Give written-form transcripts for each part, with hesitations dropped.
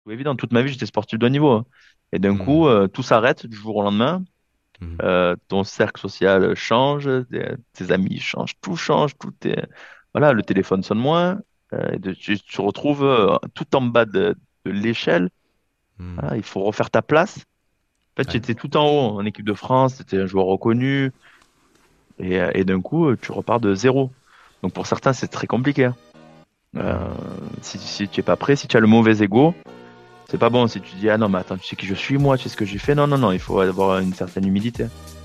tout évident. Toute ma vie, j'étais sportif de haut niveau, hein. Et d'un coup, Hmm. tout s'arrête du jour au lendemain. Mhm. Ton cercle social change, tes amis changent, tout change, tout est... Voilà, le téléphone sonne moins. Tu te retrouves tout en bas de l'échelle. Hmm. Voilà, il faut refaire ta place. En fait, tu Ouais. étais tout en haut en équipe de France, tu étais un joueur reconnu. Et d'un coup, tu repars de zéro. Donc pour certains, c'est très compliqué, hein. Hmm. Si tu es pas prêt, si tu as le mauvais ego, c'est pas bon. Si tu dis, ah non, mais attends, tu sais qui je suis, moi, tu sais ce que j'ai fait. Non, non, non, il faut avoir une certaine humilité.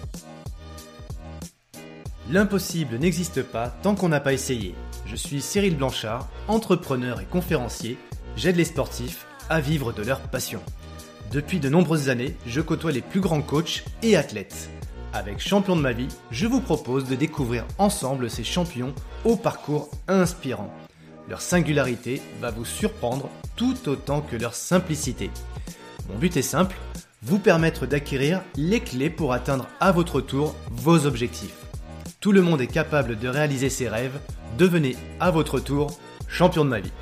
L'impossible n'existe pas tant qu'on n'a pas essayé. Je suis Cyril Blanchard, entrepreneur et conférencier. J'aide les sportifs à vivre de leur passion. Depuis de nombreuses années, je côtoie les plus grands coachs et athlètes. Avec Champion de ma vie, je vous propose de découvrir ensemble ces champions au parcours inspirant. Leur singularité va vous surprendre tout autant que leur simplicité. Mon but est simple, vous permettre d'acquérir les clés pour atteindre à votre tour vos objectifs. Tout le monde est capable de réaliser ses rêves, devenez à votre tour champion de ma vie.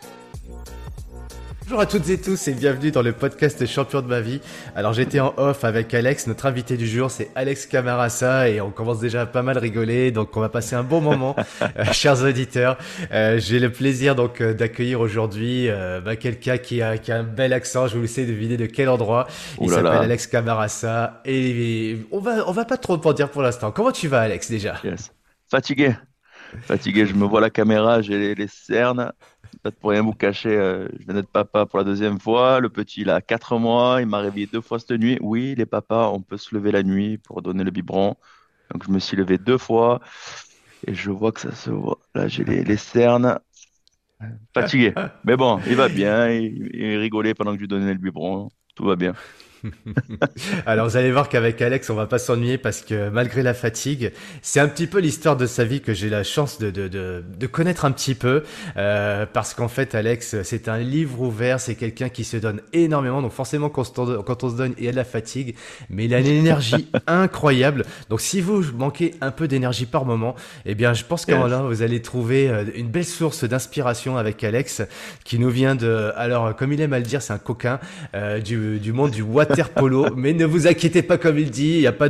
Bonjour à toutes et tous et bienvenue dans le podcast Champion de ma vie. Alors j'étais en off avec Alex, notre invité du jour c'est Alex Camarasa et on commence déjà à pas mal rigoler donc on va passer un bon moment chers auditeurs. J'ai le plaisir donc d'accueillir aujourd'hui quelqu'un qui a un bel accent, je vous laisse deviner de quel endroit. Ouh Il là s'appelle là, Alex Camarasa et on va pas trop en dire pour l'instant. Comment tu vas Alex déjà? yes. Fatigué, fatigué, je me vois la caméra, j'ai les cernes. Pas pour rien vous cacher, je viens d'être papa pour la deuxième fois. Le petit, il a 4 mois, il m'a réveillé 2 fois cette nuit. Oui, les papas, on peut se lever la nuit pour donner le biberon. Donc je me suis levé 2 fois et je vois que ça se voit. Là, j'ai les cernes, fatigué. Mais bon, il va bien, il rigolait pendant que je lui donnais le biberon. Tout va bien. Alors vous allez voir qu'avec Alex, on va pas s'ennuyer parce que malgré la fatigue, c'est un petit peu l'histoire de sa vie que j'ai la chance de connaître un petit peu. Parce qu'en fait, Alex, c'est un livre ouvert, c'est quelqu'un qui se donne énormément. Donc forcément, quand on se donne, il y a de la fatigue, mais il a une énergie incroyable. Donc si vous manquez un peu d'énergie par moment, eh bien je pense qu'en Yes. là, vous allez trouver une belle source d'inspiration avec Alex qui nous vient de... Alors, comme il aime à le dire, c'est un coquin du monde du water polo. Mais ne vous inquiétez pas, comme il dit, il n'y a pas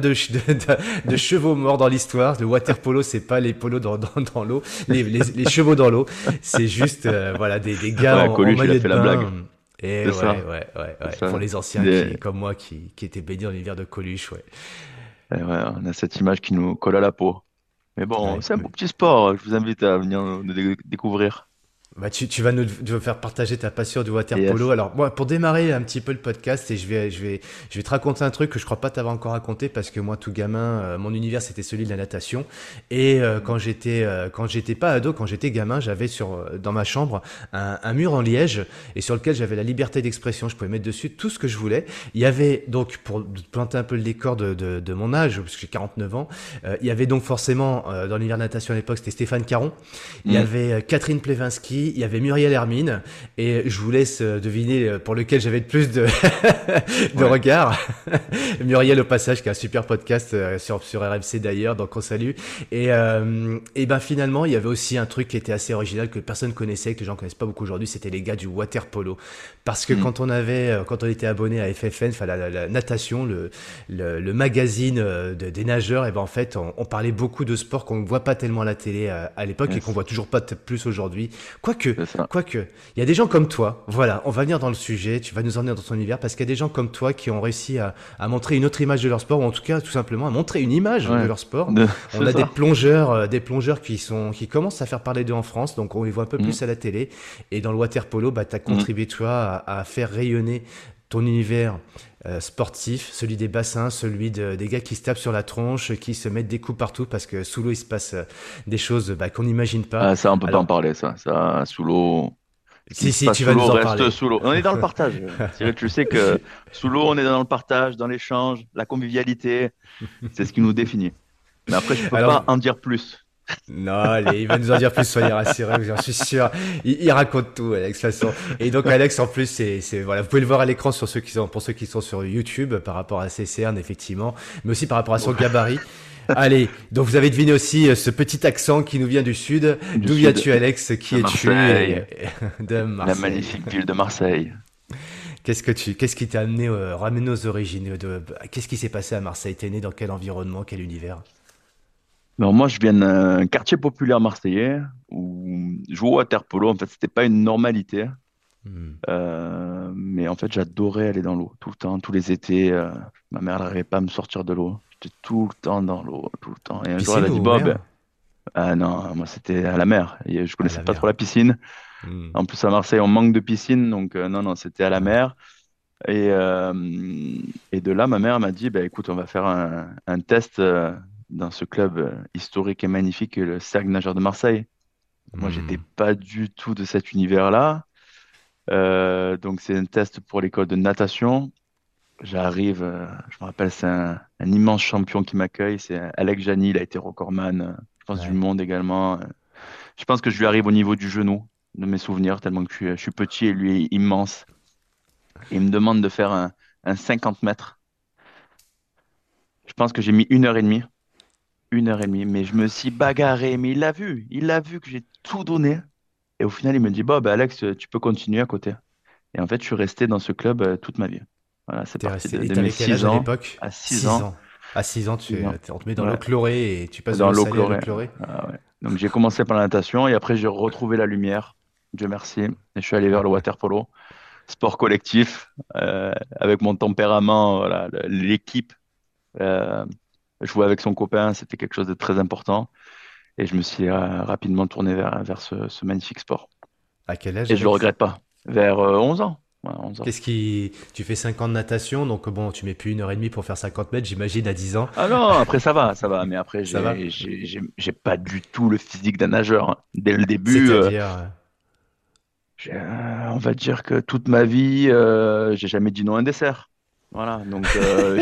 de chevaux morts dans l'histoire. Le water polo, c'est pas les polos dans l'eau, les chevaux dans l'eau. C'est juste voilà des gars Ouais, en Coluche, il a maillot de fait la blague. bain. Et C'est ouais, ça, ouais, ouais, c'est ouais. Pour ça. les anciens Des- comme moi qui étaient baignés dans l'univers de Coluche, ouais. Ouais, on a cette image qui nous colle à la peau. Mais bon, Ouais. c'est un beau petit sport. Je vous invite à venir le découvrir. Bah, tu vas nous faire partager ta passion du water polo. Yes. Alors, moi, pour démarrer un petit peu le podcast, et je vais te raconter un truc que je crois pas t'avoir encore raconté parce que moi, tout gamin, mon univers c'était celui de la natation. Et quand j'étais pas ado, quand j'étais gamin, j'avais dans ma chambre un mur en liège et sur lequel j'avais la liberté d'expression. Je pouvais mettre dessus tout ce que je voulais. Il y avait donc, pour planter un peu le décor de mon âge, parce que j'ai 49 ans, il y avait donc forcément dans l'univers de la natation à l'époque, c'était Stéphane Caron. Il y Hmm. avait Catherine Plevinski, il y avait Muriel Hermine, et je vous laisse deviner pour lequel j'avais le plus de Ouais. regards. Muriel au passage, qui a un super podcast sur RMC d'ailleurs, donc on salue. Et ben finalement, il y avait aussi un truc qui était assez original que personne connaissait, que les gens connaissent pas beaucoup aujourd'hui, c'était les gars du water polo. Parce que Hmm. quand on était abonné à FFN, enfin la natation, le magazine des nageurs, et ben en fait, on parlait beaucoup de sport qu'on ne voit pas tellement à la télé à l'époque et qu'on Yes. voit toujours pas plus aujourd'hui. Quoique, C'est ça. quoique, il y a des gens comme toi. Voilà, on va venir dans le sujet. Tu vas nous emmener dans ton univers parce qu'il y a des gens comme toi qui ont réussi à montrer une autre image de leur sport ou en tout cas tout simplement à montrer une image de Ouais. leur sport. On C'est a ça. des plongeurs qui commencent à faire parler d'eux en France, donc on les voit un peu Hmm. plus à la télé. Et dans le water polo, bah, tu as Hmm. contribué toi à faire rayonner ton univers sportif, celui des bassins, celui des gars qui se tapent sur la tronche, qui se mettent des coups partout parce que sous l'eau il se passe des choses bah, qu'on n'imagine pas. Ah, ça, on peut pas en Alors, parler, ça. Ça, sous l'eau. Ce qui si, se si, passe tu sous vas l'eau nous en reste parler. sous l'eau. On est dans le partage. Cyril, tu sais que sous l'eau, on est dans le partage, dans l'échange, la convivialité. C'est ce qui nous définit. Mais après, je peux Alors, pas en dire plus. non, allez, il va nous en dire plus, soyez rassurés, j'en suis sûr. Il raconte tout, Alex, de toute façon. Et donc, Alex, en plus, voilà, vous pouvez le voir à l'écran pour ceux qui sont sur YouTube, par rapport à ses cernes, effectivement, mais aussi par rapport à son gabarit. Allez, donc vous avez deviné aussi ce petit accent qui nous vient du sud. Du D'où sud viens-tu, Alex? de Qui es-tu? Marseille, De la Marseille. magnifique ville de Marseille. Qu'est-ce qui t'a amené, ramené aux origines qu'est-ce qui s'est passé à Marseille? T'es né dans quel environnement, quel univers? Alors moi, je viens d'un quartier populaire marseillais où jouer au water polo, en fait, c'était pas une normalité. Hmm. Mais en fait, j'adorais aller dans l'eau tout le temps, tous les étés. Ma mère n'arrivait pas à me sortir de l'eau. J'étais tout le temps dans l'eau, tout le temps. Et un jour, elle Piscine a dit, ou bon, ben, mer? ah non, moi, c'était à la mer. Et je À connaissais la pas trop mer. la piscine. Hmm. En plus, à Marseille, on manque de piscine. Donc, non, non, c'était à la Ouais. mer. Et, euh, et de là, ma mère m'a dit, bah, écoute, on va faire un test dans ce club historique et magnifique, que le Cercle Nageur de Marseille. Moi, j'étais Hmm. pas du tout de cet univers-là. Donc, c'est un test pour l'école de natation. J'arrive, je me rappelle, c'est un immense champion qui m'accueille. C'est Alex Jani, il a été recordman, je pense, du Ouais. monde également. Je pense que je lui arrive au niveau du genou, de mes souvenirs, tellement que je suis petit et lui est immense. Et il me demande de faire un 50 mètres. Je pense que j'ai mis 1 heure et demie. 1 heure et demie. Mais je me suis bagarré. Mais il l'a vu. Il l'a vu que j'ai tout donné. Et au final, il me dit, bah, Alex, tu peux continuer à côté. Et en fait, je suis resté dans ce club toute ma vie. Voilà, c'est T'es parti resté. Et de mes t'avais quel 6 âge à ans l'époque? à 6 6 ans. ans. À 6 ans, 6 ans. on te met dans l'eau Ouais, chlorée et tu passes de dans l'eau l'eau salée à l'eau chlorée. chlorée. Ah ouais. Donc j'ai commencé par la natation et après j'ai retrouvé la lumière. Dieu merci. Et je suis allé vers le water polo, sport collectif, avec mon tempérament, voilà, l'équipe. euh, Jouer avec son copain, c'était quelque chose de très important. Et je me suis rapidement tourné vers ce magnifique sport. À quel âge, Et je le Alex? regrette pas. Vers 11 ans. Ouais, 11 ans. Qu'est-ce qui. Tu fais 5 ans de natation, donc bon, tu mets plus 1 heure et demie pour faire 50 mètres, j'imagine, à 10 ans. Ah non, après ça va, ça va. Mais après, Ça va? j'ai pas du tout le physique d'un nageur, hein. Dès le début, C'est-à-dire. on va dire que toute ma vie, j'ai jamais dit non à un dessert. Voilà, donc,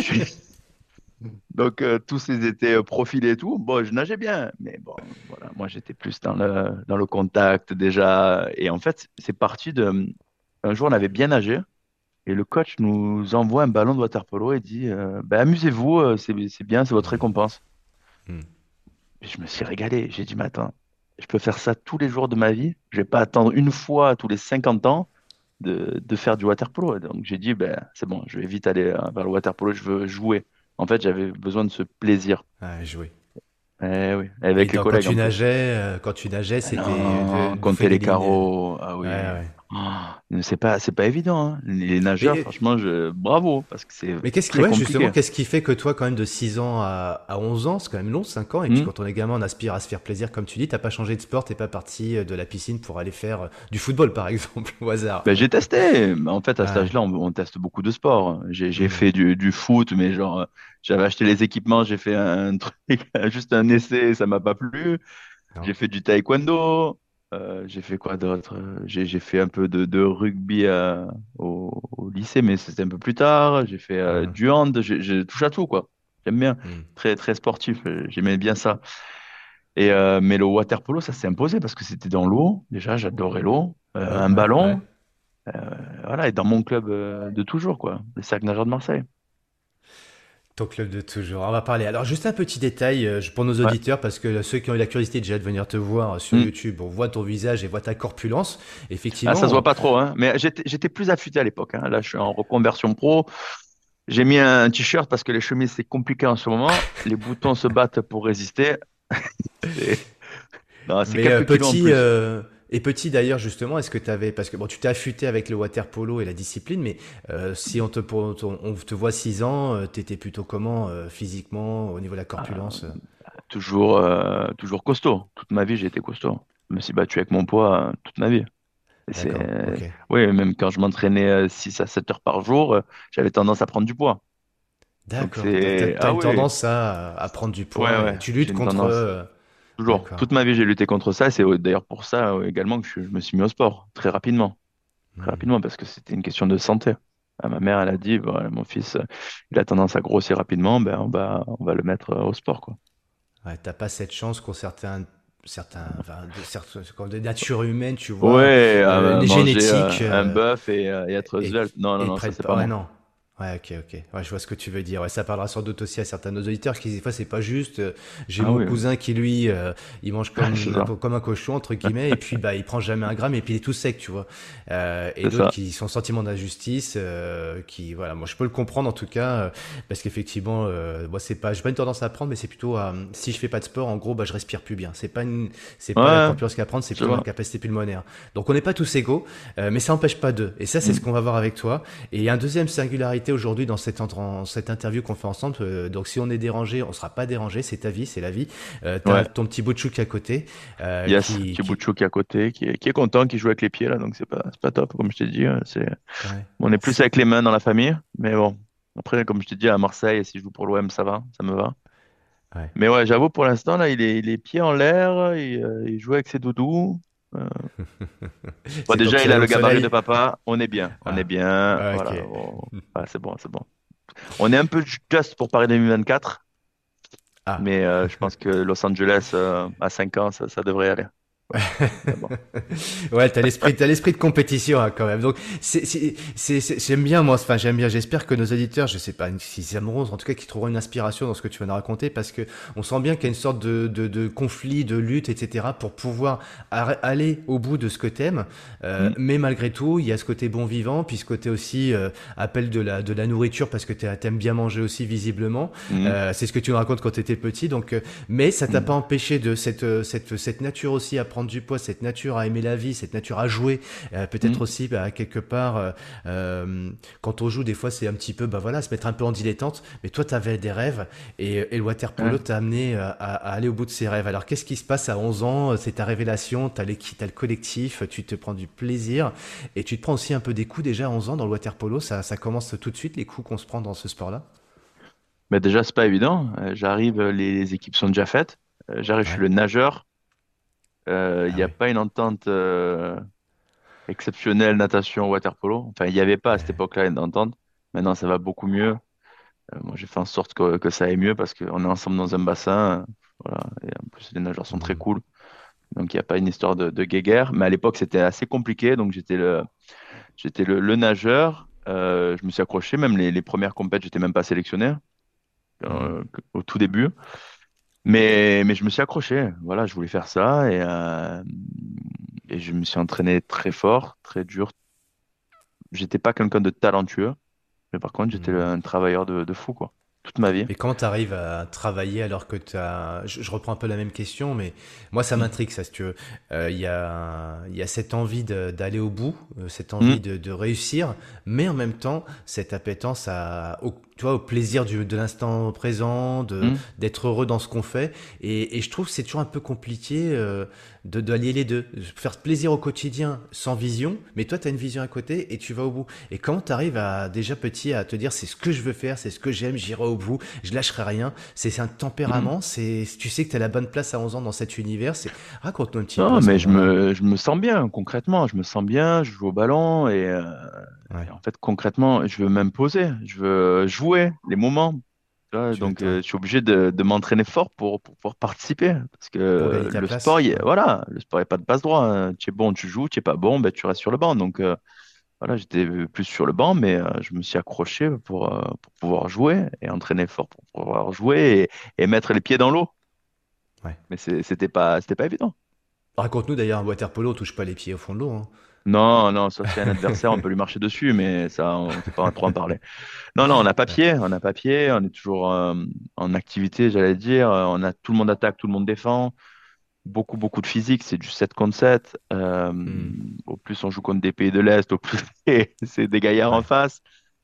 donc tous ces étés profilés et tout, bon, je nageais bien, mais bon, voilà, moi j'étais plus dans le contact déjà. Et en fait, c'est parti de. Un jour, on avait bien nagé et le coach nous envoie un ballon de water polo et dit ben, amusez-vous, c'est bien, c'est votre Hmm. récompense. Hmm. Et je me suis régalé. J'ai dit, mais attends, je peux faire ça tous les jours de ma vie. Je vais pas attendre une fois tous les 50 ans de faire du water polo. Donc j'ai dit, ben, c'est bon, je vais vite aller vers le water polo, je veux jouer. En fait, j'avais besoin de ce plaisir. Ah, jouer. Eh oui, Et avec les collègues en plus. quand tu nageais, Ah c'était non, bouffer compter des les lignes. carreaux, ah Ouais, oui. ouais. C'est pas évident, hein. Les nageurs, Mais, franchement, bravo, parce que c'est mais qu'est-ce qui, très ouais, justement, compliqué. qu'est-ce qui fait que toi, quand même, de 6 ans à 11 ans, c'est quand même long, 5 ans, et puis Hmm. quand on est gamin, on aspire à se faire plaisir, comme tu dis, t'as pas changé de sport, t'es pas parti de la piscine pour aller faire du football, par exemple, au hasard. Ben, j'ai testé. En fait, à cet Ouais. âge-là, on teste beaucoup de sports. J'ai Hmm. fait du foot, mais genre, j'avais acheté les équipements, j'ai fait un truc, juste un essai, ça m'a pas plu. Non. J'ai fait du taekwondo. J'ai fait quoi d'autre? J'ai fait un peu de rugby au lycée, mais c'était un peu plus tard. J'ai fait Mhm. du hand. J'ai touché à tout, quoi. J'aime bien. Hmm. Très, très sportif. J'aimais bien ça. Mais le water polo, ça s'est imposé parce que c'était dans l'eau. Déjà, j'adorais l'eau. Ouais, Un ouais, ouais. ballon. Voilà, et dans mon club de toujours, quoi, le Cercle Nageur de Marseille. Ton club de toujours. On va parler. Alors, juste un petit détail pour nos Ouais. auditeurs, parce que ceux qui ont eu la curiosité déjà de venir te voir sur Mm. YouTube, on voit ton visage et voit ta corpulence. Ah, ça se Effectivement, voit pas trop, hein. Mais j'étais plus affûté à l'époque, hein. Là, je suis en reconversion pro. J'ai mis un t-shirt parce que les chemises, c'est compliqué en ce moment. Les boutons se battent pour résister. C'est Non, c'est mais quelques kilos en plus. petit d'ailleurs justement, est-ce que tu avais, parce que bon, tu t'es affûté avec le water polo et la discipline, mais si on te voit 6 ans, t'étais plutôt comment physiquement au niveau de la Ah, corpulence? toujours costaud. Toute ma vie, j'ai été costaud. Je me suis battu avec mon poids toute ma vie. Et D'accord, ok. Oui, même quand je m'entraînais 6 à 7 heures par jour, j'avais tendance à prendre du poids. Donc D'accord. c'est. T'as Ah une oui, tendance à prendre du ouais, poids et ouais, tu j'ai luttes une contre. tendance. Toujours. D'accord. Toute ma vie, j'ai lutté contre ça. C'est d'ailleurs pour ça également que je me suis mis au sport très rapidement. Très Hmm. rapidement, parce que c'était une question de santé. Ma mère, elle a dit, voilà, mon fils, il a tendance à grossir rapidement, ben on va le mettre au sport, quoi. Ouais, t'as pas cette chance qu'ont enfin, comme des natures humaines, tu vois, Ouais, une manger génétique un bœuf et être et, svelte. Non, non, et non, ça, près de. c'est pas Ouais, moi. non. Ouais, ok, ok. Ouais, je vois ce que tu veux dire. Ouais, ça parlera sans doute aussi à certains de nos auditeurs qui, des fois, c'est pas juste. J'ai Ah mon oui, cousin qui, lui, il mange c'est comme un ça. peu comme un cochon, entre guillemets, et puis, bah, il prend jamais un gramme, et puis il est tout sec, tu vois. Et C'est d'autres ça. qui sont sentiment d'injustice, qui, voilà. Moi, je peux le comprendre, en tout cas, parce qu'effectivement, moi, c'est pas, j'ai pas une tendance à prendre, mais c'est plutôt, si je fais pas de sport, en gros, bah, je respire plus bien. C'est pas la Ouais, corpulence qu'à prendre, c'est je plutôt ma vois. capacité pulmonaire. Donc, on n'est pas tous égaux, mais ça n'empêche pas d'eux. Et ça, c'est ce Mm. qu'on va voir avec toi. Et il y a une deuxième singularité aujourd'hui dans cette interview qu'on fait ensemble. Donc si on est dérangé, on sera pas dérangé, c'est ta vie, c'est la vie. Tu as Ouais. ton petit bout de chou qui est à côté, Yes, petit bout de chou qui est à côté, qui est content, qui joue avec les pieds là, donc c'est pas top, comme je t'ai dit. ouais. On est plus C'est- avec les mains dans la famille, mais bon. Après, comme je t'ai dit, à Marseille, si je joue pour l'OM, ça va, ça me va. ouais. Mais ouais, j'avoue, pour l'instant, là, il est pieds en l'air, il joue avec ses doudous. Euh, bon, C'est ton déjà, petit il a rayon le de gabarit de soleil. papa, on est bien, on est Ah, bien, ok. voilà. Ouais, c'est bon, c'est bon. On est un peu juste pour Paris 2024, Ah. mais je pense que Los Angeles, à 5 ans, ça devrait aller. Ouais. Mais bon. Ouais, t'as l'esprit de compétition hein, quand même. Donc j'aime bien moi, enfin j'aime bien. J'espère que nos auditeurs, je sais pas si c'est amoureux, en tout cas, qui trouveront une inspiration dans ce que tu vas nous raconter, parce que on sent bien qu'il y a une sorte de conflit, de lutte, etc. pour pouvoir aller au bout de ce que t'aimes. Mm, Mais malgré tout, il y a ce côté bon vivant, puis ce côté aussi appel de la nourriture, parce que t'aimes bien manger aussi visiblement. mm, C'est ce que tu nous racontes quand t'étais petit. Donc, mais ça t'a pas mm, empêché de cette nature aussi à prendre du poids, cette nature à aimer la vie, cette nature à jouer, peut-être mm. aussi bah, quelque part quand on joue des fois c'est un petit peu bah voilà se mettre un peu en dilettante, mais toi tu avais des rêves et le water polo Ouais. t'a amené à aller au bout de ses rêves. Alors qu'est-ce qui se passe à 11 ans? C'est ta révélation, t'as le collectif, tu te prends du plaisir et tu te prends aussi un peu des coups déjà à 11 ans dans le water polo, ça commence tout de suite les coups qu'on se prend dans ce sport-là. Mais déjà, c'est pas évident. J'arrive, les équipes sont déjà faites. J'arrive, je suis Ouais. le nageur. Il Ah n'y a oui. pas une entente exceptionnelle natation water polo. Enfin, il n'y avait pas à cette Ouais. époque-là une entente. Maintenant, ça va beaucoup mieux. Moi, j'ai fait en sorte que ça aille mieux parce qu'on est ensemble dans un bassin. Voilà. Et en plus, les nageurs sont très Hmm. cool. Donc, il n'y a pas une histoire de guéguerre. Mais à l'époque, c'était assez compliqué. Donc, j'étais le nageur. Je me suis accroché. Même les premières compètes, j'étais même pas sélectionné Hmm. au tout début. Mais je me suis accroché. Voilà, je voulais faire ça et je me suis entraîné très fort, très dur. J'étais pas quelqu'un de talentueux, mais par contre, j'étais Hmm. un travailleur de fou, quoi. Toute ma vie. Mais comment tu arrives à travailler alors que tu as... Je reprends un peu la même question, mais moi ça Mm. m'intrigue ça, si tu veux. Il y a cette envie d'aller au bout, cette envie Mm. de réussir, mais en même temps cette appétence tu vois, au plaisir de l'instant présent, Mm. d'être heureux dans ce qu'on fait. Et je trouve que c'est toujours un peu compliqué d'allier les deux. Faire plaisir au quotidien sans vision, mais toi tu as une vision à côté et tu vas au bout. Et comment tu arrives à déjà petit à te dire c'est ce que je veux faire, c'est ce que j'aime, j'irai au bout, je lâcherai rien. C'est un Mm. tempérament, tu sais que tu as la bonne place à 11 ans dans cet univers. Raconte-nous un petit peu Non, à ce mais je moment-là. me, je me sens bien, concrètement. Je me sens bien, je joue au ballon et Ouais, en fait, concrètement, je veux m'imposer. Je veux jouer les moments. Tu vois, tu veux donc, toi je suis obligé de m'entraîner fort pour pouvoir participer. Parce pour gagner que ta le sport, place. Ouais. voilà, le sport n'est pas de passe-droit, hein. Tu es bon, tu joues, tu es pas bon, ben, tu restes sur le banc. Donc, voilà, j'étais plus sur le banc, mais je me suis accroché pour pouvoir jouer et entraîner fort pour pouvoir jouer et mettre les pieds dans l'eau. Ouais. Mais c'était pas évident. Raconte-nous d'ailleurs, un water polo, on touche pas les pieds au fond de l'eau. Hein. Non, non, sauf s'il y a un adversaire, on peut lui marcher dessus, mais ça, on ne peut pas trop en parler. Non, non, on n'a pas Ouais. pied, on n'a pas pied, on est toujours en activité, j'allais dire. Tout le monde attaque, tout le monde défend. Beaucoup, beaucoup de physique, c'est du 7 contre 7. Hmm. Au plus on joue contre des pays de l'Est, au plus c'est des gaillards en Ouais. face.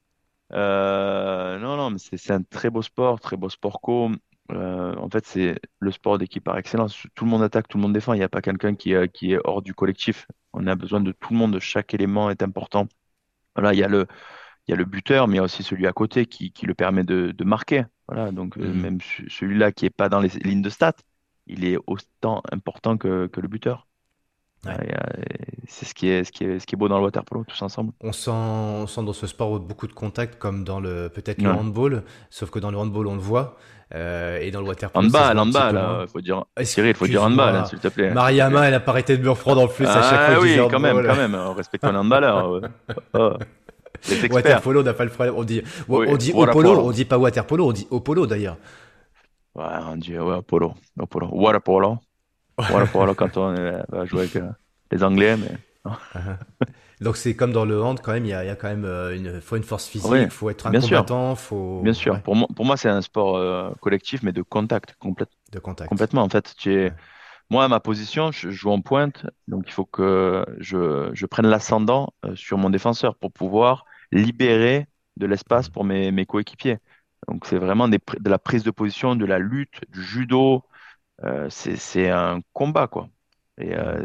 Non, non, mais c'est un très beau sport co. En fait, c'est le sport d'équipe par excellence. Tout le monde attaque, tout le monde défend. Il n'y a pas quelqu'un qui est hors du collectif. On a besoin de tout le monde. Chaque élément est important. Voilà, il y a le buteur, mais il y a aussi celui à côté qui le permet de marquer. Voilà, donc Hmm. même celui-là qui est pas dans les lignes de stats, il est autant important que le buteur. Ouais. Voilà, c'est ce qui est beau dans le water polo, tous ensemble. On sent dans ce sport beaucoup de contacts comme dans peut-être le Ouais. handball, sauf que dans le handball on le voit, et dans le water polo ça se Handball, voit un petit peu handball, moins. faut dire, Cyril, il faut dire handball, hein, Excuse-moi, s'il te plaît, s'il te plaît. Mariama, elle a pas arrêté de me reprendre en plus à chaque fois Ah que je disais oui, quand même, handball. quand même, respecte ton handballeur. Oh. Les Water experts. polo, on n'a pas le problème. Oui, On dit au water polo, polo. on dit pas water polo, on dit au polo d'ailleurs. Ouais, on dit ouais, polo. Polo. Water polo. Water polo quand on va jouer avec les Anglais, mais. Donc c'est comme dans le hand quand même, il y a quand même faut une force Oui, physique, faut être un bien sûr. combattant, Bien faut sûr. ouais, Pour moi c'est un sport collectif, mais de contact. de contact. Complètement. En fait, Ouais. moi, à ma position, je joue en pointe, donc il faut que je prenne l'ascendant sur mon défenseur pour pouvoir libérer de l'espace Hmm. pour mes coéquipiers. Donc c'est vraiment de la prise de position, de la lutte, du judo. C'est un combat, quoi. Et Hmm.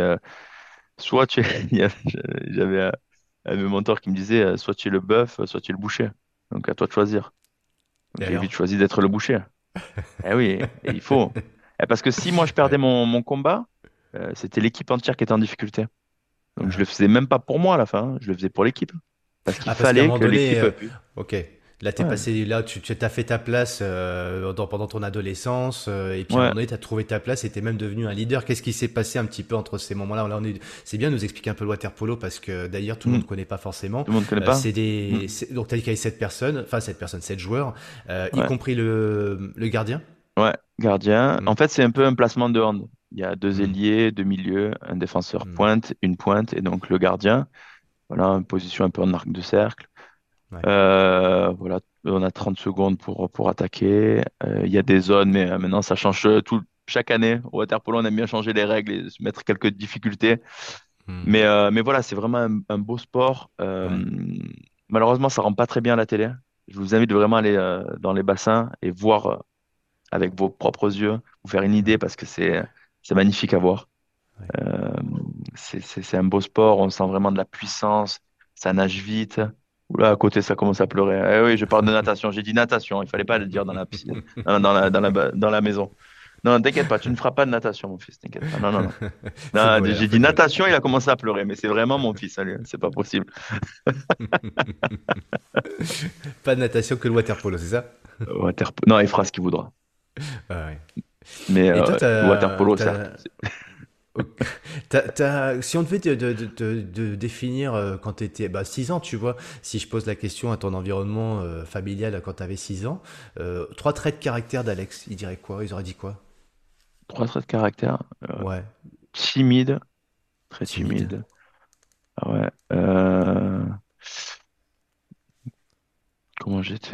soit tu es, j'avais un de mes mentors qui me disait, soit tu es le bœuf, soit tu es le boucher. Donc à toi de choisir. Donc Et j'ai vite alors? choisi d'être le boucher. Eh oui, et il faut. Parce que si moi je perdais Ouais. mon combat, c'était l'équipe entière qui était en difficulté. Donc je le Uh-huh. faisais même pas pour moi à la fin, hein. Je le faisais pour l'équipe. Parce qu'il Ah, parce qu'à un fallait moment que donné, l'équipe pu. ok. Là, t'es Ouais, passé, là, tu t'as fait ta place pendant ton adolescence, et puis à un ouais. moment donné, t'as trouvé ta place et t'es même devenu un leader. Qu'est-ce qui s'est passé un petit peu entre ces moments-là? C'est bien de nous expliquer un peu le water polo parce que d'ailleurs, tout le Hmm. monde ne connaît pas forcément. Tout le monde ne connaît pas? Hmm. Donc, t'as dit qu'il y avait 7 personnes, enfin, 7 personnes, 7 joueurs, y Ouais, compris le gardien. ouais. Gardien. Hmm. En fait, c'est un peu un placement de hand. Il y a deux Hmm. ailiers, deux milieux, un défenseur Hmm. pointe, une pointe, et donc le gardien. Voilà, une position un peu en arc de cercle. Ouais. Voilà, on a 30 secondes pour attaquer. Il y a des zones, mais maintenant ça change chaque année. Au waterpolo, on aime bien changer les règles et se mettre quelques difficultés. Hmm. Mais voilà, c'est vraiment un beau sport. Ouais. Malheureusement, ça rend pas très bien à la télé. Je vous invite vraiment à aller dans les bassins et voir avec vos propres yeux, vous faire une idée Hmm. parce que c'est magnifique à voir. Ouais. Euh, c'est un beau sport, on sent vraiment de la puissance, ça nage vite. Oula, à côté, ça commence à pleurer. Eh oui, je parle de natation. J'ai dit natation, il fallait pas le dire dans la piscine, dans la maison. Non, t'inquiète pas, tu ne feras pas de natation, mon fils, t'inquiète pas. Non, non, non. Non, Footballeur, j'ai dit footballeur. natation, il a commencé à pleurer, mais c'est vraiment mon fils, hein, lui. C'est pas possible. Pas de natation que le water polo, c'est ça? Non, il fera ce qu'il voudra. Ah ouais. Mais Et toi, le water polo, certes. ok. Si on devait te définir quand tu étais 6 ans, tu vois, si je pose la question à ton environnement familial quand tu avais 6 ans, 3 traits de caractère d'Alex, ils diraient quoi? Ils auraient dit quoi? Trois traits de caractère. Ouais, Timide, très timide. timide. Ah ouais. Comment j'étais?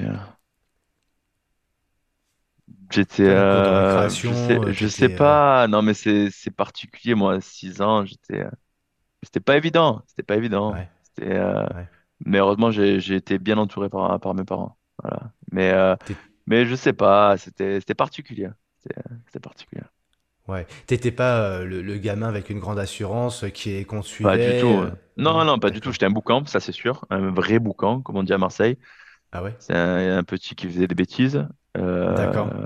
Tu vois, la cour de récréation, Je sais t'étais. pas. Non, mais c'est particulier. Moi, à 6 ans, c'était pas évident. C'était pas évident. Ouais, ouais. Mais heureusement, j'ai été bien entouré par mes parents. Voilà. T'é- Mais je sais pas. C'était particulier. C'était particulier. ouais. T'étais pas le gamin avec une grande assurance qu'on Pas du suivait. tout. Non, Non, non, pas du tout. d'accord. J'étais un boucan, ça c'est sûr. Un vrai boucan, comme on dit à Marseille. Ah ouais? C'est un petit qui faisait des bêtises. Euh, D'accord.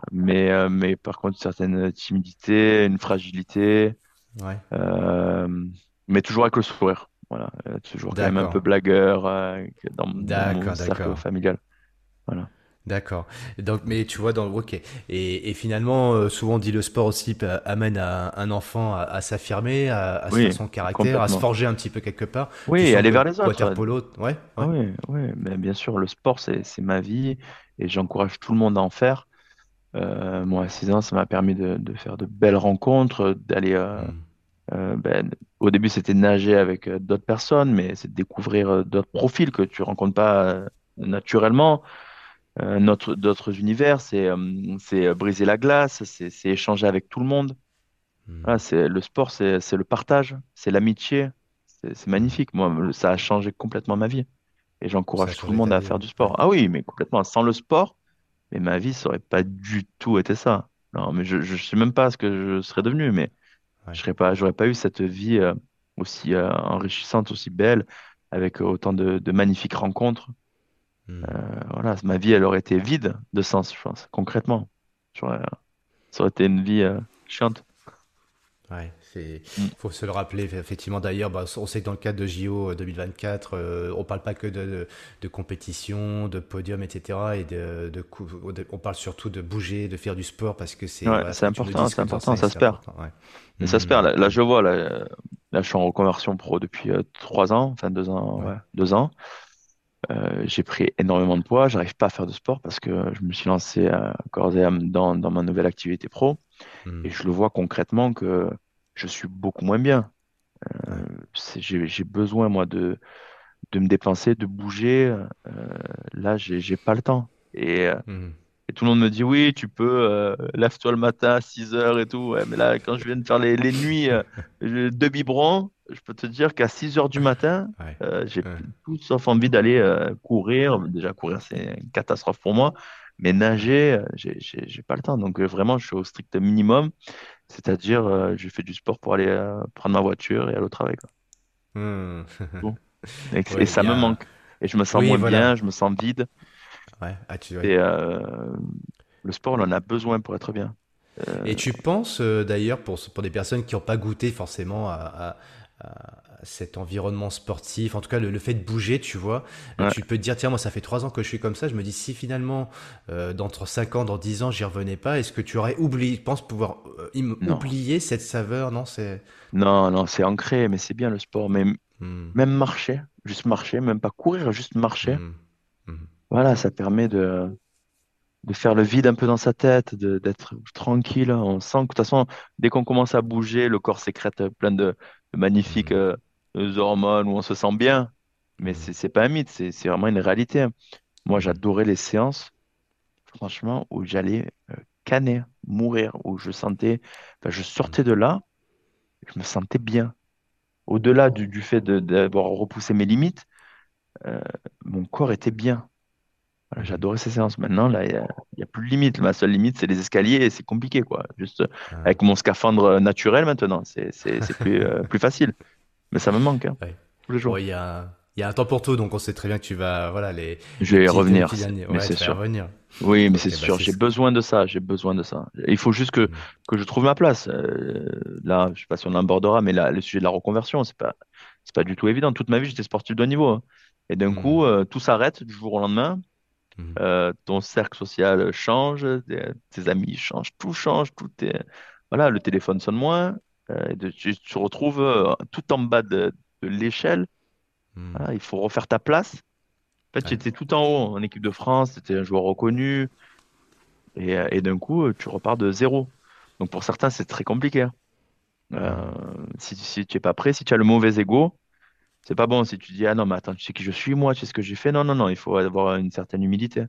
mais par contre, une certaine timidité, une fragilité. Ouais. Euh, mais toujours avec le sourire. Voilà, toujours quand même un peu D'accord. blagueur dans mon D'accord, cercle d'accord. familial. Voilà. D'accord. Donc, mais tu vois, ok. Et finalement, souvent on dit le sport aussi amène un enfant à s'affirmer, à se faire Oui, son caractère, à se complètement. forger un petit peu quelque part. Tu Oui, sens aller que vers les water autres. polo, ouais, Ah ouais. oui, oui, mais bien sûr, le sport, c'est ma vie et j'encourage tout le monde à en faire. Moi, à 6 ans, ça m'a permis de faire de belles rencontres, d'aller. Hmm, Au début, c'était de nager avec d'autres personnes, mais c'est de découvrir d'autres profils que tu rencontres pas naturellement. D'autres univers, c'est briser la glace, c'est échanger avec tout le monde. hmm, Voilà, le sport, c'est le partage, c'est l'amitié. C'est hmm. magnifique. Moi, ça a changé complètement ma vie. Et Ça a j'encourage tout le changé ta monde à vie, faire ouais. du Ouais, sport. Ah oui, mais complètement. Sans le sport, mais ma vie, ça aurait pas du tout été ça. Non, mais je sais même pas ce que je serais devenu, mais ouais. j'aurais pas eu cette vie aussi enrichissante, aussi belle, avec autant de magnifiques rencontres. Hmm. Voilà, ma vie, elle aurait été vide de sens, je pense, concrètement. J'aurais- Ça aurait été une vie chiante. Ouais, Mm. faut se le rappeler. Effectivement, d'ailleurs, on sait que dans le cadre de JO 2024, on parle pas que de compétition, de podium, etc. Et on parle surtout de bouger, de faire du sport parce que c'est, Ouais, voilà, ce que tu nous dis, ce c'est que tu important, enseignes, ça se c'est perd. important. Ouais. Mais ça se perd. Hmm, Là, là, je suis en reconversion pro depuis 3 ans, enfin 2 ans, ouais. ouais, 2 ans. J'ai pris énormément de poids, j'arrive pas à faire de sport parce que je me suis lancé corps et âme dans ma nouvelle activité pro et Hmm. je le vois concrètement que je suis beaucoup moins bien. Ouais. J'ai besoin, moi, de me dépenser, de bouger. Là, j'ai pas le temps. Hmm. Et tout le monde me dit, oui, tu peux, lève-toi le matin à 6 heures et tout. Ouais, mais là, quand je viens de faire les nuits de biberon, je peux te dire qu'à 6 heures du matin, Ouais. j'ai Ouais. tout sauf envie d'aller courir. Déjà, courir, c'est une catastrophe pour moi. Mais Ouais. nager, j'ai pas le temps. Donc, vraiment, je suis au strict minimum. C'est-à-dire, je fais du sport pour aller prendre ma voiture et aller au travail, quoi. Hmm. Bon. Et Ouais, il ça y me a. manque. Et je me sens Oui, moins bien, voilà. je me sens vide. Ouais. Ah, ouais. Et le sport, on en a besoin pour être bien. Et tu penses d'ailleurs pour des personnes qui n'ont pas goûté forcément à cet environnement sportif, en tout cas le fait de bouger, tu vois, Ouais. tu peux te dire, tiens, moi ça fait 3 ans que je suis comme ça, je me dis si finalement d'entre 5 ans, dans 10 ans, j'y revenais pas, est-ce que tu aurais oublié, je pense pouvoir Non, oublier cette saveur, non, c'est... non, non, c'est ancré, mais c'est bien le sport. Mais Hmm, même marcher, juste marcher, même pas courir, juste marcher. hmm, hmm, Voilà, ça permet de faire le vide un peu dans sa tête, d'être tranquille. On sent que de toute façon, dès qu'on commence à bouger, le corps sécrète plein de magnifiques hmm, hormones où on se sent bien. Mais hmm, c'est pas un mythe, c'est vraiment une réalité, hein. Moi, hmm, j'adorais les séances, franchement, où j'allais caner, mourir, où je sentais, enfin, je hmm, sortais de là, je me sentais bien. Au-delà du fait d'avoir repoussé mes limites, euh, mon corps était bien. Voilà, hmm. j'adorais ces séances. Maintenant, là, il y a plus de limite. Ma seule limite, c'est les escaliers et c'est compliqué, quoi. Juste Ah, avec mon scaphandre naturel maintenant, c'est plus facile. Mais ça me manque, hein, ouais. tous les Bon, jours. il y a un temps pour tout, donc on sait très bien que tu vas, voilà, Je vais y les revenir, petites années, mais ouais, c'est tu vas y sûr. revenir. Oui, mais c'est Ok, bah sûr, c'est j'ai ça. besoin de ça, j'ai besoin de ça. Il faut juste Hmm. que je trouve ma place. Là, je sais pas si on abordera, mais là, le sujet de la reconversion, c'est pas du tout évident. Toute ma vie, j'étais sportif de haut niveau, hein. Et d'un Hmm. coup, tout s'arrête du jour au lendemain. Hmm. Ton cercle social change, tes amis changent, tout change, tout est... Voilà, le téléphone sonne moins, tu te retrouves tout en bas de l'échelle. Hmm. Voilà, il faut refaire ta place. En fait, tu Ouais. étais tout en haut en équipe de France, tu étais un joueur reconnu, et d'un coup, tu repars de zéro. Donc pour certains, c'est très compliqué, hein. Hmm. Si tu es pas prêt, si tu as le mauvais ego, c'est pas bon. Si tu dis, ah non, mais attends, tu sais qui je suis, moi, tu sais ce que j'ai fait. Non, non, non, il faut avoir une certaine humilité.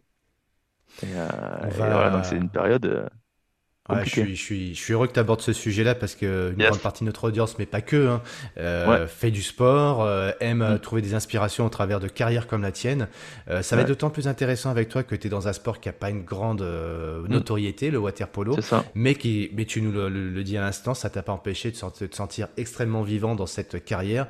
On Et voilà, donc c'est va. une période Ouais, compliquée. je suis heureux que tu abordes ce sujet-là parce que une grande Yes. partie de notre audience, mais pas que, hein, Ouais. fait du sport, aime Mm. trouver des inspirations au travers de carrières comme la tienne. Ça va être Ouais. d'autant plus intéressant avec toi que tu es dans un sport qui a pas une grande Mm. notoriété, le water polo, C'est ça. mais tu nous le dis à l'instant, ça t'a pas empêché de te sentir extrêmement vivant dans cette carrière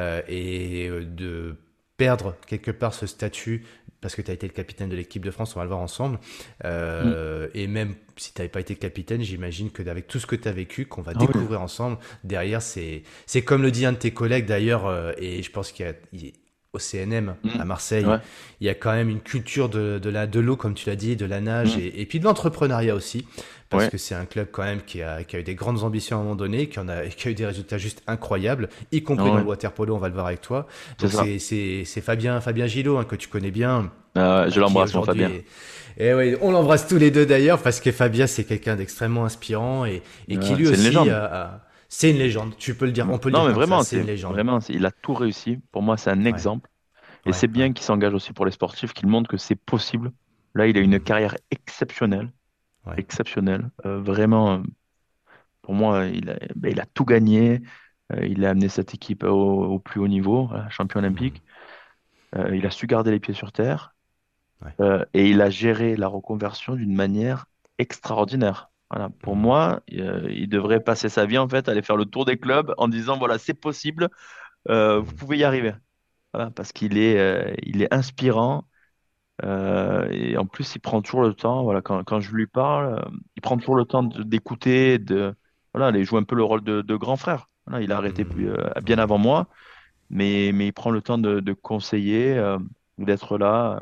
de perdre quelque part ce statut parce que tu as été le capitaine de l'équipe de France, on va le voir ensemble. Mm. Et même si tu n'avais pas été capitaine, j'imagine que avec tout ce que tu as vécu, qu'on va Ah oui. découvrir ensemble, derrière, c'est comme le dit un de tes collègues d'ailleurs, et je pense au CNM Mm. à Marseille, Ouais. il y a quand même une culture de l'eau, comme tu l'as dit, de la nage, Mm. et puis de l'entrepreneuriat aussi, parce Ouais. que c'est un club quand même qui a eu des grandes ambitions à un moment donné, qui a eu des résultats juste incroyables, y compris Ah dans ouais. le water polo, on va le voir avec toi. C'est Donc ça. c'est Fabien Gillot, hein, que tu connais bien, Ah ouais, je qui l'embrasse, mon aujourd'hui Fabien. est... Et oui, on l'embrasse tous les deux d'ailleurs parce que Fabien c'est quelqu'un d'extrêmement inspirant et qui Ouais, lui c'est une aussi légende. c'est une légende. Tu peux le dire, Mm. on peut le Non, dire mais comme ça, vraiment, c'est une légende. il a tout réussi. Pour moi, c'est un Ouais, exemple. Et ouais, c'est ouais. bien qu'il s'engage aussi pour les sportifs, qu'il montre que c'est possible. Là, il a une Mhm. carrière exceptionnelle. Ouais. Exceptionnelle. Vraiment, pour moi, il a tout gagné. Il a amené cette équipe au plus haut niveau, voilà, champion Mhm. olympique. Il a su garder les pieds sur terre. Ouais. Et il a géré la reconversion d'une manière extraordinaire. Voilà. Pour Mhm. moi, il devrait passer sa vie en fait à aller faire le tour des clubs en disant voilà, c'est possible, vous Mhm. pouvez y arriver. Voilà, parce il est inspirant, et en plus il prend toujours le temps. Voilà, quand je lui parle, il prend toujours le temps d'écouter, voilà, il joue un peu le rôle de grand frère. Voilà, il a arrêté Mhm. bien Ouais. avant moi, mais il prend le temps de conseiller, d'être là.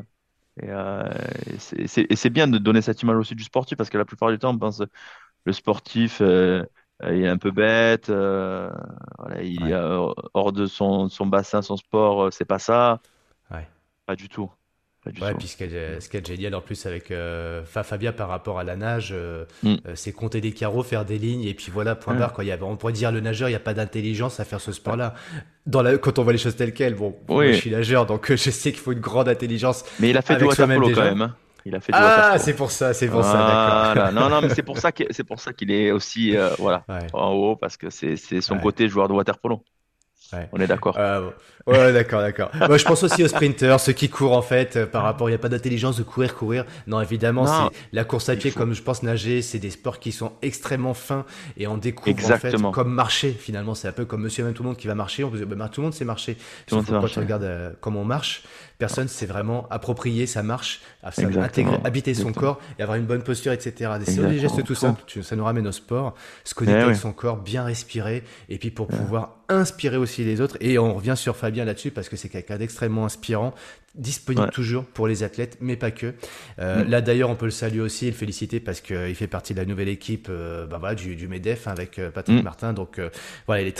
Et c'est bien de donner cette image aussi du sportif parce que la plupart du temps, on pense le sportif, il est un peu bête, voilà, il est Ouais. hors de son bassin, son sport, c'est pas ça. Ouais. Pas du tout. Pas du Ouais, tout. puis ce qui est génial en plus avec Fabia par rapport à la nage, Mm. c'est compter des carreaux, faire des lignes, et puis voilà, point Ouais. barre. Quoi. On pourrait dire le nageur, il n'y a pas d'intelligence à faire ce Ouais. sport-là. Quand on voit les choses telles quelles, bon, moi je Oui, suis nageur, donc je sais qu'il faut une grande intelligence mais il a fait du avec water soi-même polo quand déjà. même, hein. Il a fait du water Ah, polo. c'est pour ça, d'accord. Voilà. Non, non, mais c'est pour ça qu'il est aussi, voilà, Ouais, en haut, parce que c'est son ouais. côté joueur de water polo. Ouais. On est d'accord. Bon. Ouais, d'accord, d'accord. Moi, je pense aussi aux sprinters, ceux qui courent en fait, par rapport, il n'y a pas d'intelligence de courir, courir. Non, évidemment, Non, c'est la course à il pied, faut. comme je pense nager, c'est des sports qui sont extrêmement fins et on découvre en fait Exactement. comme marcher. Finalement, c'est un peu comme Monsieur et Madame Tout le monde qui va marcher. On peut dire, tout le monde sait marcher. Tout le Sauf monde que sait quand tu marcher. regardes comment on marche, Non, personne s'est c'est pas. vraiment approprié sa marche, intégrer, Exactement. habiter son Exactement. corps et avoir une bonne posture, etc. C'est des gestes Exactement. tout Faut. simples. Ça nous ramène au sport, se Eh connecter avec oui. son corps, bien respirer et puis pour Ouais. pouvoir inspirer aussi les autres. Et on revient sur Fabien là-dessus parce que c'est quelqu'un d'extrêmement inspirant, disponible Ouais. toujours pour les athlètes, mais pas que. Mm. Là d'ailleurs, on peut le saluer aussi et le féliciter parce qu'il fait partie de la nouvelle équipe voilà, du MEDEF hein, avec Patrick Mm. Martin. Donc voilà, il est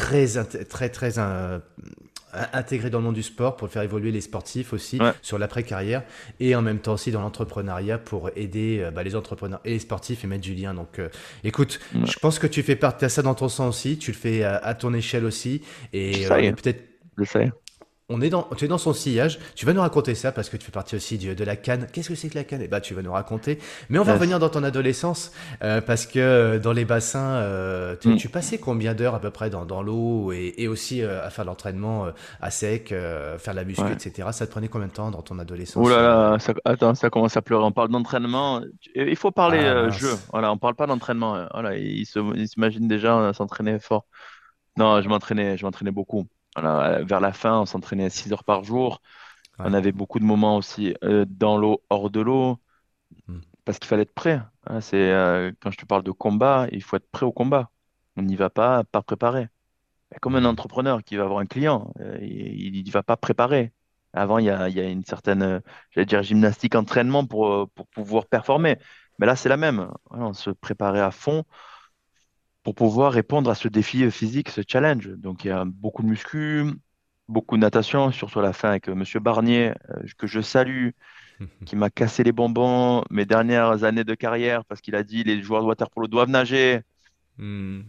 très intégré dans le monde du sport pour faire évoluer les sportifs aussi Ouais. sur l'après-carrière et en même temps aussi dans l'entrepreneuriat pour aider les entrepreneurs et les sportifs et mettre du lien. Donc écoute, Ouais. je pense que tu fais partie de ça dans ton sens aussi, tu le fais à ton échelle aussi et on est J'essaye. peut-être J'essaye. tu es dans son sillage. Tu vas nous raconter ça parce que tu fais partie aussi de la canne. Qu'est-ce que c'est que la canne? Eh ben, tu vas nous raconter. Mais on va revenir Yes. dans ton adolescence parce que dans les bassins, Mm. tu passais combien d'heures à peu près dans l'eau et aussi à faire l'entraînement à sec, faire la muscu, Ouais. etc. Ça te prenait combien de temps dans ton Ouh adolescence là là, attends, ça commence à pleurer. On parle d'entraînement. Il faut parler Ah jeu. mince. Voilà, on parle pas d'entraînement. Voilà, il s'imagine déjà s'entraîner fort. Non, je m'entraînais beaucoup. Voilà, vers la fin, on s'entraînait 6 heures par jour. On Ouais. avait beaucoup de moments aussi dans l'eau, hors de l'eau, Hmm. parce qu'il fallait être prêt. Hein, quand je te parle de combat, il faut être prêt au combat. On n'y va pas préparé. Comme un Hmm. entrepreneur qui va avoir un client, il ne va pas préparer. Avant, il y a une certaine, j'allais dire, gymnastique, entraînement pour pouvoir performer. Mais là, c'est la même. Voilà, on se préparait à fond pour pouvoir répondre à ce défi physique, ce challenge. Donc, il y a beaucoup de muscu, beaucoup de natation, surtout à la fin avec Monsieur Barnier, que je salue, qui m'a cassé les bonbons mes dernières années de carrière parce qu'il a dit les joueurs de water polo doivent nager. Hmm.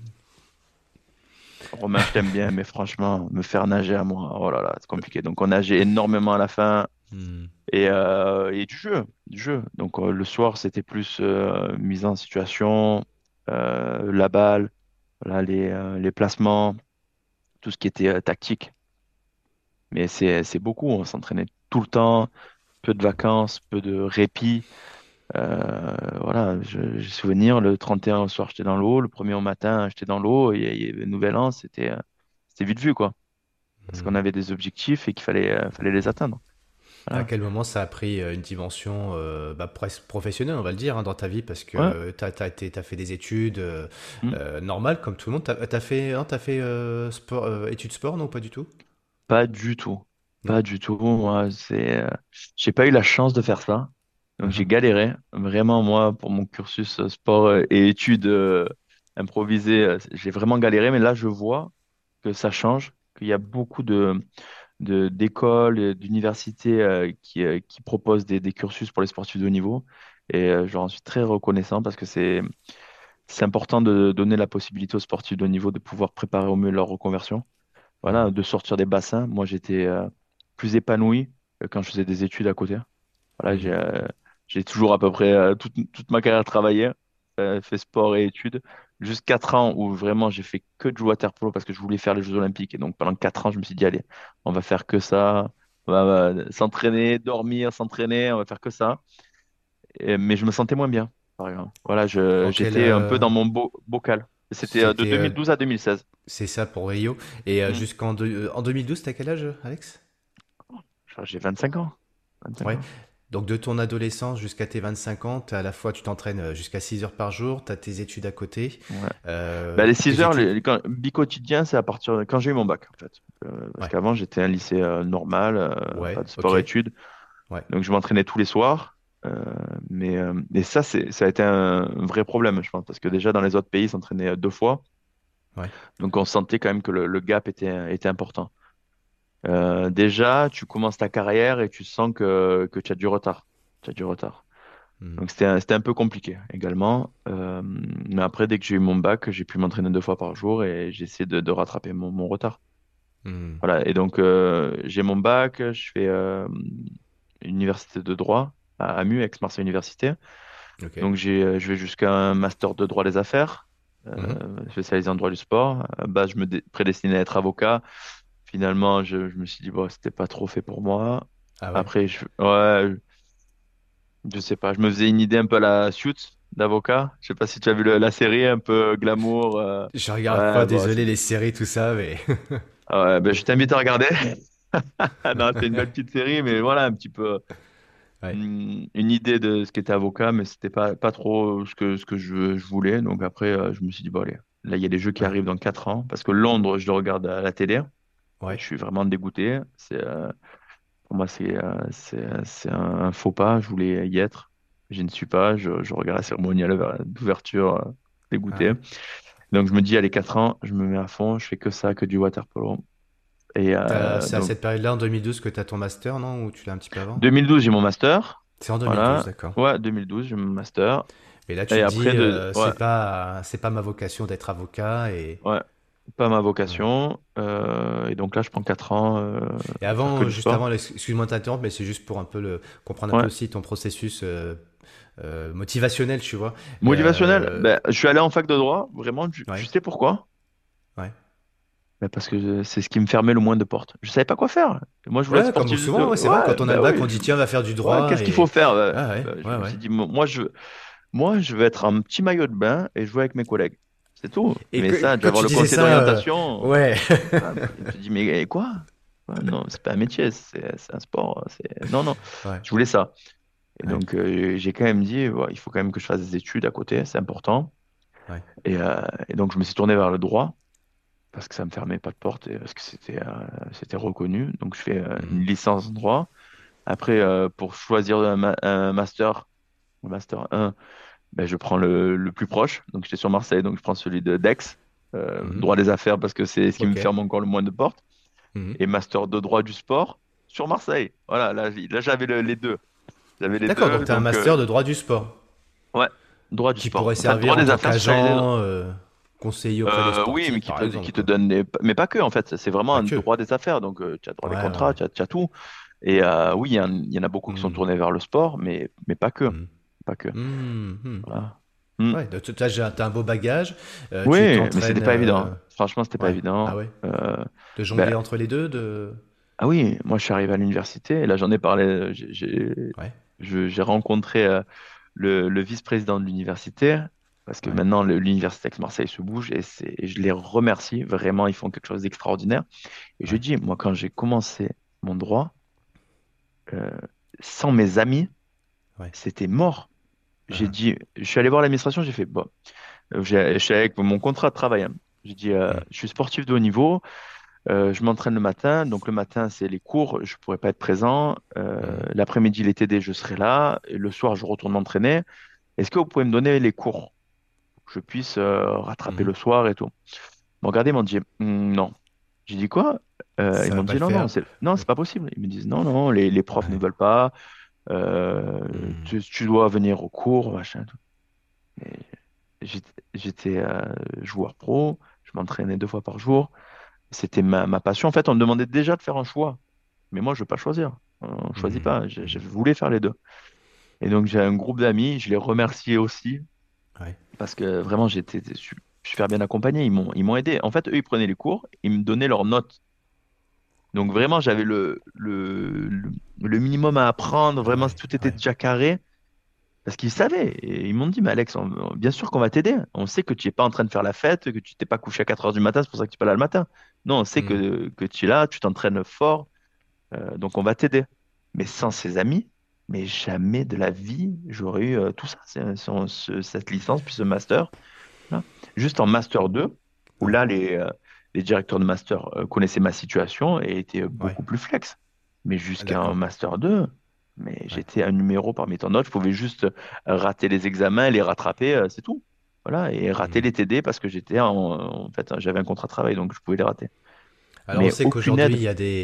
Romain, je t'aime bien, mais franchement, me faire nager à moi, oh là là, c'est compliqué. Donc, on nageait énormément à la fin Hmm. et du jeu. Donc, le soir, c'était plus mise en situation, la balle, voilà, les placements, tout ce qui était tactique. Mais c'est beaucoup, on s'entraînait tout le temps, peu de vacances, peu de répit. Voilà, j'ai souvenir, le 31 au soir, j'étais dans l'eau, le premier au matin, j'étais dans l'eau, et le nouvel an, c'était vite vu, quoi. Parce qu'on Hmm. avait des objectifs et qu'il fallait les atteindre. À Voilà. quel moment ça a pris une dimension presque professionnelle, on va le dire, hein, dans ta vie, parce Ouais. que t'as fait des études Mm. normales, comme tout le monde. T'as fait sport, études sport, non, pas du tout? Pas du tout. Non? Pas du tout. Moi, j'ai pas eu la chance de faire ça. Donc, j'ai Mhm. galéré. Vraiment, moi, pour mon cursus sport et études improvisées, j'ai vraiment galéré. Mais là, je vois que ça change, qu'il y a beaucoup d'écoles, d'universités qui proposent des cursus pour les sportifs de haut niveau. Et j'en suis très reconnaissant parce que c'est important de donner la possibilité aux sportifs de haut niveau de pouvoir préparer au mieux leur reconversion. Voilà, Mhm. de sortir des bassins. Moi, j'étais plus épanoui quand je faisais des études à côté. Voilà, Mhm. j'ai toujours à peu près toute ma carrière travaillé, fait sport et études. Juste 4 ans où vraiment j'ai fait que du water polo parce que je voulais faire les Jeux Olympiques. Et donc pendant 4 ans, je me suis dit, allez, on va faire que ça. On va s'entraîner, dormir, s'entraîner, on va faire que ça. Mais je me sentais moins bien, par exemple. Voilà, En quel, j'étais un peu dans mon bocal. C'était de c'était, 2012 à 2016. c'est ça pour Rio. Et Hmm. en 2012, t'as quel âge, Alex? J'ai 25 ans. 25 Ouais. ans. Donc de ton adolescence jusqu'à tes 25 ans, à la fois tu t'entraînes jusqu'à 6 heures par jour, tu as tes études à côté, Ouais. Bah, les 6 tes heures, études. bicotidien, c'est à partir de quand j'ai eu mon bac, en fait. Parce Ouais, qu'avant, j'étais un lycée normal, ouais, pas de ok, sport-études. ouais. Donc, je m'entraînais tous les soirs. Mais ça, ça a été un vrai problème, je pense. Parce que déjà, dans les autres pays, ils s'entraînaient 2 fois. Ouais. Donc, on sentait quand même que le gap était important. Déjà, tu commences ta carrière et tu sens que tu as du retard. Tu as du retard. Hmm. Donc c'était un peu compliqué également. Mais après, dès que j'ai eu mon bac, j'ai pu m'entraîner 2 fois par jour et j'ai essayé de rattraper mon retard. Hmm. Voilà. Et donc j'ai mon bac, je fais une université de droit à AMU, Aix-Marseille Université. Ok. Donc je vais jusqu'à un master de droit des affaires, Mhm. spécialisé en droit du sport. À la base, je me prédestinais à être avocat. Finalement, je me suis dit, bon, c'était pas trop fait pour moi. Ah ouais? Après, ouais, je sais pas, je me faisais une idée un peu à la Suits d'avocat. Je sais pas si tu as vu la série un peu glamour. Je regarde pas, Ouais, bon, désolé, les séries, tout ça, mais. ouais, ben, je t'invite à regarder. Non, c'est une belle petite série, mais voilà, un petit peu Ouais. une idée de ce qu'était avocat, mais c'était pas trop ce que je voulais. Donc après, je me suis dit, bon, allez, là, il y a des jeux qui Ouais. arrivent dans 4 ans, parce que Londres, je le regarde à la télé, et je Ouais. suis vraiment dégoûté. Pour moi, c'est un faux pas. Je voulais y être. Je ne suis pas. Je regarde la cérémonie d'ouverture, Ah dégoûté. ouais. Donc, je me dis, allez, 4 ans, je me mets à fond. Je fais que ça, que du water polo. Et C'est à donc, cette période-là, en 2012, que t'as ton master, non? Ou tu l'as un petit peu avant? 2012, j'ai mon master. C'est en 2012, Voilà. d'accord. Ouais, 2012, j'ai mon master. Mais là, tu Et te après, dis, ouais, c'est pas ma vocation d'être avocat et. ouais, pas ma Ouais. vocation. Et donc là, je prends 4 ans Et à faire que avant, du juste avant, sport. excuse-moi de t'interrompre, mais c'est juste pour un peu comprendre un peu Ouais. aussi ton processus motivationnel, tu vois. Motivationnel. Euh, Ben, je suis allé en fac de droit. Vraiment, tu ouais, sais pourquoi? ouais. Ben, parce que c'est ce qui me fermait le moins de portes. Je savais pas quoi faire. Moi, je voulais être Ouais, comme sportif souvent, ouais, c'est vrai, Ouais, quand on a le ben bac, oui. on dit tiens, on va faire du Ouais, droit qu'est-ce qu'il faut et. faire? Ah ouais, Je ouais, me ouais. suis dit, moi, je veux être un petit maillot de bain et jouer avec mes collègues. C'est tout. Et Mais ça, quand d'avoir tu le disais conseil ça, d'orientation, ouais. ah, ben, je me suis dit, mais quoi? Ouais, non, c'est pas un métier, c'est un sport. Non, non, Ouais, je voulais ça. Et ouais, donc, j'ai quand même dit, ouais, il faut quand même que je fasse des études à côté, c'est important. ouais. Et donc, je me suis tourné vers le droit parce que ça me fermait pas de porte et parce que c'était reconnu. Donc, je fais une Mhm, licence en droit. Après, pour choisir un master, le master 1, ben, je prends le plus proche. Donc, j'étais sur Marseille, donc je prends celui de d'Aix, mhm. droit des affaires parce que c'est ce qui me Ok. ferme encore le moins de portes. Mhm. Et master de droit du sport sur Marseille. Voilà, là j'avais les deux. J'avais les D'accord, donc deux, tu as un donc master de droit du sport ouais, droit du qui sport. pourrait En fait, servir droit en des tant affaires spécialisé. qu'agent, conseiller auprès des Oui, mais sportifs, qui par te, exemple, qui te quoi. donne mais pas que en fait, c'est vraiment Pas un que. droit des affaires. Donc tu as droit des Ouais, ouais, contrats, ouais. tu as tout. Et oui, il y en a beaucoup qui sont Mhm, tournés vers le sport, mais pas que, mhm, pas que. mhm, mhm. Voilà. Hmm. Ouais, donc t'as un beau bagage. Tu Oui, mais c'était t'entraînes. pas évident. Franchement, c'était pas Ouais. Ah évident. ouais. Euh, De ben, jongler entre les deux, de. ah oui, moi je suis arrivé à l'université et là j'en ai parlé. Ouais. J'ai rencontré le vice-président de l'université, parce que Ouais. maintenant l'université Aix-Marseille se bouge et je les remercie, vraiment, ils font quelque chose d'extraordinaire. Et je Ouais. dis, moi, quand j'ai commencé mon droit, euh, sans mes amis, Ouais. c'était mort. J'ai Uhum, dit, je suis allé voir l'administration, j'ai fait, bon, je suis avec mon contrat de travail, hein. J'ai dit, mhm, je suis sportif de haut niveau, je m'entraîne le matin, donc le matin, c'est les cours, je pourrais pas être présent. mhm, L'après-midi, les TD, je serai là. Et le soir, je retourne m'entraîner. Est-ce que vous pouvez me donner les cours pour que je puisse rattraper mhm. le soir et tout? Ils m'ont regardé, ils m'ont dit non. J'ai dit quoi? Ils Ça va m'ont pas dit le non, non, faire. c'est pas possible. Ils me disent non, non, les profs ne Ouais. veulent pas. euh, Mhm. tu dois venir au cours, machin. Tout. Et j'étais joueur pro, je m'entraînais 2 fois par jour. C'était ma passion. En fait, on me demandait déjà de faire un choix. Mais moi, je veux pas choisir. On choisit Mhm. pas. Je Mhm. voulais faire les deux. Et donc, j'ai un groupe d'amis. Je les remerciais aussi Ouais. parce que vraiment, j'étais super bien accompagné. Ils m'ont aidé. En fait, eux, ils prenaient les cours, ils me donnaient leurs notes. Donc, vraiment, j'avais le minimum à apprendre. Vraiment, Ouais. tout était Ouais. déjà carré parce qu'ils savaient. Et ils m'ont dit, mais Alex, bien sûr qu'on va t'aider. On sait que tu n'es pas en train de faire la fête, que tu t'es pas couché à 4 heures du matin. C'est pour ça que tu n'es pas là le matin. Non, on sait Mhm. que tu es là, tu t'entraînes fort. Donc on va t'aider. Mais sans ses amis, mais jamais de la vie, j'aurais eu tout ça, cette licence, puis ce master. Là. Juste en master 2 où Ouais. là, les directeurs de master connaissaient ma situation et étaient Ouais. beaucoup plus flex. Mais Ah, jusqu'à un d'accord. master 2 mais Ouais. j'étais un numéro parmi tant d'autres. Je pouvais juste rater les examens, les rattraper, c'est tout. Voilà, et rater Mhm. les TD parce que en fait, j'avais un contrat de travail, donc je pouvais les rater. Alors on mais sait aucune qu'aujourd'hui aide.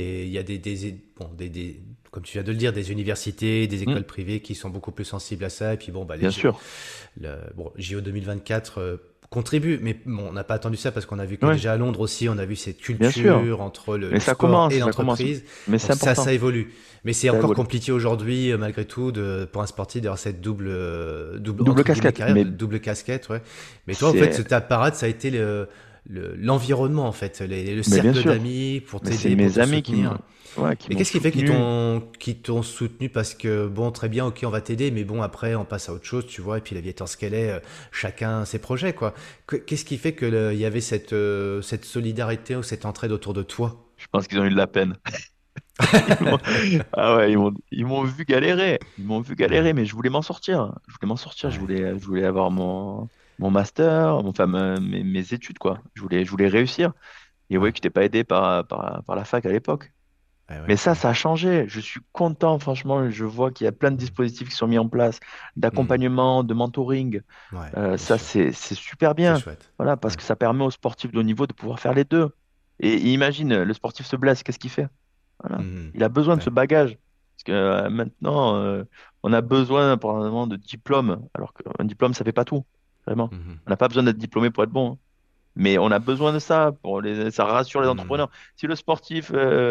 bon, comme tu viens de le dire, des universités, des Hmm, écoles privées qui sont beaucoup plus sensibles à ça. Et puis bon, bah, bien sûr. bon, JO 2024 contribue, mais bon, on n'a pas attendu ça parce qu'on a vu que Ouais, déjà à Londres aussi, on a vu cette bien sûr. culture entre Mais le sport et ça commence. l'entreprise. Mais c'est Donc ça important. évolue. Mais c'est Ça encore évolue. compliqué aujourd'hui, malgré tout, pour un sportif d'avoir cette double Double entre guillemets casquette. carrière, Mais de double casquette, ouais. Mais toi, en fait, c'est, ta parade, ça a été l'environnement, en fait, le mais bien cercle sûr. d'amis pour Mais c'est t'aider, pour mes te amis soutenir. ouais, qui Et m'ont qu'est-ce qui fait soutenu. qu'ils t'ont soutenu? Parce que, bon, très bien, ok, on va t'aider, mais bon, après, on passe à autre chose, tu vois, et puis la vie étant ce qu'elle est, chacun ses projets, quoi. Qu'est-ce qui fait que il y avait cette solidarité ou cette entraide autour de toi? Je pense qu'ils ont eu de la peine. Ils m'ont- Ah ouais, ils m'ont vu galérer. Ils m'ont vu galérer, Ouais, mais je voulais m'en sortir. Je voulais m'en sortir. ouais, Je voulais avoir mon master, enfin, mes études, quoi. Je voulais réussir. Et ouais, ouais, que je n'étais pas aidé par la fac à l'époque. ouais, Mais ouais, ça a changé. Je suis content, franchement. Je vois qu'il y a plein de dispositifs qui sont mis en place, Hmm. d'accompagnement, de mentoring. Ouais, bien Ça, sûr. c'est super C'est bien. chouette. Voilà, parce Ouais. que ça permet aux sportifs de haut niveau de pouvoir faire les deux. Et imagine, le sportif se blesse, qu'est-ce qu'il fait? Voilà. Hmm. Il a besoin de ce Ouais. bagage. Parce que maintenant, on a besoin apparemment de diplôme, alors qu'un diplôme, ça fait pas tout. Vraiment. Mhm. On n'a pas besoin d'être diplômé pour être bon, hein. Mais on a besoin de ça ça rassure les Hmm. entrepreneurs. Si le sportif,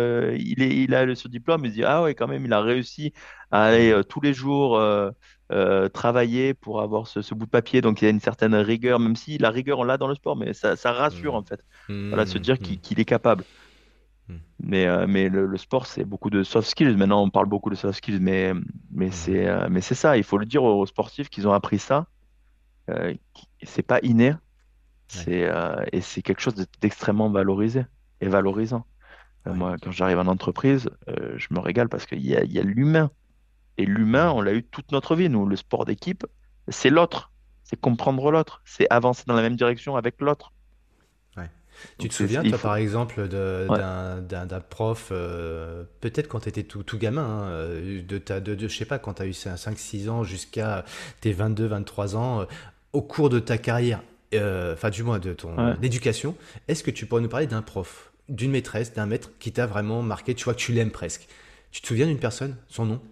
il a ce diplôme, il se dit, ah ouais, quand même, il a réussi à aller Hmm. tous les jours travailler pour avoir ce bout de papier. Donc il y a une certaine rigueur, même si la rigueur, on l'a dans le sport, mais ça rassure Hmm. en fait. Voilà, se Hmm. dire Hmm. qu'il est capable. Hmm. Mais le sport, c'est beaucoup de soft skills. Maintenant, on parle beaucoup de soft skills, Mhm. mais c'est ça. Il faut le dire aux sportifs qu'ils ont appris ça. C'est pas inné, Ouais. et c'est quelque chose d'extrêmement valorisé et valorisant. Ouais. Moi, quand j'arrive en entreprise, je me régale parce il y a l'humain. Et l'humain, Hmm. on l'a eu toute notre vie. Nous, le sport d'équipe, c'est l'autre. C'est comprendre l'autre. C'est avancer dans la même direction avec l'autre. Ouais. Tu Donc, te souviens, il toi, faut. par exemple, Ouais. d'un prof, peut-être quand tu étais tout gamin, hein, je sais pas, quand tu as eu 5 6 ans jusqu'à tes 22 23 ans, au cours de ta carrière, enfin, du moins de ton Ouais. éducation, est-ce que tu pourrais nous parler d'un prof, d'une maîtresse, d'un maître qui t'a vraiment marqué, tu vois, que tu l'aimes presque? Tu te souviens d'une personne, son nom?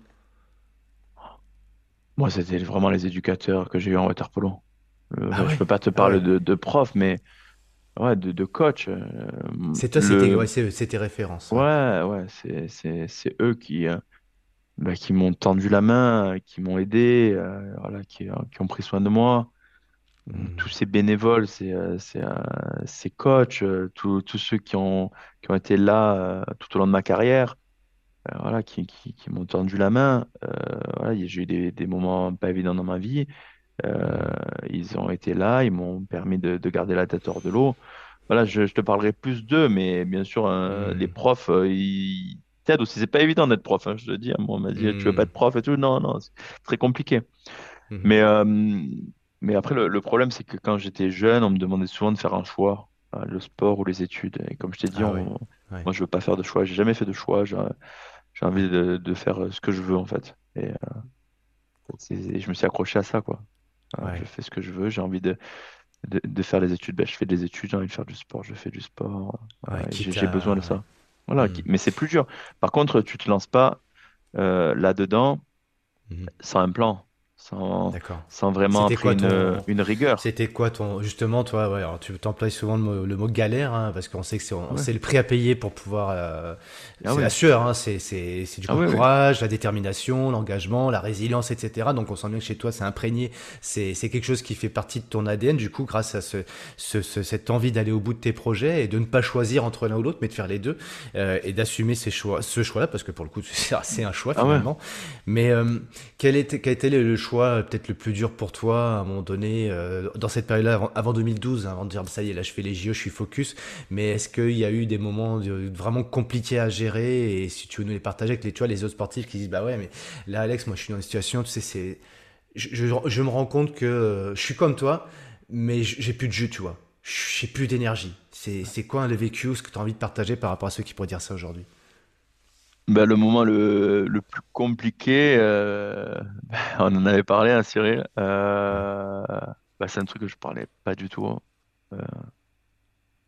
Moi, c'était vraiment les éducateurs que j'ai eu en water polo. Ah Je ouais, peux pas te ah parler ouais. de prof, mais ouais, de coach. C'est toi, Le, c'est tes références, ouais. ouais, c'est eux qui m'ont tendu la main, qui m'ont aidé, voilà, qui ont pris soin de moi. Tous Hmm. ces bénévoles, ces coachs, tous ceux qui ont été là tout au long de ma carrière, voilà, qui m'ont tendu la main. Voilà, j'ai eu des moments pas évidents dans ma vie. Euh, Hmm. Ils ont été là, ils m'ont permis de garder la tête hors de l'eau. Voilà, je te parlerai plus d'eux, mais bien sûr, les Hmm. profs, ils t'aident aussi. C'est pas évident d'être prof, hein, je te dis, hein. Moi, on m'a dit, tu veux pas Hmm. être prof et tout? Non, non, c'est très compliqué. Hmm. Mais, euh, mais après, le problème, c'est que quand j'étais jeune, on me demandait souvent de faire un choix, le sport ou les études. Et comme je t'ai dit, Ah ouais, ouais, moi, je veux pas faire de choix. J'ai jamais fait de choix. J'ai envie ouais, de faire ce que je veux, en fait. Et je me suis accroché à ça, quoi. Voilà, je ouais, fais ce que je veux. J'ai envie de faire les études. Ben, je fais des études. J'ai envie de faire du sport. Je fais du sport. ouais, Voilà, et quitte j'ai besoin de à... Ouais. ça. Voilà. Hmm. Mais c'est plus dur. Par contre, tu te lances pas là-dedans Mhm. sans un plan, sans, D'accord. sans vraiment C'était après quoi ton... une rigueur. C'était quoi ton... Justement, toi, ouais, alors tu t'emploies souvent le mot galère, hein, parce qu'on sait que Ouais. c'est le prix à payer pour pouvoir... Ah c'est la oui. sueur, hein, c'est du Ah oui, oui. courage, la détermination, l'engagement, la résilience, etc. Donc on sent bien que chez toi, c'est imprégné. C'est quelque chose qui fait partie de ton ADN, du coup, grâce à cette envie d'aller au bout de tes projets et de ne pas choisir entre l'un ou l'autre, mais de faire les deux, et d'assumer ce choix-là, parce que pour le coup, c'est un choix Ah ouais. finalement. Mais quel a été le choix peut-être le plus dur pour toi à un moment donné, dans cette période-là, avant 2012, hein, avant de dire ça y est, là je fais les JO, je suis focus, mais est-ce qu'il y a eu des moments vraiment compliqués à gérer et si tu veux nous les partager avec tu vois, les autres sportifs qui disent bah ouais, mais là Alex, moi je suis dans une situation, tu sais, je me rends compte que je suis comme toi, mais j'ai plus de jus, tu vois. J'ai plus d'énergie. C'est quoi le vécu, ce que tu as envie de partager par rapport à ceux qui pourraient dire ça aujourd'hui? Ben, le moment le plus compliqué, on en avait parlé, hein, Cyril. Ouais. C'est un truc que je parlais pas du tout, hein.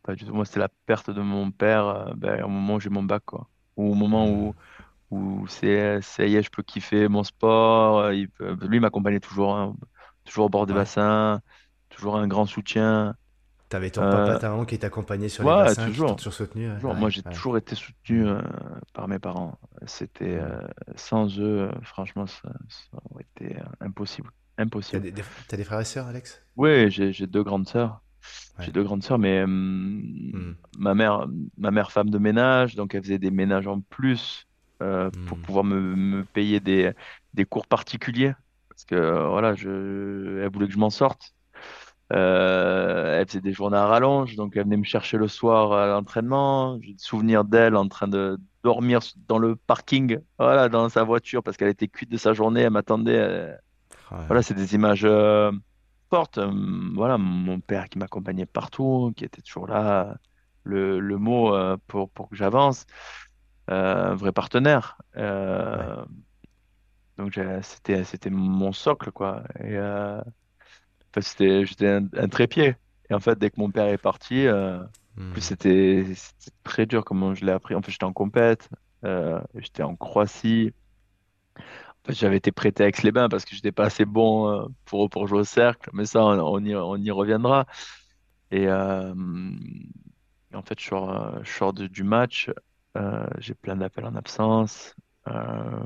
pas du tout. Moi, c'était la perte de mon père ben, au moment où j'ai mon bac, quoi. Ou au moment Hmm. où ça y est, je peux kiffer mon sport. Lui, il m'accompagnait toujours, hein, toujours au bord des Ouais. bassins, toujours un grand soutien. T'avais ton papa, Euh, ta maman qui t'accompagnait sur les ouais, bassins, qui t'ont toujours. toujours soutenu. Ouais, Toujours. Moi, ouais. j'ai Ouais. toujours été soutenu Hmm. par mes parents. C'était Hmm. sans eux, franchement, ça aurait été impossible. Impossible. T'as des frères et sœurs, Alex? Oui, j'ai deux grandes sœurs. J'ai Ouais. deux grandes sœurs, mais Hmm. ma mère, ma mère femme de ménage, donc elle faisait des ménages en plus pour Hmm. pouvoir me payer des cours particuliers. Parce que voilà, elle voulait que je m'en sorte. Elle faisait des journées à rallonge, donc elle venait me chercher le soir à l'entraînement. J'ai des souvenirs d'elle en train de dormir dans le parking, voilà, dans sa voiture, parce qu'elle était cuite de sa journée. Elle m'attendait. Voilà, Ouais. c'est des images fortes. Voilà, mon père qui m'accompagnait partout, qui était toujours là, le mot pour que j'avance, un vrai partenaire. Ouais. Donc c'était mon socle, quoi. Et enfin, j'étais un trépied. Et en fait, dès que mon père est parti, en plus Hmm. c'était très dur comment je l'ai appris. En fait, j'étais en compète, j'étais en Croatie. En fait, j'avais été prêté à Aix-les-Bains parce que j'étais pas assez bon pour jouer au cercle, mais ça, on y reviendra. Et en fait, je sors du match, j'ai plein d'appels en absence. euh,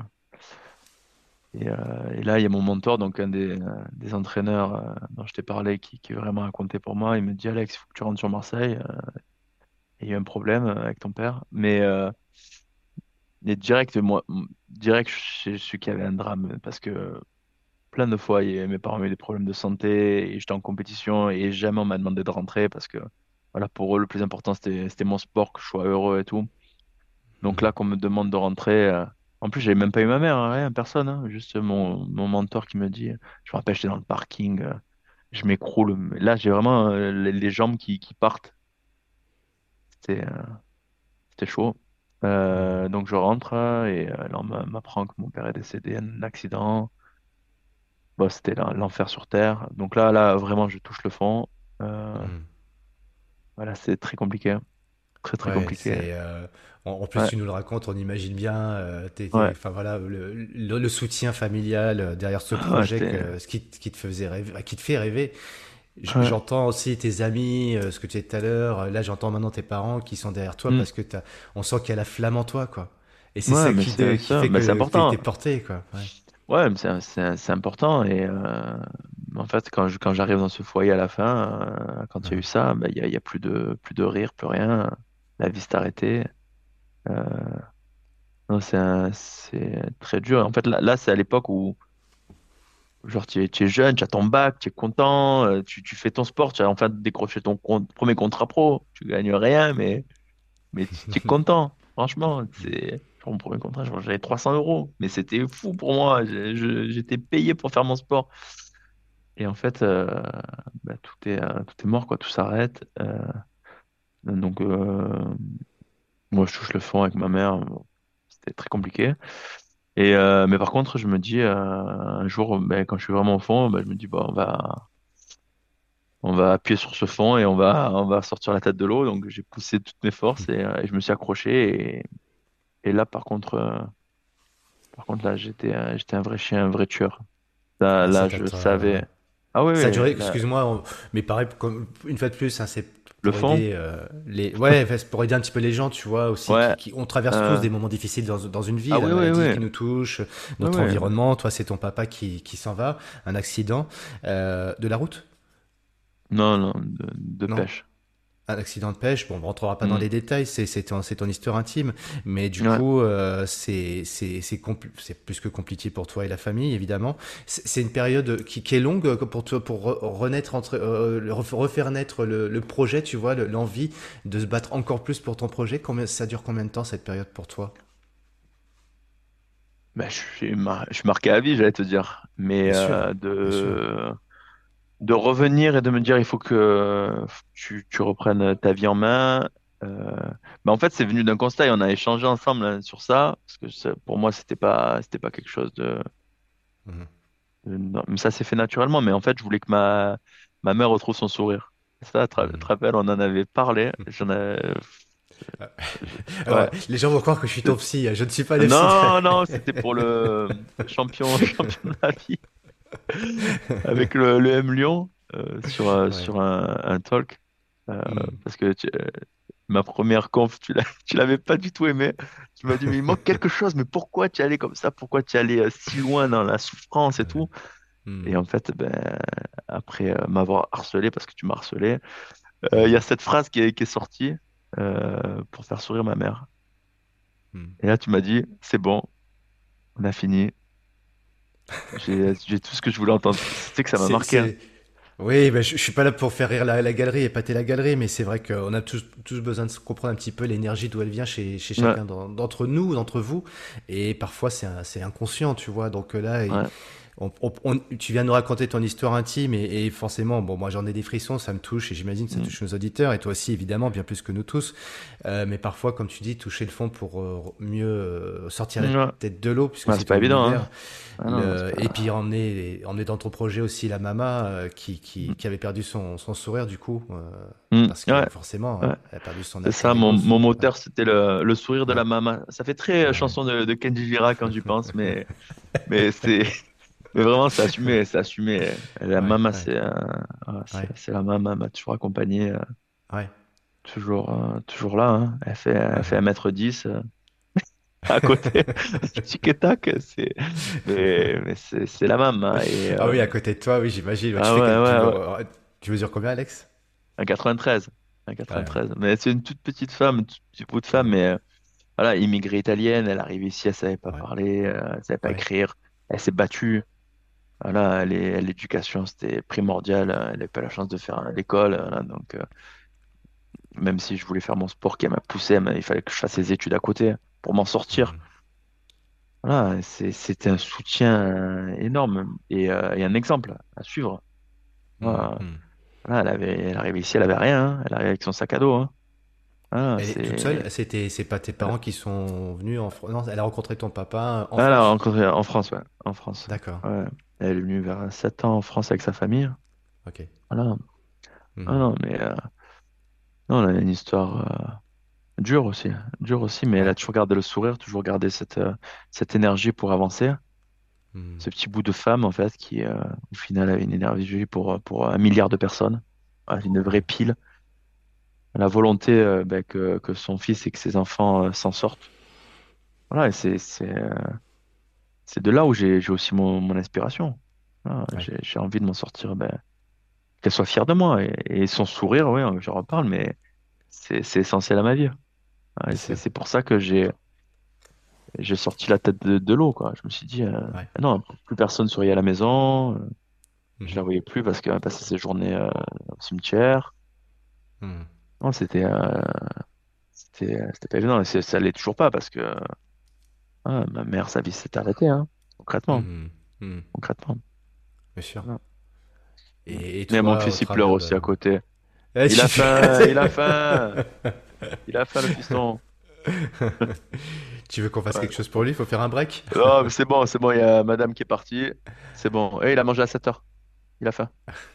et là, il y a mon mentor, donc un des entraîneurs dont je t'ai parlé, qui vraiment a compté pour moi. Il me dit, Alex, il faut que tu rentres sur Marseille. Il y a eu un problème avec ton père. Mais direct, moi, direct, je suis qu'il y avait un drame parce que plein de fois, mes parents ont eu des problèmes de santé et j'étais en compétition et jamais on m'a demandé de rentrer parce que voilà, pour eux, le plus important, c'était mon sport, que je sois heureux et tout. Donc là, Hmm. qu'on me demande de rentrer, en plus, j'avais même pas eu ma mère, hein, rien, personne, hein, juste mon mentor qui me dit, je me rappelle, j'étais dans le parking, je m'écroule. Mais là, j'ai vraiment les jambes qui partent. C'était c'était chaud. Hmm. Donc je rentre et là, on m'apprend que mon père est décédé d'un accident. Bon, c'était l'enfer sur Terre. Donc là, vraiment, je touche le fond. Euh, Hmm. voilà, c'est très compliqué. Très, très Ouais, compliqué. c'est en plus Ouais, tu nous le racontes, on imagine bien, ouais. enfin voilà, le soutien familial derrière ce Ah, projet, ce qui te faisait rêver, qui te fait rêver. ouais. J'entends aussi tes amis, ce que tu disais tout à l'heure. Là, j'entends maintenant tes parents qui sont derrière toi Hmm. parce que on sent qu'il y a la flamme en toi, quoi. Et c'est Ouais, ça mais c'est qui ça. fait Mais c'est que t'es important. porté, quoi. Ouais. Ouais, mais c'est important. Et en fait, quand j'arrive dans ce foyer à la fin, quand il y a eu Ouais. ça, bah, il y a plus de rire, plus rien. La vie s'est arrêtée. Euh, non, c'est très dur. En fait, là c'est à l'époque où, genre, tu es jeune, tu as ton bac, tu es content, tu fais ton sport, tu as enfin décroché ton premier contrat pro. Tu gagnes rien, mais tu es content. Franchement, c'est pour mon premier contrat, j'avais 300 euros. Mais c'était fou pour moi. J'étais payé pour faire mon sport. Et en fait, bah, tout est mort, quoi. Tout s'arrête. Donc, moi, je touche le fond avec ma mère. Bon, c'était très compliqué. Mais par contre, je me dis, un jour, ben, quand je suis vraiment au fond, ben, je me dis, bon, on va appuyer sur ce fond et on va sortir la tête de l'eau. Donc, j'ai poussé toutes mes forces et je me suis accroché. Et là, par contre, là, j'étais un vrai chien, un vrai tueur. Ah, ça Là, doit je être, savais. Ah oui, ça a oui, duré, là, excuse-moi, mais pareil, une fois de plus, hein, c'est le pour fond, aider ouais, enfin, c'est pour aider un petit peu les gens, tu vois, aussi, ouais. on traverse tous euh, des moments difficiles dans une ah vie, la oui, oui, maladie oui. qui nous touche, Oui, notre oui. environnement. Toi, c'est ton papa qui s'en va, un accident, de la route? Non, non, de Non? pêche. Un accident de pêche, bon, on rentrera pas dans Hmm. les détails, c'est ton histoire intime, mais du Ouais. coup, c'est plus que compliqué pour toi et la famille, évidemment. C'est une période qui est longue pour toi, pour renaître refaire naître le projet, tu vois, l'envie de se battre encore plus pour ton projet. Ça dure combien de temps cette période pour toi? Ben, je suis marqué à vie, j'allais te dire. Mais Bien sûr, bien sûr. de revenir et de me dire il faut que tu reprennes ta vie en main. Euh, ben, en fait, c'est venu d'un constat et on a échangé ensemble hein, sur ça. Parce que pour moi, c'était pas quelque chose Mhm. non, mais ça s'est fait naturellement. Mais en fait, je voulais que ma mère retrouve son sourire. Ça, tu te Hmm. rappelles, on en avait parlé. Alors, Ouais. les gens vont croire que je suis ton psy. Je ne suis pas le psy. Non, non, c'était pour le champion de la vie avec le M Lyon Ouais. sur un talk. Euh, Hmm. parce que ma première conf, tu l'avais pas du tout aimé. Tu m'as dit, mais il manque quelque chose, mais pourquoi tu es allé comme ça? Pourquoi tu es allé si loin dans la souffrance et Ouais. tout? Et Hmm. en fait, ben, après m'avoir harcelé, parce que tu m'as harcelé, il y Hmm. a cette phrase qui est sortie pour faire sourire ma mère. Hmm. Et là, tu m'as dit, c'est bon, on a fini. J'ai tout ce que je voulais entendre. C'était que ça m'a marqué, hein. C'est. Oui, ben, je suis pas là pour faire rire la galerie et pâter la galerie, mais c'est vrai qu'on a tous besoin de se comprendre un petit peu l'énergie d'où elle vient chez Ouais, chacun d'entre nous, d'entre vous. Et parfois, c'est inconscient, tu vois. Donc là, ouais. tu viens de nous raconter ton histoire intime et forcément, bon, moi j'en ai des frissons, ça me touche et j'imagine que ça Mm. touche nos auditeurs et toi aussi évidemment, bien plus que nous tous. Mais parfois, comme tu dis, toucher le fond pour mieux sortir la Ouais. tête de l'eau puisque Ouais, c'est c'est ton pas évident, univers. hein. Ah non, c'est Et pas. puis emmener dans ton projet aussi la maman Mm. qui avait perdu son sourire du coup, Mm. parce que Ouais, forcément, ouais. elle a perdu son C'est alter ça, ego. mon Ouais, moteur, c'était le sourire de ouais, la maman. Ça fait très ouais, chanson de Kenji Girac quand j'y pense, mais mais vraiment, c'est assumé, c'est assumé. La ouais, maman, ouais, ouais, c'est la maman m'a toujours accompagné, ouais. toujours là, hein. Elle fait Uh-huh. 1 m 10 à côté, tic et tac, mais c'est la maman, et, Ah oui, à côté de toi, oui, j'imagine. Ouais, ah ouais, ouais, ouais. tu mesures combien, Alex? Un 93. Un Ouais, ouais. 93. Mais c'est une toute petite femme, une toute petite bout de femme, Mhm. mais voilà, immigrée italienne, elle arrive ici, elle savait pas Ouais, parler, elle savait pas ouais. écrire, elle s'est battue. Voilà, l'éducation, c'était primordial. Elle n'avait pas la chance de faire l'école. Voilà, donc, même si je voulais faire mon sport qui m'a poussé, mais il fallait que je fasse les études à côté pour m'en sortir. Mhm. Voilà, c'était un soutien énorme et un exemple à suivre. Voilà, Mhm. voilà, elle arrivait ici, elle avait rien, hein. Elle arrivait avec son sac à dos, hein. Voilà, Elle est toute seule? C'est pas tes elle parents qui sont venus en France? Non, elle a rencontré ton papa en elle a France? rencontré en France, ouais, en France. D'accord. Ouais. Elle est venue vers 7 ans en France avec sa famille. Ok. Voilà. Ah Mhm. non, mais non, on a une histoire dur aussi, mais elle a Ouais. toujours gardé le sourire, toujours gardé cette énergie pour avancer. Mhm. Ce petit bout de femme, en fait, qui, au final, avait une énergie pour 1 milliard de personnes. Voilà, une vraie Ouais. pile. La volonté ben, que son fils et que ses enfants s'en sortent. Voilà, et c'est de là où j'ai aussi mon inspiration. Voilà, Ouais. j'ai envie de m'en sortir, ben, qu'elle soit fière de moi. Et son sourire, oui, j'en reparle, mais c'est essentiel à ma vie. Ouais, Bien sûr. c'est pour ça que j'ai sorti la tête de l'eau, quoi. Je me suis dit, Ouais. non, plus personne souriait à la maison. Je la Mhm. voyais plus parce qu'elle passait ses journées au cimetière. Mhm. Non, c'était pas évident. Et ça l'est toujours pas parce que ma mère, sa vie s'est arrêtée, hein, concrètement. Mhm. Mhm. Concrètement. Bien sûr. Voilà. Et Mais mon toi, au fils, il pleure travers aussi de... à côté. Ah, Il a tu faim, il a fais- faim, il a faim, le fiston. Tu veux qu'on fasse Ouais. quelque chose pour lui? Il faut faire un break? Oh, mais c'est bon, il y a madame qui est partie. C'est bon. Et il a mangé à 7 heures. Il a faim.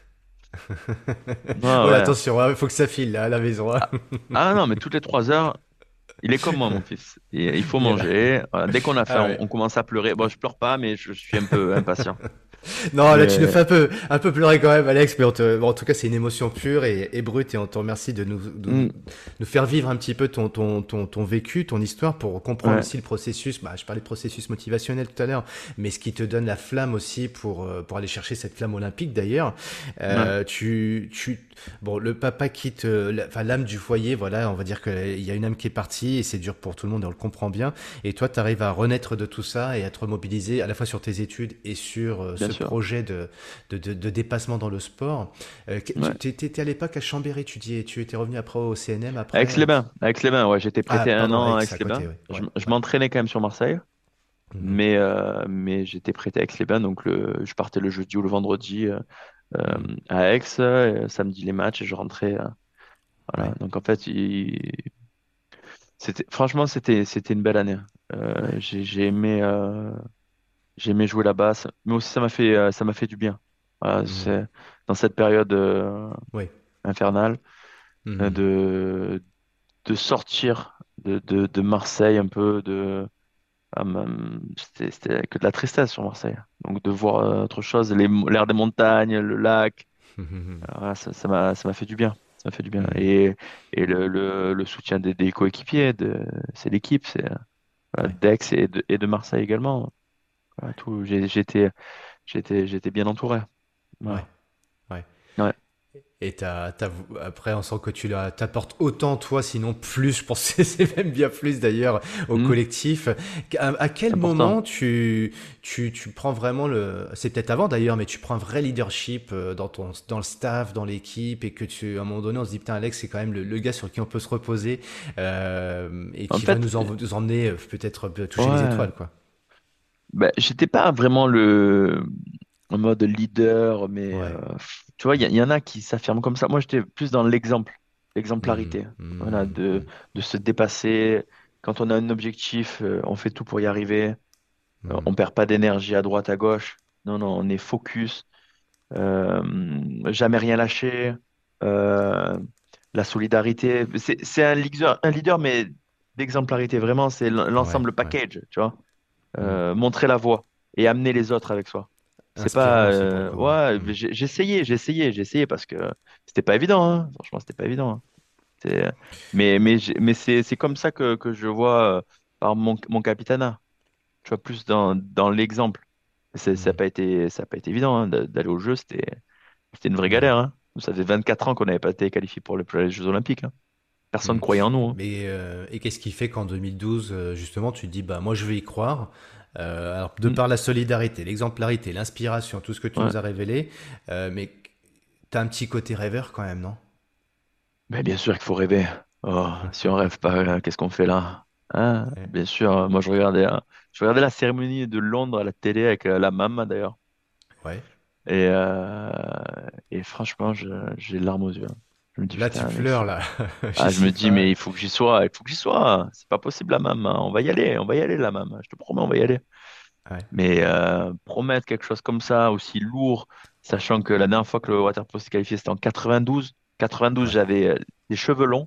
Ouais, Ouais, ouais. attention, il faut que ça file là, à la maison, hein. Ah, ah non, mais toutes les 3 heures, il est comme moi, mon fils. Il faut Il- manger. Voilà, dès qu'on a faim, Ah ouais. on commence à pleurer. Bon, je pleure pas, mais je suis un peu impatient. Non, là, tu nous Mais fais un peu pleurer quand même, Alex, mais bon, en tout cas, c'est une émotion pure et brute et on te remercie hmm, nous faire vivre un petit peu ton vécu, ton histoire pour comprendre ouais, aussi le processus. Bah, je parlais de processus motivationnel tout à l'heure, mais ce qui te donne la flamme aussi pour aller chercher cette flamme olympique d'ailleurs. ouais, Bon, le papa quitte, enfin, l'âme du foyer, voilà, on va dire qu'il y a une âme qui est partie et c'est dur pour tout le monde et on le comprend bien. Et toi, tu arrives à renaître de tout ça et à te remobiliser à la fois sur tes études et sur bien ce sûr. projet de dépassement dans le sport. Ouais. Tu étais à l'époque à Chambéry, tu étais revenu après au CNM après. Aix-les-Bains, ouais, j'étais Ah, prêté un pardon, an à Aix, à Aix-les-Bains. côté, oui. Je, Ouais, je ouais. m'entraînais quand même sur Marseille, Mhm, mais j'étais prêté à Aix-les-Bains, donc je partais le jeudi ou le vendredi mhm, à Aix, samedi les matchs et je rentrais. Voilà. ouais. Donc en fait, franchement, c'était une belle année. J'ai aimé jouer la basse, mais aussi ça m'a fait du bien. Voilà, Mhm, c'est dans cette période ouais. infernal, Mhm. de sortir de Marseille un peu, c'était que de la tristesse sur Marseille. Donc de voir autre chose, l'air des montagnes, le lac, Mhm. alors là, ça m'a fait du bien. Ça m'a fait du bien. Mhm. Et le soutien des coéquipiers, c'est l'équipe, c'est voilà, Ouais, d'Aix et de Marseille également. Voilà, tout, j'étais bien entouré. ouais, Voilà. ouais. Ouais. Et après, on sent que t'apportes autant toi, sinon plus. Je pense que c'est même bien plus d'ailleurs au Hmm, collectif. À c'est quel important. moment tu prends vraiment c'est peut-être avant d'ailleurs, mais tu prends un vrai leadership dans le staff, dans l'équipe, et que à un moment donné, on se dit putain, Alex, c'est quand même le gars sur qui on peut se reposer et En qui va fait, nous emmener peut-être toucher les ouais, étoiles, quoi. ben, j'étais pas vraiment en mode leader, mais Ouais. tu vois, il y en a qui s'affirment comme ça. Moi, j'étais plus dans Hmm, l'exemplarité. Voilà, hmm, de se dépasser. Quand on a un objectif, on fait tout pour y arriver. hmm, On perd pas d'énergie à droite, à gauche. Non, non, on est focus. Jamais rien lâcher. Euh, la solidarité. C'est un leader, mais d'exemplarité. Vraiment, c'est ouais, l'ensemble ouais. package, tu vois. Hmm. Montrer la voie et amener les autres avec soi. C'est Inspirant pas, aussi pour le coup, ouais. ouais, Hmm, mais j'ai essayé parce que c'était pas évident, hein. Franchement, c'était pas évident, hein. Mais c'est comme ça que je vois par mon capitanat. Tu vois, plus dans l'exemple. hmm, Ça a pas été évident, hein, d'aller au jeu, c'était une vraie hmm. galère, hein. Ça fait 24 ans qu'on n'avait pas été qualifié pour les Jeux Olympiques, hein. Personne Hmm. croyait en nous, hein. Et qu'est-ce qui fait qu'en 2012, justement, tu te dis, bah, moi, je vais y croire. Alors, de Mm, par la solidarité, l'exemplarité, l'inspiration, tout ce que tu ouais. nous as révélé, mais t'as un petit côté rêveur quand même, non? Mais bien sûr qu'il faut rêver. Oh, si on rêve pas, qu'est-ce qu'on fait là? Hein? Ouais. Bien sûr, moi je regardais la cérémonie de Londres à la télé avec la maman d'ailleurs. Ouais. Et, euh, et franchement, j'ai les larmes aux yeux, hein. Je me dis, Là, tu putain, mais pleures, là. Je je sais me dis, mais pas. il faut que j'y sois, il faut que j'y sois. C'est pas possible, la maman. On va y aller, la maman. Je te promets, on va y aller. Ouais. Mais promettre quelque chose comme ça, aussi lourd, sachant que la dernière fois que le water polo s'est qualifié, c'était en 92. 92, Ouais. j'avais des cheveux longs.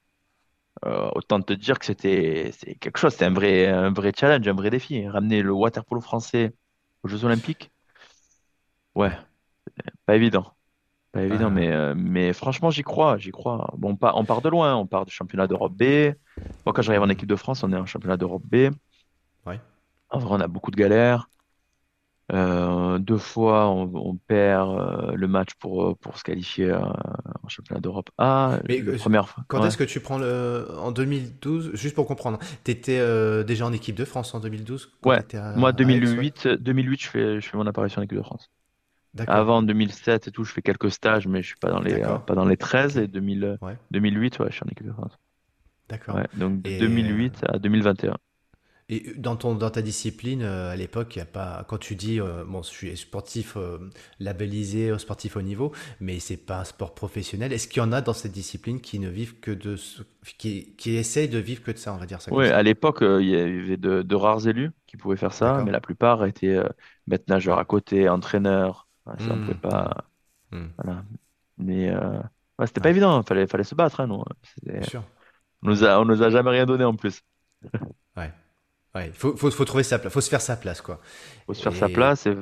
Autant te dire que c'est quelque chose, c'était un vrai challenge, un vrai défi. Ramener le water polo français aux Jeux Olympiques, ouais, Ouais. pas évident. Pas évident, Ah, mais franchement, j'y crois, j'y crois. Bon, on part de loin, on part du championnat d'Europe B. Moi, quand j'arrive en hmm. équipe de France, on est en championnat d'Europe B. Ouais. En vrai, on a beaucoup de galères. Deux fois, on perd le match pour se qualifier en championnat d'Europe A. Mais Le première fois, quand ouais. est-ce que tu prends en 2012, juste pour comprendre, t'étais déjà en équipe de France en 2012 quand Ouais, t'étais moi, à Aix, ouais? 2008, je fais mon apparition en équipe de France. D'accord. Avant 2007 et tout, je fais quelques stages, mais je suis D'accord. pas dans les 13. Ok. Et Ouais. 2008, ouais, je suis en équipe de France. D'accord. Ouais, donc de Et, 2008 à 2021. dans ta discipline, à l'époque, il y a pas, quand tu dis, bon, je suis sportif labellisé, sportif au niveau, mais c'est pas un sport professionnel. Est-ce qu'il y en a dans cette discipline qui ne vivent que qui essayent de vivre que de ça, on va dire ça comme Ouais, à ça. l'époque, il y avait de rares élus qui pouvaient faire ça, mais D'accord? la plupart étaient maître nageur Ouais. à côté, entraîneur. Ouais, ça, on pouvait Hmm, pas. hmm, hmm. Voilà. Mais ouais, c'était pas Ouais, évident, fallait se battre, hein, nous. bien sûr. Ouais, On nous a jamais rien donné en plus. ouais, ouais. Faut trouver sa place, faut se faire sa place, quoi. Faut se faire sa Et place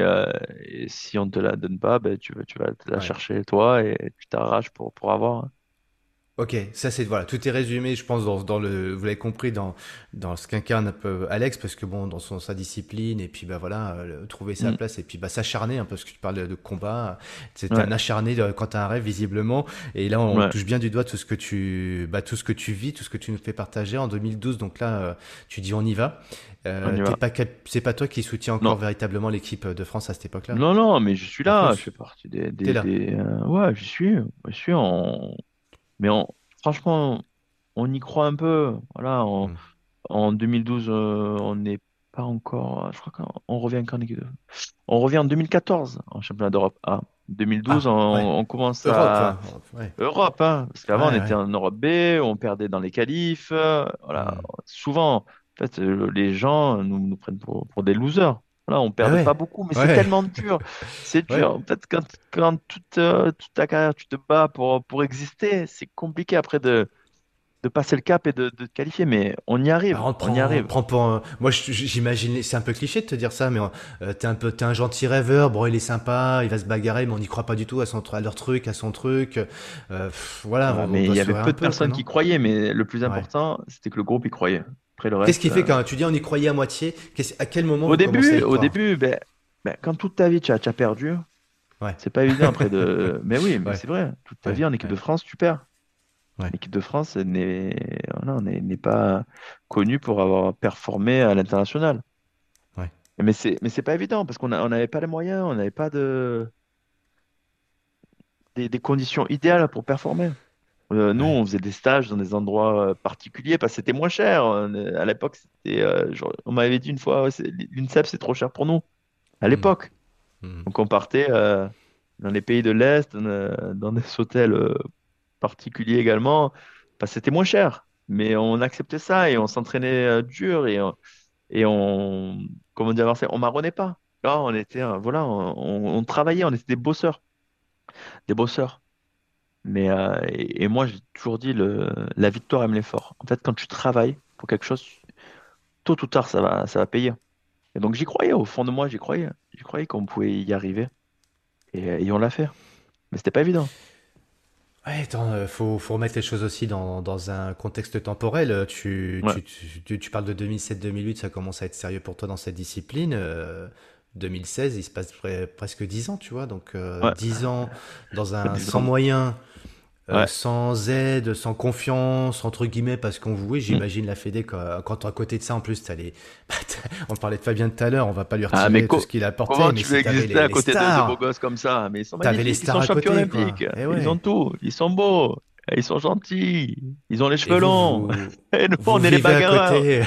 et si on te la donne pas, ben, tu vas te la ouais. chercher toi et tu t'arraches pour avoir, hein. Ok, ça c'est voilà, tout est résumé, je pense dans vous l'avez compris dans ce qu'incarne un peu Alex, parce que bon, dans sa discipline et puis bah voilà, trouver sa Mm. place et puis bah s'acharner, hein, parce que tu parles de combat, c'est Ouais, un acharné quand t'as un rêve visiblement, et là on ouais, touche bien du doigt tout ce que tu vis, tout ce que tu nous fais partager en 2012, donc là tu dis on y va. on y va. C'est pas toi qui soutiens encore Non, véritablement l'équipe de France à cette époque-là. non, non, mais je suis En là, je plus, fais partie des, t'es des, là. des ouais, je suis mais franchement, on y croit un peu. Voilà, Hmm. en 2012, on n'est pas encore, je crois qu'on revient qu'en équipe. On revient en 2014 en championnat d'Europe A. 2012, Ah ouais, on commence Europe, à hein. Ouais, Europe, hein, parce qu'avant on ouais, était ouais. en Europe B, on perdait dans les qualifs. Voilà. Hmm. Souvent, en fait, les gens nous prennent pour des losers. Voilà, on Ah perd pas ouais, beaucoup, mais c'est ouais, tellement dur. C'est ouais. dur. En fait, quand toute ta carrière, tu te bats pour exister, c'est compliqué après de passer le cap et de te qualifier, mais on y Alors, arrive, on te on y prend, arrive. prend pour moi, j'imagine, c'est un peu cliché de te dire ça, mais t'es un gentil rêveur. Bon, il est sympa, il va se bagarrer, mais on n'y croit pas du tout à leur truc, à son truc. Voilà, Voilà, on mais il doit y se avait leurrer peu un de peu, quoi, personnes qui non? croyaient, mais le plus Ouais. important, c'était que le groupe y croyait. Après le Qu'est-ce reste, qui fait quand tu dis on y croyait à moitié? À quel moment vous commencez à y au croire? début, quand toute ta vie tu as perdu, Ouais, c'est pas évident après de. Mais oui, mais ouais, c'est vrai. Toute ta ouais, vie en équipe de ouais, France, tu perds. ouais, L'équipe de France voilà, n'est pas connue pour avoir performé à l'international. ouais. Mais c'est pas évident parce on n'avait pas les moyens, on n'avait pas des conditions idéales pour performer. Nous, Ouais. on faisait des stages dans des endroits particuliers parce que c'était moins cher. À l'époque, on m'avait dit une fois, ouais, l'INSEP, c'est trop cher pour nous. À Hmm, l'époque. hmm. Donc, on partait dans les pays de l'Est, dans des hôtels particuliers également, parce que c'était moins cher. Mais on acceptait ça et on s'entraînait dur et comment dire, Marcel, on marronnait pas. Là, on était, voilà, on travaillait, on était des bosseurs, des bosseurs. Et moi, j'ai toujours dit, la victoire aime l'effort. En fait, quand tu travailles pour quelque chose, tôt ou tard, ça va payer. Et donc, j'y croyais, au fond de moi, j'y croyais. J'y croyais qu'on pouvait y arriver. Et on l'a fait. Mais c'était pas évident. Ouais, attends, faut remettre les choses aussi dans un contexte temporel. Ouais, Tu parles de 2007-2008, ça commence à être sérieux pour toi dans cette discipline. 2016, il se passe presque 10 ans, tu vois. Donc, ouais, 10 ans dans pas un 10 sans ans. moyens, Ouais. sans aide, sans confiance, entre guillemets, parce qu'on oui, Mm. j'imagine la Fédé, quand à côté de ça, en plus, t'as les... bah, on parlait de Fabien tout à l'heure, on va pas lui Ah, mais retirer tout ce qu'il a apporté, comment mais tu veux si t'avais exister à les côté de beaux stars, gosses comme ça? Mais ils sont t'avais les magnifiques, ils sont stars à champions côté, quoi. olympiques, Eh ils ont ouais. tout, ils sont beaux, ils sont gentils, ils ont les Et cheveux longs. Et nous, vous on est les vivez à bagarreurs, côté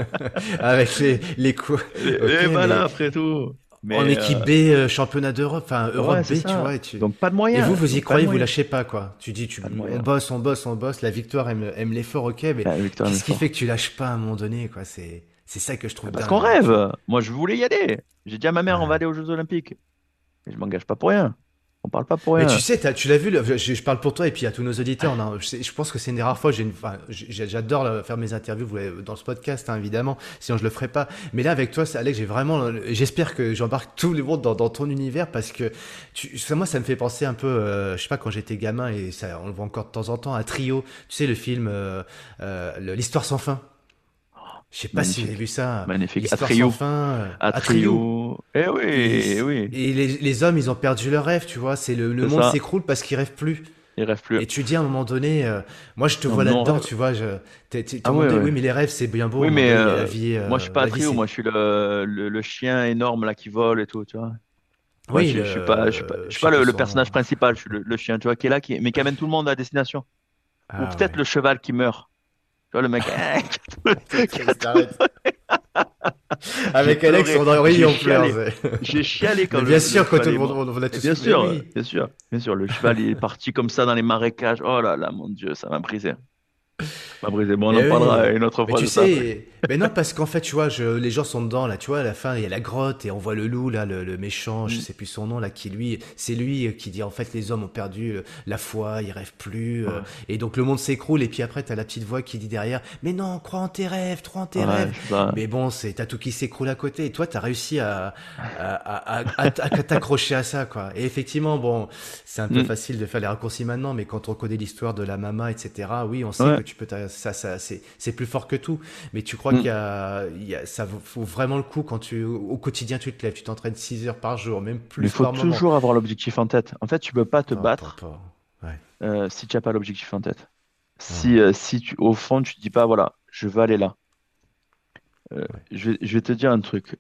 avec les coups. Ok, les mais malins après tout. en Mais équipe B, championnat d'Europe, enfin ouais, Europe c'est B, tu ça. vois. Donc pas de Et moyens, vous y donc pas de croyez, vous moyens, lâchez pas, quoi. Tu dis, pas de on moyens. bosse, on bosse, on bosse. La victoire aime l'effort, ok, mais Bah, Victor qu'est-ce qui fait Lefort. que tu lâches pas à un moment donné, quoi. C'est ça que je trouve Parce qu'on dingue. Tu... rêve. Moi, je voulais y aller. J'ai dit à ma mère, on va Ouais. aller aux Jeux Olympiques. Mais je m'engage pas pour rien. On parle pas pour Mais tu rien. sais, tu l'as vu, je parle pour toi et puis à tous nos auditeurs. Je pense que c'est une des rares fois. Enfin, j'adore faire mes interviews dans ce podcast, hein, évidemment. Sinon, je le ferais pas. Mais là, avec toi, Alex, j'ai vraiment. J'espère que j'embarque tout le monde dans ton univers parce que moi, ça me fait penser un peu. Je sais pas, quand j'étais gamin et ça, on le voit encore de temps en temps, à Trio. Tu sais, le film L'Histoire sans fin. Je sais pas si vous avez Magnifique. vu ça. Magnifique. L'Histoire sans fin À à Trio. Trio. Eh oui, Et, eh oui. et les hommes, ils ont perdu leur rêve, tu vois. C'est le C'est monde ça. s'écroule parce qu'ils rêvent plus. Il rêve plus. Et tu dis à un moment donné, moi je te Non, vois mais nous, on là-dedans, rêve. tu vois, à Ah un moment ouais, donné, ouais. oui, mais les rêves c'est bien beau, à un Oui, moment mais donné, mais moi, je suis pas à la vie Trio. Moi, c'est. je suis le chien énorme là qui vole et tout, tu vois. Moi, Oui, je suis je pas sais plus le son nom. personnage principal. Je suis le chien, tu vois, qui est là, mais qui amène tout le monde à destination. Ou Ah peut-être ouais. le cheval qui meurt. Tu vois, le mec, Arrête, qui a triste, tout- arrête. j'ai Avec Alex, pleuré, oui, j'ai on pleure. chialé. J'ai chialé quand Mais bien le sûr, quand cheval est mort. on a Et tous. Mais oui. bien sûr, bien sûr, le cheval il est parti comme ça dans les marécages. Oh là là, mon Dieu, ça m'a brisé. Ça m'a brisé. Bon, on en Mais parlera oui, une autre mais fois tu de ça. sais, mais non, parce qu'en fait, tu vois, les gens sont dedans, là, tu vois, à la fin, il y a la grotte et on voit le loup, là, le méchant, je Mm. sais plus son nom, là, c'est lui qui dit, en fait, les hommes ont perdu la foi, ils rêvent plus, Ouais, et donc le monde s'écroule, et puis après, t'as la petite voix qui dit derrière, mais non, crois en tes rêves, crois en tes ouais, rêves. je sais pas. Mais bon, t'as tout qui s'écroule à côté, et toi, t'as réussi à t'accrocher à ça, quoi. Et effectivement, bon, c'est un peu Mm. facile de faire les raccourcis maintenant, mais quand on connaît l'histoire de la mama, etc., oui, on sait Ouais. que tu peux, c'est plus fort que tout. Mais tu crois Mm. ça vaut vraiment le coup quand au quotidien, tu te lèves, tu t'entraînes 6 heures par jour, même Mais il plus faut par moment. toujours avoir l'objectif en tête. En fait, tu peux pas te battre Pas. Ouais. si tu n'as pas l'objectif en tête. Ouais. Si tu, au fond, tu te dis pas, voilà, je veux aller là. Ouais. Je vais te dire un truc.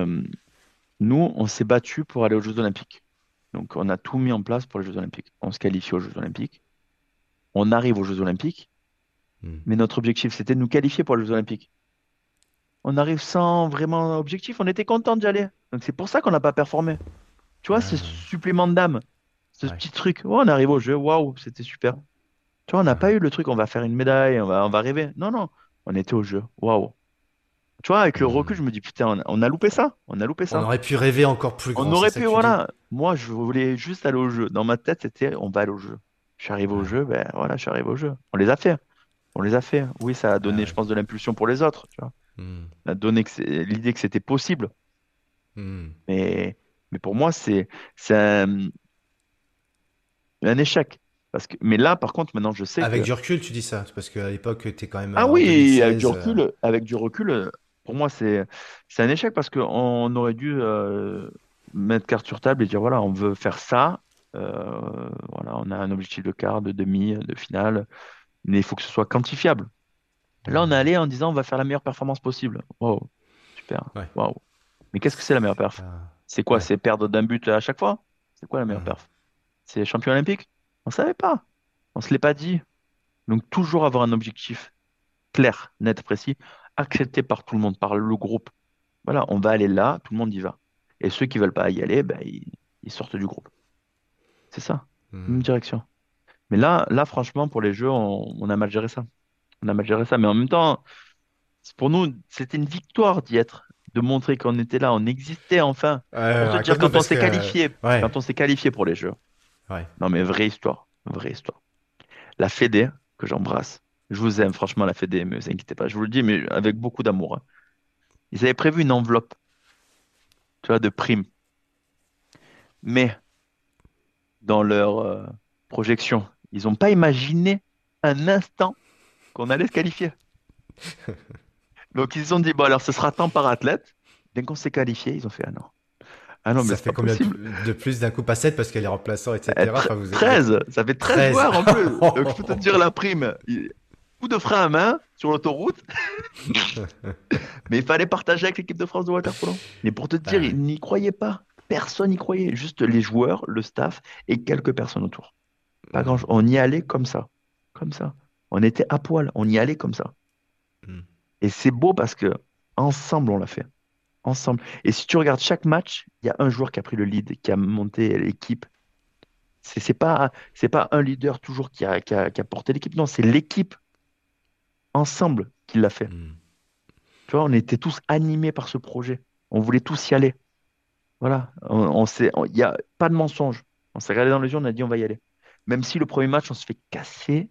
Nous, on s'est battu pour aller aux Jeux Olympiques. Donc, on a tout mis en place pour les Jeux Olympiques. On se qualifie aux Jeux Olympiques. On arrive aux Jeux Olympiques, Hmm. mais notre objectif, c'était de nous qualifier pour les Jeux Olympiques. On arrive sans vraiment objectif. On était content d'y aller. Donc, c'est pour ça qu'on n'a pas performé. Tu vois, ce Ah, supplément d'âme, ce ouais. petit truc. Oh, on arrive au jeu, waouh, c'était super. Tu vois, on n'a pas Ah, eu le truc, on va faire une médaille, on va rêver. Non, non, on était au jeu, waouh. tu vois, avec le recul, Hmm. je me dis, putain, on a loupé ça. On a loupé On ça. aurait pu rêver encore plus On grand, c'est aurait ça pu, que tu dis? voilà. Moi, je voulais juste aller au jeu. Dans ma tête, c'était, on va aller au jeu. Je suis arrivé au Ouais. jeu, ben voilà, je suis arrivé au jeu. On les a fait. On les a fait. Oui, ça a Ah donné, je ouais. pense, de l'impulsion pour les autres, tu vois. Hmm. Ça a donné l'idée que c'était possible. Hmm. Mais, mais pour moi, c'est un échec. Mais là, par contre, maintenant, je sais Avec que, du recul, tu dis ça, parce qu'à l'époque, t'es quand même ah en oui, 2016. avec du recul, pour moi, c'est un échec parce qu'on aurait dû mettre carte sur table et dire, voilà, on veut faire ça. Voilà, on a un objectif de quart, de demi, de finale, mais il faut que ce soit quantifiable. Là, on est Hmm. allé en disant, on va faire la meilleure performance possible. Wow, super. Ouais. Waouh. Mais qu'est-ce que c'est la meilleure C'est perf? pas. C'est quoi? Ouais. C'est perdre d'un but à chaque fois? C'est quoi la meilleure Hmm. perf? C'est champion olympique? On savait pas. On se l'est pas dit. Donc, toujours avoir un objectif clair, net, précis, accepté par tout le monde, par le groupe. Voilà, on va aller là, tout le monde y va. Et ceux qui veulent pas y aller, ben, ils sortent du groupe. C'est ça, Hmm. une direction. Mais là, franchement, pour les jeux, on a mal géré ça. On a mal géré ça. Mais en même temps, pour nous, c'était une victoire d'y être, de montrer qu'on était là, on existait enfin. Pour te dire, Raconte-nous parce que. Ouais. quand on s'est qualifié pour les jeux, Ouais. non mais vraie histoire. La Fédé, que j'embrasse, je vous aime, franchement, la Fédé, ne vous inquiétez pas, je vous le dis, mais avec beaucoup d'amour, hein. Ils avaient prévu une enveloppe, tu vois, de primes. Mais dans leur projection, ils n'ont pas imaginé un instant qu'on allait se qualifier. Donc ils se sont dit, bon alors ce sera tant par athlète. Dès qu'on s'est qualifié, ils ont fait, ah non. Ah non, mais Ça c'est fait pas combien possible. de plus d'un coup pas 7 parce qu'elle est remplaçant, etc. Enfin, vous êtes 13, ça fait 13 13. joueurs en plus. Donc je peux te dire la prime. Coup de frein à main sur l'autoroute, mais il fallait partager avec l'équipe de France de waterpolo. Mais pour te dire, Ah ouais. ils n'y croyaient pas. Personne n'y croyait. Juste les joueurs, le staff et quelques personnes autour. Pas grand Hmm. chose. On y allait comme ça. Comme ça. On était à poil. On y allait comme ça. Hmm. Et c'est beau parce que ensemble, on l'a fait. Ensemble. Et si tu regardes chaque match, il y a un joueur qui a pris le lead, qui a monté l'équipe. C'est pas un leader toujours qui a porté l'équipe. Non, c'est l'équipe ensemble qui l'a fait. Hmm. Tu vois, on était tous animés par ce projet. On voulait tous y aller. Voilà. Il n'y a pas de mensonge. On s'est regardé dans les yeux, on a dit on va y aller. Même si le premier match, on se fait casser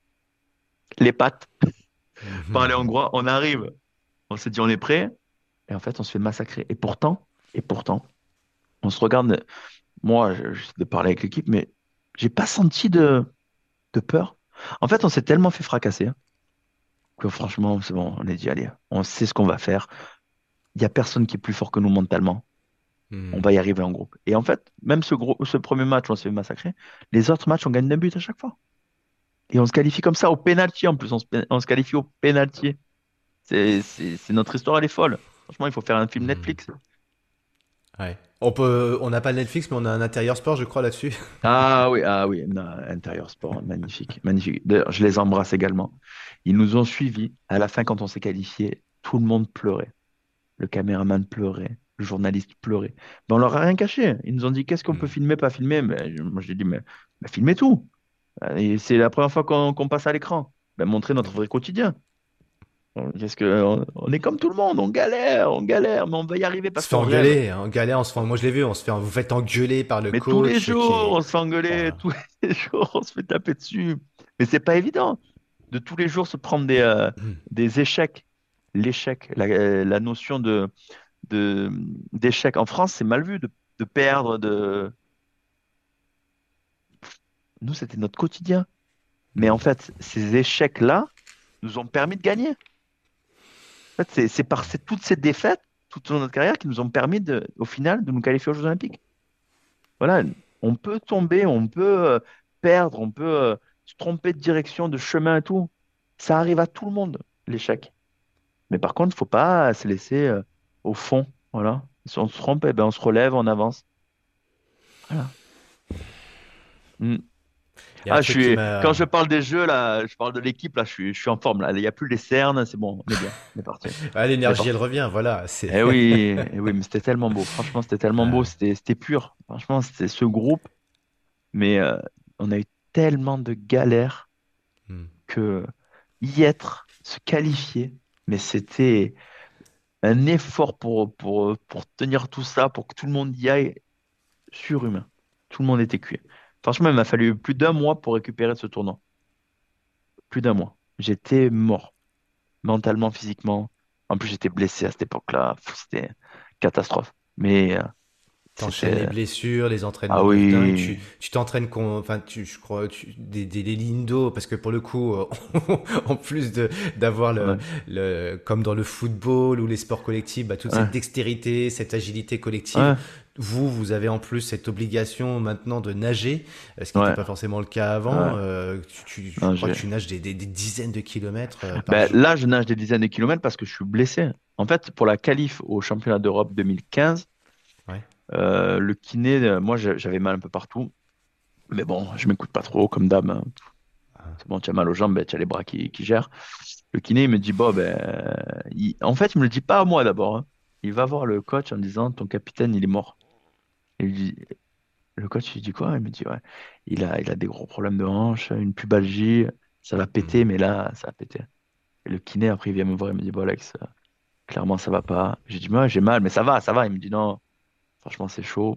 les pattes par les Mhm. Hongrois, on arrive. On s'est dit on est prêt. Et en fait, on se fait massacrer. Et pourtant, on se regarde. Moi, j'essaie de parler avec l'équipe, mais j'ai pas senti de peur. En fait, on s'est tellement fait fracasser, hein, que franchement, c'est bon, on a dit, allez, on sait ce qu'on va faire. Il y a personne qui est plus fort que nous mentalement. On Hmm. va y arriver en groupe. Et en fait, même ce premier match où on s'est fait massacrer, les autres matchs, on gagne d'un but à chaque fois. Et on se qualifie comme ça au pénalty en plus. On se qualifie au pénalty. C'est notre histoire, elle est folle. Franchement, il faut faire un film Hmm. Netflix. Ouais. On n'a pas Netflix, mais on a un intérieur sport, je crois, là-dessus. Ah oui, non, Intérieur Sport, magnifique, magnifique. D'ailleurs, je les embrasse également. Ils nous ont suivis. À la fin, quand on s'est qualifié, tout le monde pleurait. Le caméraman pleurait, le journaliste pleurait. Mais on leur a rien caché. Ils nous ont dit qu'est-ce qu'on peut Hmm. filmer, pas filmer. Mais moi, j'ai dit, mais filmez tout. Et c'est la première fois qu'on passe à l'écran. Ben, montrer notre vrai quotidien. Qu'est-ce que, on est comme tout le monde, on galère, mais on va y arriver On parce se fait qu'on rêve. engueuler, hein. En galère, moi je l'ai vu, vous faites engueuler par le Mais tous les coach qui jours, est. on se fait engueuler, Voilà. tous les jours, on se fait taper dessus. Mais c'est pas évident de tous les jours se prendre des échecs. L'échec, la notion de, d'échec. En France, c'est mal vu de perdre. Nous, c'était notre quotidien. Mais en Hmm. fait, ces échecs-là nous ont permis de gagner. En fait, c'est par toutes ces défaites, toute notre carrière, qui nous ont permis, au final, de nous qualifier aux Jeux Olympiques. Voilà, on peut tomber, on peut perdre, on peut se tromper de direction, de chemin et tout. Ça arrive à tout le monde, l'échec. Mais par contre, il faut pas se laisser au fond. Voilà. Si on se trompe, eh ben, on se relève, on avance. Voilà. Mm. Il y a un Ah, truc qui quand je m'a. parle des jeux, là, je parle de l'équipe, là, je suis en forme, là. Il n'y a plus les cernes, c'est bon, on est bien, on est parti. Ah, On est l'énergie, elle parti. revient, voilà. C'est. Eh oui, mais c'était tellement beau. Franchement, c'était tellement beau, Ah. c'était pur. Franchement, c'était ce groupe, mais on a eu tellement de galères Hmm. que y être, se qualifier, mais c'était. un effort pour tenir tout ça, pour que tout le monde y aille, surhumain. Tout le monde était cuit. Franchement, il m'a fallu plus d'un mois pour récupérer de ce tournoi. Plus d'un mois. J'étais mort, mentalement, physiquement. En plus, j'étais blessé à cette époque-là. C'était catastrophe. Mais T'enchaînes les c'était... blessures, les Ah entraînements de dingue. oui, Tu t'entraînes, enfin, je crois, des lignes d'eau, parce que pour le coup, en plus d'avoir ouais, comme dans le football ou les sports collectifs, bah, toute cette ouais, dextérité, cette agilité collective, ouais, vous avez en plus cette obligation maintenant de nager, ce qui n'était ouais, pas forcément le cas avant. ouais. Je Non, crois que tu nages des dizaines de kilomètres par ben, jour. là, je nage des dizaines de kilomètres parce que je suis blessé. En fait, pour la qualif au championnat d'Europe 2015, Ouais. le kiné, moi, j'avais mal un peu partout. Mais bon, je m'écoute pas trop, comme d'hab, hein. Ah. C'est bon, tu as mal aux jambes, ben, tu as les bras qui gèrent. Le kiné, il me dit, bon, ben, en fait, il me le dit pas à moi d'abord, hein. Il va voir le coach en disant, ton capitaine, il est mort. Et le coach, il dit quoi? Il me dit, ouais, il a des gros problèmes de hanche, une pubalgie, ça va péter, Mhm. mais là, ça va péter. Et le kiné, après, il vient me voir, il me dit, bon, Alex, clairement, ça va pas. J'ai dit, moi, j'ai mal, mais ça va, ça va. Il me dit, non, franchement, c'est chaud.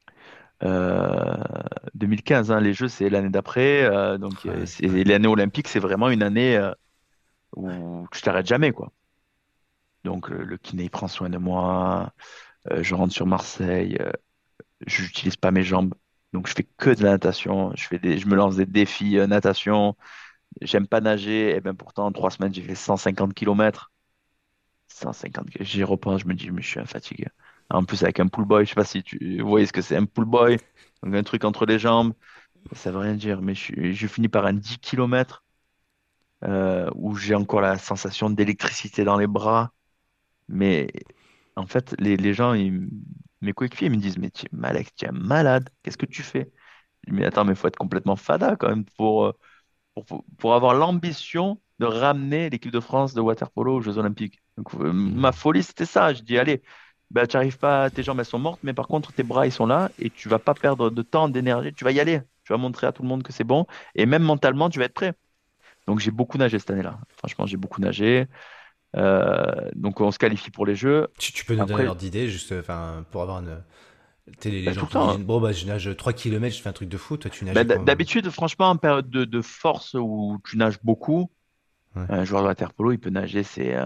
Euh, 2015, hein, les Jeux, c'est l'année d'après. Donc, Ouais, c'est ouais. l'année olympique, c'est vraiment une année où je t'arrête jamais, quoi. Donc, le kiné, il prend soin de moi. Je rentre sur Marseille. Je n'utilise pas mes jambes. Donc, je fais que de la natation. Je me lance des défis natation. J'aime pas nager. Et bien, pourtant, en 3 semaines, j'ai fait 150 kilomètres. 150, j'y repense, je me dis, mais je suis un fatigué. En plus, avec un pull boy, je sais pas si vous voyez ce que c'est un pull boy. Donc, un truc entre les jambes. Ça veut rien dire, mais je finis par un 10 km où j'ai encore la sensation d'électricité dans les bras. Mais en fait, les gens, mes coéquipiers, ils me disent, mais tu es malade, qu'est-ce que tu fais? Je dis, mais attends, mais il faut être complètement fada quand même pour avoir l'ambition de ramener l'équipe de France de water-polo aux Jeux Olympiques. Donc, ma Mhm. folie, c'était ça. Je dis, allez, bah, tu arrives pas, tes jambes, elles sont mortes, mais par contre, tes bras, ils sont là et tu vas pas perdre de temps, d'énergie. Tu vas y aller. Tu vas montrer à tout le monde que c'est bon. Et même mentalement, tu vas être prêt. Donc, j'ai beaucoup nagé cette année-là. Franchement, j'ai beaucoup nagé. Donc, on se qualifie pour les Jeux. Tu peux nous donner Après, l'ordre d'idée, juste enfin, pour avoir une. T'es les bah, gens tout le qui temps, hein. disent, bon, bah, je nage 3 kilomètres, je fais un truc de fou. Toi, tu Bah, nageais quoi? d'habitude, franchement, en période de force où tu nages beaucoup, Ouais. un joueur de water-polo, il peut nager, c'est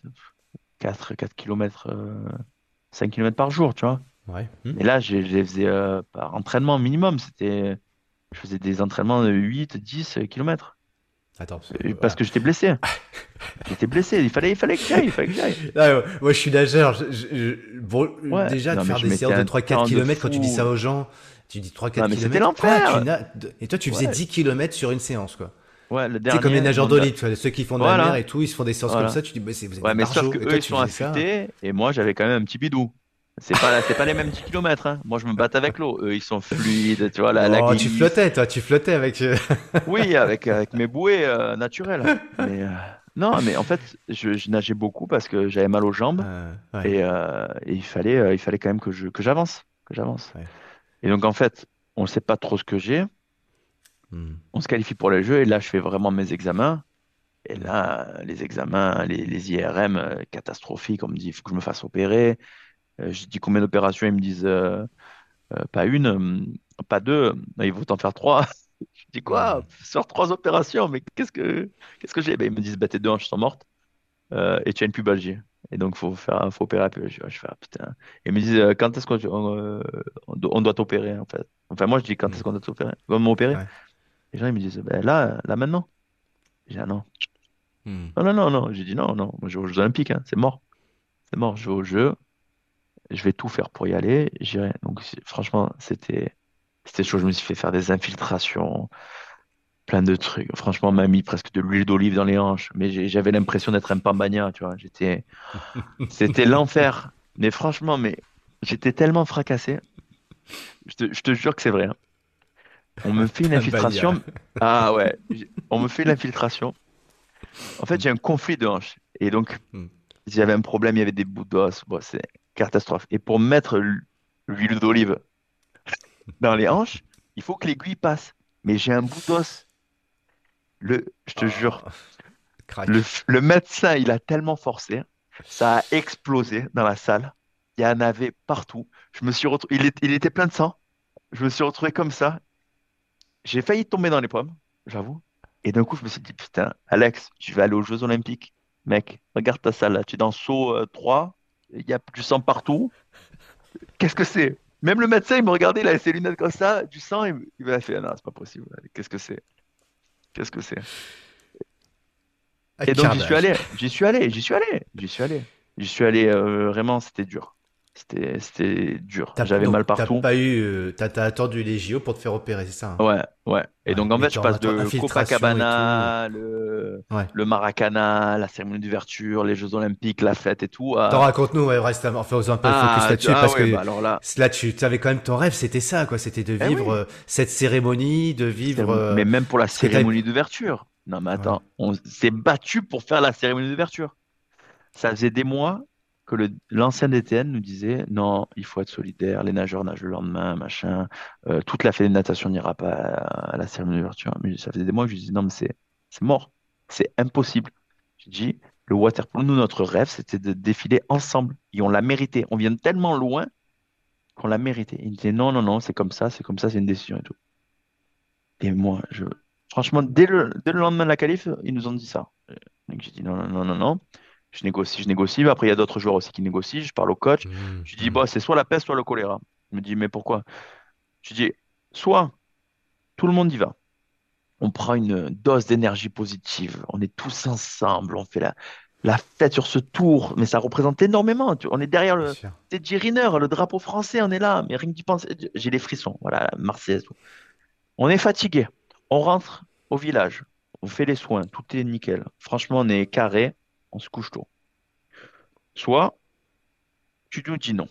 4 km, 5 km par jour, tu vois. Ouais. Hmm. Mais là, je les faisais par entraînement minimum. Je faisais des entraînements de 8, 10 km. Attends. Parce Voilà. que j'étais blessé. J'étais blessé. Il fallait que j'aille, il fallait que j'aille. Ah, ouais, moi, je suis nageur. Bon, Ouais. déjà, de Non, mais faire je des mettais séances de un 3-4 temps de kilomètres, quand tu dis ça fou. aux gens, tu dis 3-4 Non, mais c'était kilomètres. Quoi, l'enfer. et toi, tu faisais Ouais. 10 kilomètres sur une séance, quoi. Ouais, le Tu sais, comme les dernier, nageurs d'élite, tu vois, ceux qui font de la mer voilà, et tout, ils se font des séances comme ça, voilà. tu dis, bah, vous êtes Ouais, des mais sauf que barjots. Et eux, toi, ils tu sont faisais ça. affûtés et moi, j'avais quand même un petit bidou. C'est pas les mêmes 10 kilomètres, hein. Moi, je me batte avec l'eau. Eux, ils sont fluides, tu vois, la Oh, tu glisse. flottais, toi, tu flottais avec. Oui, avec mes bouées naturelles. Mais non, mais en fait, je nageais beaucoup parce que j'avais mal aux jambes Ouais, et il fallait quand même que j'avance, que j'avance. ouais. Et donc, en fait, on ne sait pas trop ce que j'ai. Hmm, On se qualifie pour les Jeux et là, je fais vraiment mes examens. Et hmm, là, les examens, les IRM, catastrophiques. On me dit, il faut que je me fasse opérer. Je dis combien d'opérations? Ils me disent, pas une, pas deux. Il faut t'en faire trois. Je dis hmm. quoi? Sur 3 opérations, mais qu'est-ce que j'ai? Ben, ils me disent, bah, tes deux hanches sont mortes et tu as une pubalgie. Et donc, faut opérer la pubalgie. Je fais, ah, putain. Et ils me disent, quand est-ce on doit t'opérer, en fait? Enfin, moi, je dis, quand Hmm. est-ce qu'on doit t'opérer? On va m'opérer? Ouais. Les gens, ils me disent, ben, là, maintenant. J'ai dit, ah non. Hmm. Non, non, non, non. J'ai dit, non, non. Moi, je vais aux Jeux Olympiques, hein. C'est mort. C'est mort. Je vais aux Jeux. Je vais tout faire pour y aller. J'irai. Donc, franchement, c'était chaud. Je me suis fait faire des infiltrations. Plein de trucs. Franchement, on m'a mis presque de l'huile d'olive dans les hanches. Mais j'avais l'impression d'être un pambagna, tu vois. C'était l'enfer. Mais franchement, j'étais tellement fracassé. Je te jure que c'est vrai, hein. On me fait une Plein de bagnoles. infiltration. Ah ouais. On me fait l'infiltration. En fait, Hmm, j'ai un conflit de hanches. Et donc, hmm. j'avais un problème. Il y avait des bouts d'os. Bon, c'est catastrophe. Et pour mettre l'huile d'olive dans les hanches, il faut que l'aiguille passe. Mais j'ai un bout d'os. Je te jure. Oh, Le, crac. le médecin, il a tellement forcé. Ça a explosé dans la salle. Il y en avait partout. Je me suis retrouvé, il était plein de sang. Je me suis retrouvé comme ça. J'ai failli tomber dans les pommes, j'avoue. Et d'un coup, je me suis dit, putain, Alex, tu vas aller aux Jeux Olympiques. Mec, regarde ta salle là. Tu es dans saut 3. Il y a du sang partout. Qu'est-ce que c'est? Même le médecin, il me regardait, il avait ses lunettes comme ça, du sang, il m'a fait, ah non, c'est pas possible. Qu'est-ce que c'est? Qu'est-ce que c'est? Un Et donc, j'y suis carnage. allé, j'y suis allé, j'y suis allé, j'y suis allé. J'y suis allé, vraiment, c'était dur. C'était dur. J'avais Donc, mal partout. t'as attendu les JO pour te faire opérer, c'est ça, hein? Ouais, ouais. Et Ouais. donc, en fait, je passe Attends, de infiltration et tout. Copacabana, Ouais. le Maracana, la cérémonie d'ouverture, les Jeux Olympiques, la fête et tout, T'en à... raconte-nous, ouais, reste, faisons un peu le focus là-dessus, Ah parce ouais, que bah alors là, là, tu avais quand même ton rêve, c'était ça, quoi. C'était de eh vivre oui. cette cérémonie, de vivre Mais même pour la ce que t'avais. cérémonie d'ouverture. Non, mais Ouais. attends, on s'est battu pour faire la cérémonie d'ouverture. Ça faisait des mois que l'ancien DTN nous disait non, il faut être solidaire, les nageurs nagent le lendemain, machin, toute la fédération de natation n'ira pas à la cérémonie d'ouverture. Mais ça faisait des mois que je disais non, mais c'est mort, c'est impossible. Je dis le water polo, nous, notre rêve, c'était de défiler ensemble et on l'a mérité. On vient de tellement loin qu'on l'a mérité. Il me disait non, non, non, c'est comme ça, c'est une décision et tout. Et moi, franchement, dès le lendemain de la qualif, ils nous ont dit ça. Donc j'ai dit non, non, non, non, non. Je négocie, je négocie. Après, il y a d'autres joueurs aussi qui négocient. Je parle au coach. Mhm, Je dis, mhm. bah, c'est soit la peste, soit le choléra. Il me dit, mais pourquoi? Je dis, soit tout le monde y va. On prend une dose d'énergie positive. On est tous ensemble. On fait la fête sur ce tour. Mais ça représente énormément. On est derrière Bien le sûr. Teddy Riner, le drapeau français. On est là. Mais rien que d'y penser, j'ai les frissons. Voilà, la Marseillaise. On est fatigué. On rentre au village. On fait les soins. Tout est nickel. Franchement, on est carré. On se couche tôt. Soit tu nous dis non.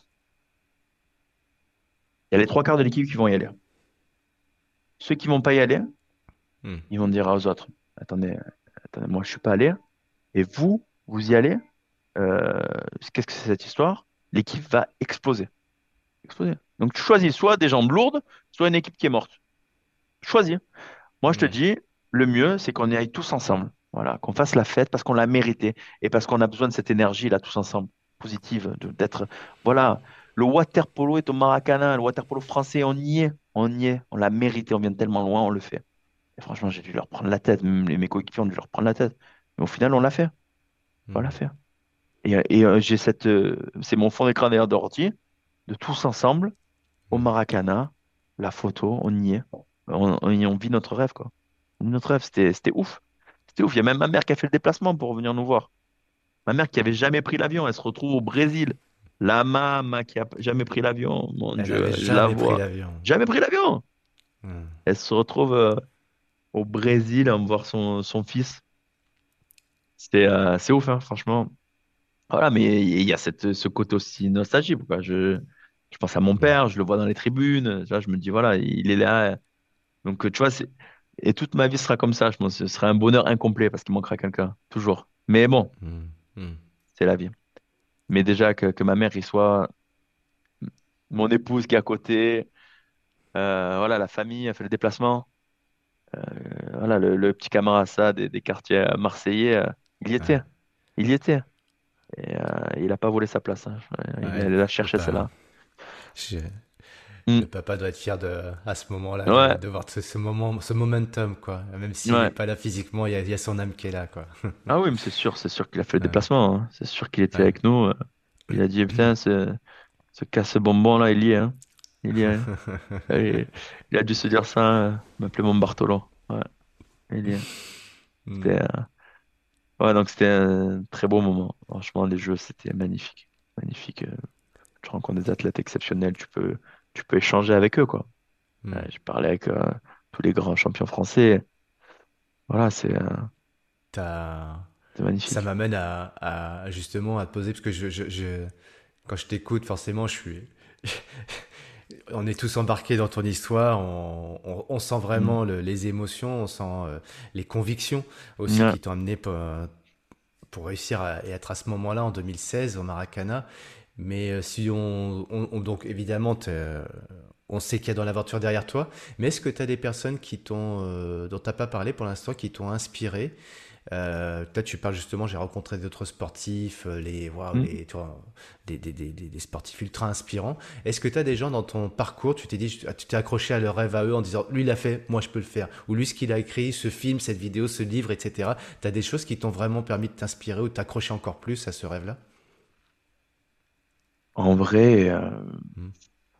Il y a les trois quarts de l'équipe qui vont y aller. Ceux qui vont pas y aller, Mhm. ils vont dire aux autres, attendez, attendez, moi je suis pas allé. Et vous, vous y allez. Euh, Qu'est-ce que c'est cette histoire? L'équipe va exploser. Exploser. Donc tu choisis soit des jambes lourdes, soit une équipe qui est morte. Choisis. Moi je te Ouais. dis, le mieux, c'est qu'on y aille tous ensemble. Voilà, qu'on fasse la fête parce qu'on l'a mérité et parce qu'on a besoin de cette énergie là tous ensemble, positive, d'être. Voilà, le water polo est au Maracana, le water polo français, on y est, on y est, on l'a mérité, on vient de tellement loin, on le fait. Et franchement, j'ai dû leur prendre la tête, même mes coéquipiers ont dû leur prendre la tête. Mais au final, on l'a fait, on l'a Mhm. fait. J'ai c'est mon fond d'écran d'ailleurs d'ordi, de tous ensemble au Mhm. Maracana, la photo, on y est, on vit notre rêve quoi. On vit notre rêve, c'était ouf. C'était ouf. Il y a même ma mère qui a fait le déplacement pour venir nous voir. Ma mère qui avait jamais pris l'avion, elle se retrouve au Brésil. La maman qui a jamais pris l'avion, mon Elle Dieu, avait je la jamais pris vois. l'avion. Jamais pris l'avion. Mhm. Elle se retrouve au Brésil à me voir son fils. C'est ouf, hein, franchement. Voilà, mais il y a ce côté aussi nostalgique, quoi. Je pense à mon Mhm. père, je le vois dans les tribunes. Tu vois, je me dis, voilà, il est là. Donc, tu vois, et toute ma vie sera comme ça. Je pense que ce sera un bonheur incomplet parce qu'il manquera quelqu'un, toujours. Mais bon, Mhm. Mhm. c'est la vie. Mais déjà que ma mère y soit, mon épouse qui est à côté, voilà, la famille a fait le déplacement. Voilà, le petit camarade ça des quartiers marseillais, il y était. Ouais. Il y était. Et il n'a pas volé sa place, hein. Il Ouais, allait la le chercher, pas. celle-là. Je- Mm. Le papa doit être fier à ce moment-là Ouais, de voir ce moment, ce momentum, quoi. Même s'il n'est ouais. pas là physiquement, il y a son âme qui est là, quoi. Ah oui, mais c'est sûr qu'il a fait le Ouais, déplacement, hein. C'est sûr qu'il était ouais. avec nous. Il a dit, putain, ce casse-bonbon-là, il y est, hein. Il y est, hein. Et il a dû se dire ça, m'appeler mon Bartolo. Ouais, il y est. Hmm. C'était, ouais, donc c'était un très beau moment. Franchement, les jeux, c'était magnifique. Magnifique. Tu rencontres des athlètes exceptionnels, tu peux échanger avec eux, quoi. Hmm. J'ai parlé avec tous les grands champions français. Voilà, T'as- c'est Ça magnifique. m'amène justement à te poser, parce que quand je t'écoute, forcément, on est tous embarqués dans ton histoire, on sent Mm. vraiment les émotions, on sent les convictions aussi Ouais. qui t'ont amené pour réussir et être à ce moment-là, en 2016, au Maracana. Mais si donc évidemment, on sait qu'il y a dans l'aventure derrière toi, mais est-ce que tu as des personnes dont tu n'as pas parlé pour l'instant, qui t'ont inspiré Toi, tu parles justement, j'ai rencontré d'autres sportifs, waouh, Mm. tu vois, des sportifs ultra inspirants. Est-ce que tu as des gens dans ton parcours, tu t'es dit, tu t'es accroché à leur rêve à eux en disant, lui, il a fait, moi, je peux le faire. Ou lui, ce qu'il a écrit, ce film, cette vidéo, ce livre, etc. Tu as des choses qui t'ont vraiment permis de t'inspirer ou de t'accrocher encore plus à ce rêve-là? En vrai, Mm.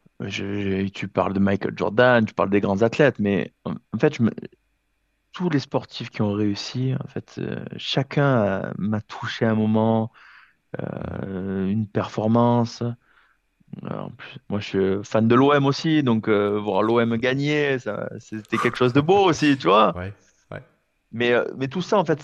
tu parles de Michael Jordan, tu parles des grands athlètes, mais en fait, tous les sportifs qui ont réussi, en fait, chacun m'a touché à un moment, Mhm. une performance. En plus, moi, je suis fan de l'OM aussi, donc voir l'OM gagner, ça, c'était quelque chose de beau aussi, tu vois. Ouais, ouais. Mais tout ça, en fait,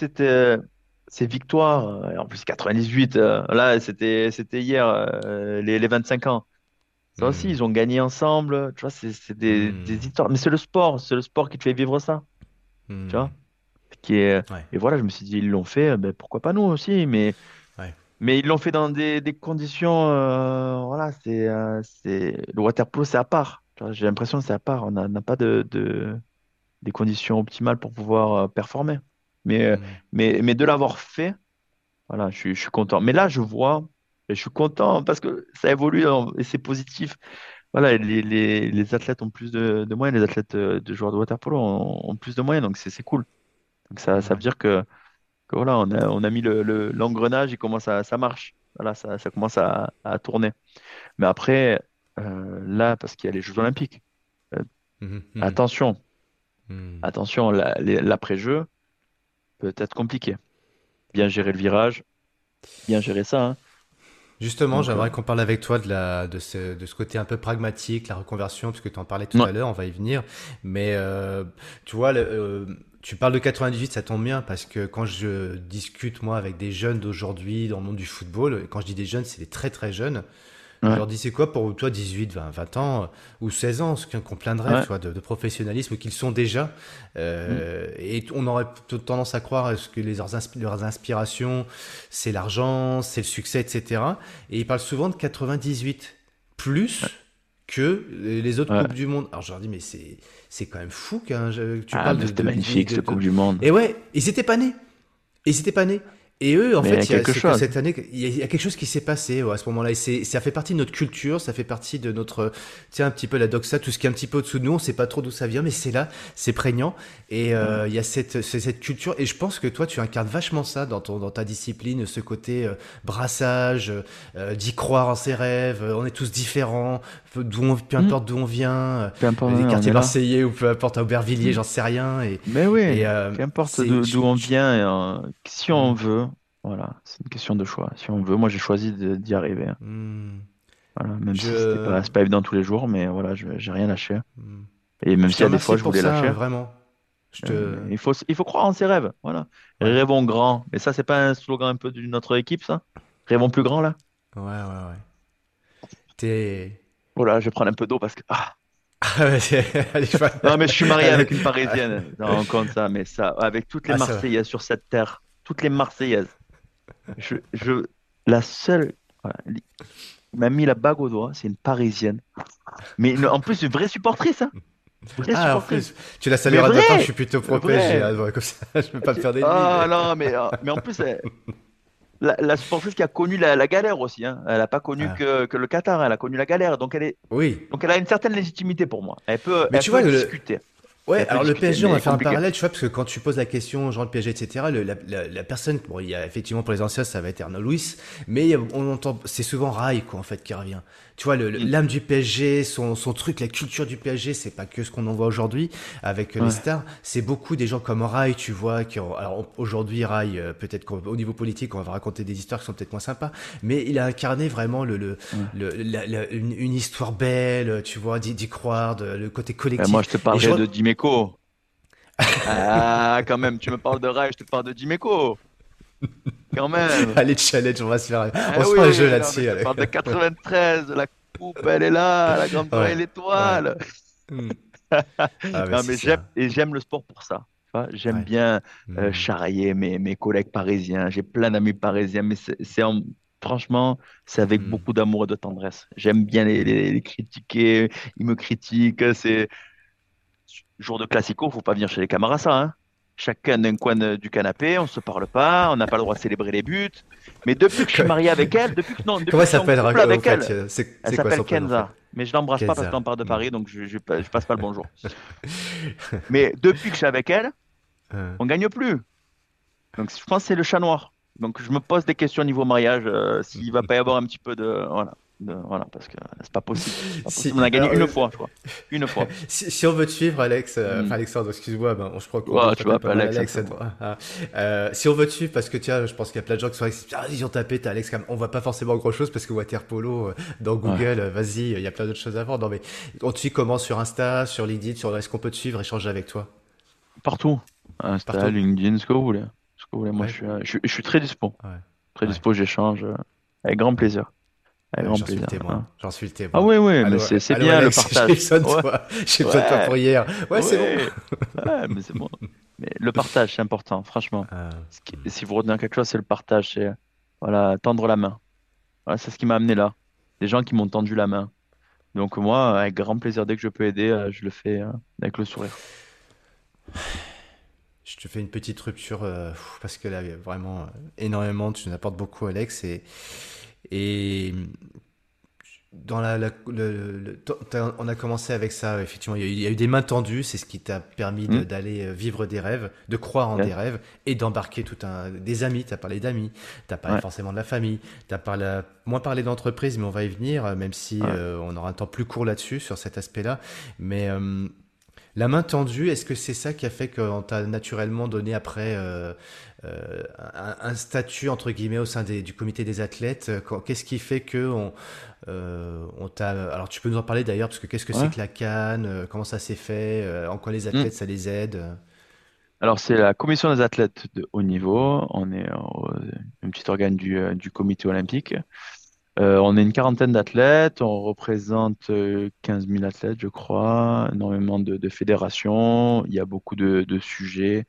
ces victoires, en plus 98, là, c'était hier, les 25 ans. Ça aussi, Mm. ils ont gagné ensemble, tu vois, c'est des Mm. histoires. Mais c'est le sport qui te fait vivre ça, tu Mm. vois. Qui est... Ouais, Et voilà, je me suis dit, ils l'ont fait, ben, pourquoi pas nous aussi, ouais. mais ils l'ont fait dans des conditions, voilà, c'est le water polo, c'est à part. Tu vois, j'ai l'impression que c'est à part. On n'a pas des conditions optimales pour pouvoir performer. Mais, euh, Mm. mais de l'avoir fait, voilà, je suis content. Mais là, je vois, et je suis content parce que ça évolue et c'est positif. Voilà, les athlètes ont plus de moyens, les athlètes de joueurs de water polo ont plus de moyens, donc c'est cool. Donc ça veut Mm. dire que voilà, on a mis l'engrenage, il commence ça marche. Voilà, ça commence à tourner. Mais après, là, parce qu'il y a les Jeux Olympiques, euh, Mhm. Mhm. attention, Mm. attention, l'après-jeu peut être compliqué. Bien gérer le virage, bien gérer ça, hein. Justement, Donc, j'aimerais qu'on parle avec toi de ce côté un peu pragmatique, la reconversion, puisque tu en parlais tout ouais, à l'heure, on va y venir. Mais tu vois, tu parles de 98, ça tombe bien, parce que quand je discute, moi, avec des jeunes d'aujourd'hui dans le monde du football, et quand je dis des jeunes, c'est des très très jeunes, je ouais, leur dis, c'est quoi pour toi 18, 20, 20 ans ou 16 ans, ceux qui ont plein de rêves, ouais. tu vois, de professionnalisme qu'ils sont déjà. Mm. Et on aurait plutôt tendance à croire que leurs inspirations, c'est l'argent, c'est le succès, etc. Et ils parlent souvent de 98, Ouais, plus que les autres ouais. Coupes du Monde. Alors je leur dis, mais c'est quand même fou que tu Ah, parles mais c'était magnifique, ce de... Coupe du Monde. Et ouais, ils étaient pas nés. Et ils étaient pas nés. Et eux, en Mais il y a fait, quelque c'est que chose. cette année, il y a quelque chose qui s'est passé ouais, à ce moment-là. Et ça fait partie de notre culture, ça fait partie de notre, tiens, un petit peu la doxa, tout ce qui est un petit peu au-dessous de nous. On sait pas trop d'où ça vient, mais c'est là, c'est prégnant. Et Ouais. il y a cette culture. Et je pense que toi, tu incarnes vachement ça dans ta discipline, ce côté brassage, d'y croire en ses rêves. On est tous différents, peu Mm. importe d'où on vient, Peu importe, des on quartiers est là. marseillais ou peu importe à Aubervilliers, Mm. j'en sais rien. Mais oui, Et qu'importe c'est, d'où on vient, et, si on hmm, veut, voilà, c'est une question de choix. Si on veut, moi j'ai choisi d'y arriver, hein. hmm. Voilà, même si Je, c'est pas évident tous les jours, mais voilà, j'ai rien lâché. hmm. Et même Je s'il te y a des fois remercie je pour voulais ça, lâcher, vraiment. Je mais te, il faut croire en ses rêves, voilà. ouais, Rêvons grand. Mais ça, c'est pas un slogan un peu de notre équipe, ça? Rêvons plus grand, là? ouais, ouais, ouais. T'es, Voilà, je vais prendre un peu d'eau parce que, ah. ah ouais, allez, Non, mais je suis marié allez. avec une Parisienne. On compte ça, mais ça, avec toutes les Ah, ça va. Marseillaises sur cette terre, toutes les Marseillaises. Je, je, la seule, voilà, il m'a mis la bague au doigt, c'est une Parisienne. Mais en plus, une vraie supportrice, hein. Vraie Ah, en supportrice. plus, tu la Mais salueras de ma part, je vrai, suis plutôt pro PSG, vrai. hein, ouais, comme ça, je peux pas me faire d'ennemis, Ah mais. non, mais en plus, la supportrice qui a connu la galère aussi, hein. Elle n'a pas connu Ah, que le Qatar, elle a connu la galère. oui. Donc elle a une certaine légitimité pour moi. Mais Elle tu vois, peut discuter. ouais, Elle peut alors le discuter, PSG, on va mais faire un compliqué. parallèle, tu vois, parce que quand tu poses la question, genre le PSG, etc., la personne, bon, il y a effectivement pour les anciens, ça va être Erno Luis, mais on entend, c'est souvent Rai, quoi, en fait, qui revient. Tu vois, Mm. l'âme du PSG, son truc, la culture du PSG, c'est pas que ce qu'on en voit aujourd'hui avec les Ouais. stars, c'est beaucoup des gens comme Rai, tu vois, alors aujourd'hui, Rai, peut-être qu'au niveau politique, on va raconter des histoires qui sont peut-être moins sympas, mais il a incarné vraiment Ouais. une histoire belle, tu vois, d'y croire, le côté Ben, moi, collectif. je te Et je, parlerai de Dimeco. Ah, quand même, tu me parles de Rai, je te parle de Dimeco. Quand même. Allez, challenge, on Ah se fera un oui, jeu non, mais je là-dessus. te Allez. parle de 93, la coupe, elle est là, la grande Ouais, oreille, ouais. l'étoile. Hmm. Ah, mais Non, c'est mais ça. j'aime le sport pour ça. Tu vois, j'aime Ouais. bien Hmm. charrier mes collègues parisiens. J'ai plein d'amis parisiens, mais franchement, c'est avec Hmm. beaucoup d'amour et de tendresse. J'aime bien Hmm. les critiquer. Ils me critiquent. C'est jour de classico, faut pas venir chez les Camarasa, hein. chacun d'un coin du canapé, on se parle pas, on n'a pas le droit de célébrer les buts. Mais depuis que je suis marié avec elle, depuis Comment que elle je suis en s'appelle couple au avec fait? elle, C'est elle quoi s'appelle son prénom en fait? Kenza. Mais je l'embrasse pas parce Kenza. qu'on part de Hmm. Paris, donc je passe pas le bonjour. Mais depuis que je suis avec elle, on gagne plus. Donc je pense que c'est le chat noir. Donc je me pose des questions au niveau mariage, s'il va pas y avoir un petit peu de voilà, voilà parce que c'est pas possible. C'est pas Si, possible. On a gagné alors, une fois, je crois. Une fois. si on veut te suivre, Alex, Hmm. enfin Alexandre, excuse-moi, ben, je crois qu'au Ouais, bureau tu vois, t'appelle pas pas mal Alex, ça, Alex. c'est bon. Si on veut te suivre, parce que tiens, je pense qu'il y a plein de gens qui sont Alex, ah, ils ont tapé, t'as Alex, quand même. On voit pas forcément grand-chose parce que water polo dans Ouais. Google, vas-y, il y a plein d'autres choses à voir. Non mais on te suit comment sur Insta, sur LinkedIn, est-ce qu'on peut te suivre, échanger avec toi Partout. Insta, partout? LinkedIn, ce que vous voulez. Ce que vous voulez. Moi, Ouais, je suis très dispo. ouais, Très ouais, dispo, j'échange avec grand ouais. plaisir. Avec grand J'en suis le plaisir. témoin, Hein. j'en suis le Ah témoin. oui, oui, mais Allô, c'est allô bien le Alex, j'ai partage. besoin de Ouais, toi, j'ai besoin de toi ouais, pour hier. Ouais, c'est bon. ouais. Ouais, mais c'est bon. Mais le partage, c'est important, franchement. Hmm. Si vous retenez quelque chose, c'est le partage. C'est voilà, tendre la main. Voilà, c'est ce qui m'a amené là. Des gens qui m'ont tendu la main. Donc moi, avec grand plaisir, dès que je peux aider, je le fais avec le sourire. Je te fais une petite rupture parce que là, il y a vraiment énormément, tu nous apportes beaucoup, Alex. Et dans on a commencé avec ça, effectivement. Il y a eu des mains tendues, c'est ce qui t'a permis Hmm. d'aller vivre des rêves, de croire en des Yes. rêves et d'embarquer des amis. Tu as parlé d'amis, tu as parlé Ouais, forcément de la famille, tu as moins parlé d'entreprise, mais on va y venir, même si ouais. on aura un temps plus court là-dessus, sur cet aspect-là. Mais la main tendue, est-ce que c'est ça qui a fait qu'on t'a naturellement donné après un statut entre guillemets au sein du comité des athlètes? Qu'est-ce qui fait que on t'a... Alors tu peux nous en parler d'ailleurs, parce que qu'est-ce que c'est Ouais. que la CAN? Comment ça s'est fait? En quoi les Hmm. athlètes ça les aide? Alors, c'est la commission des athlètes de haut niveau. On est un petit organe du comité olympique. On est une quarantaine d'athlètes. On représente 15 000 athlètes, je crois. Énormément de fédérations. Il y a beaucoup de sujets.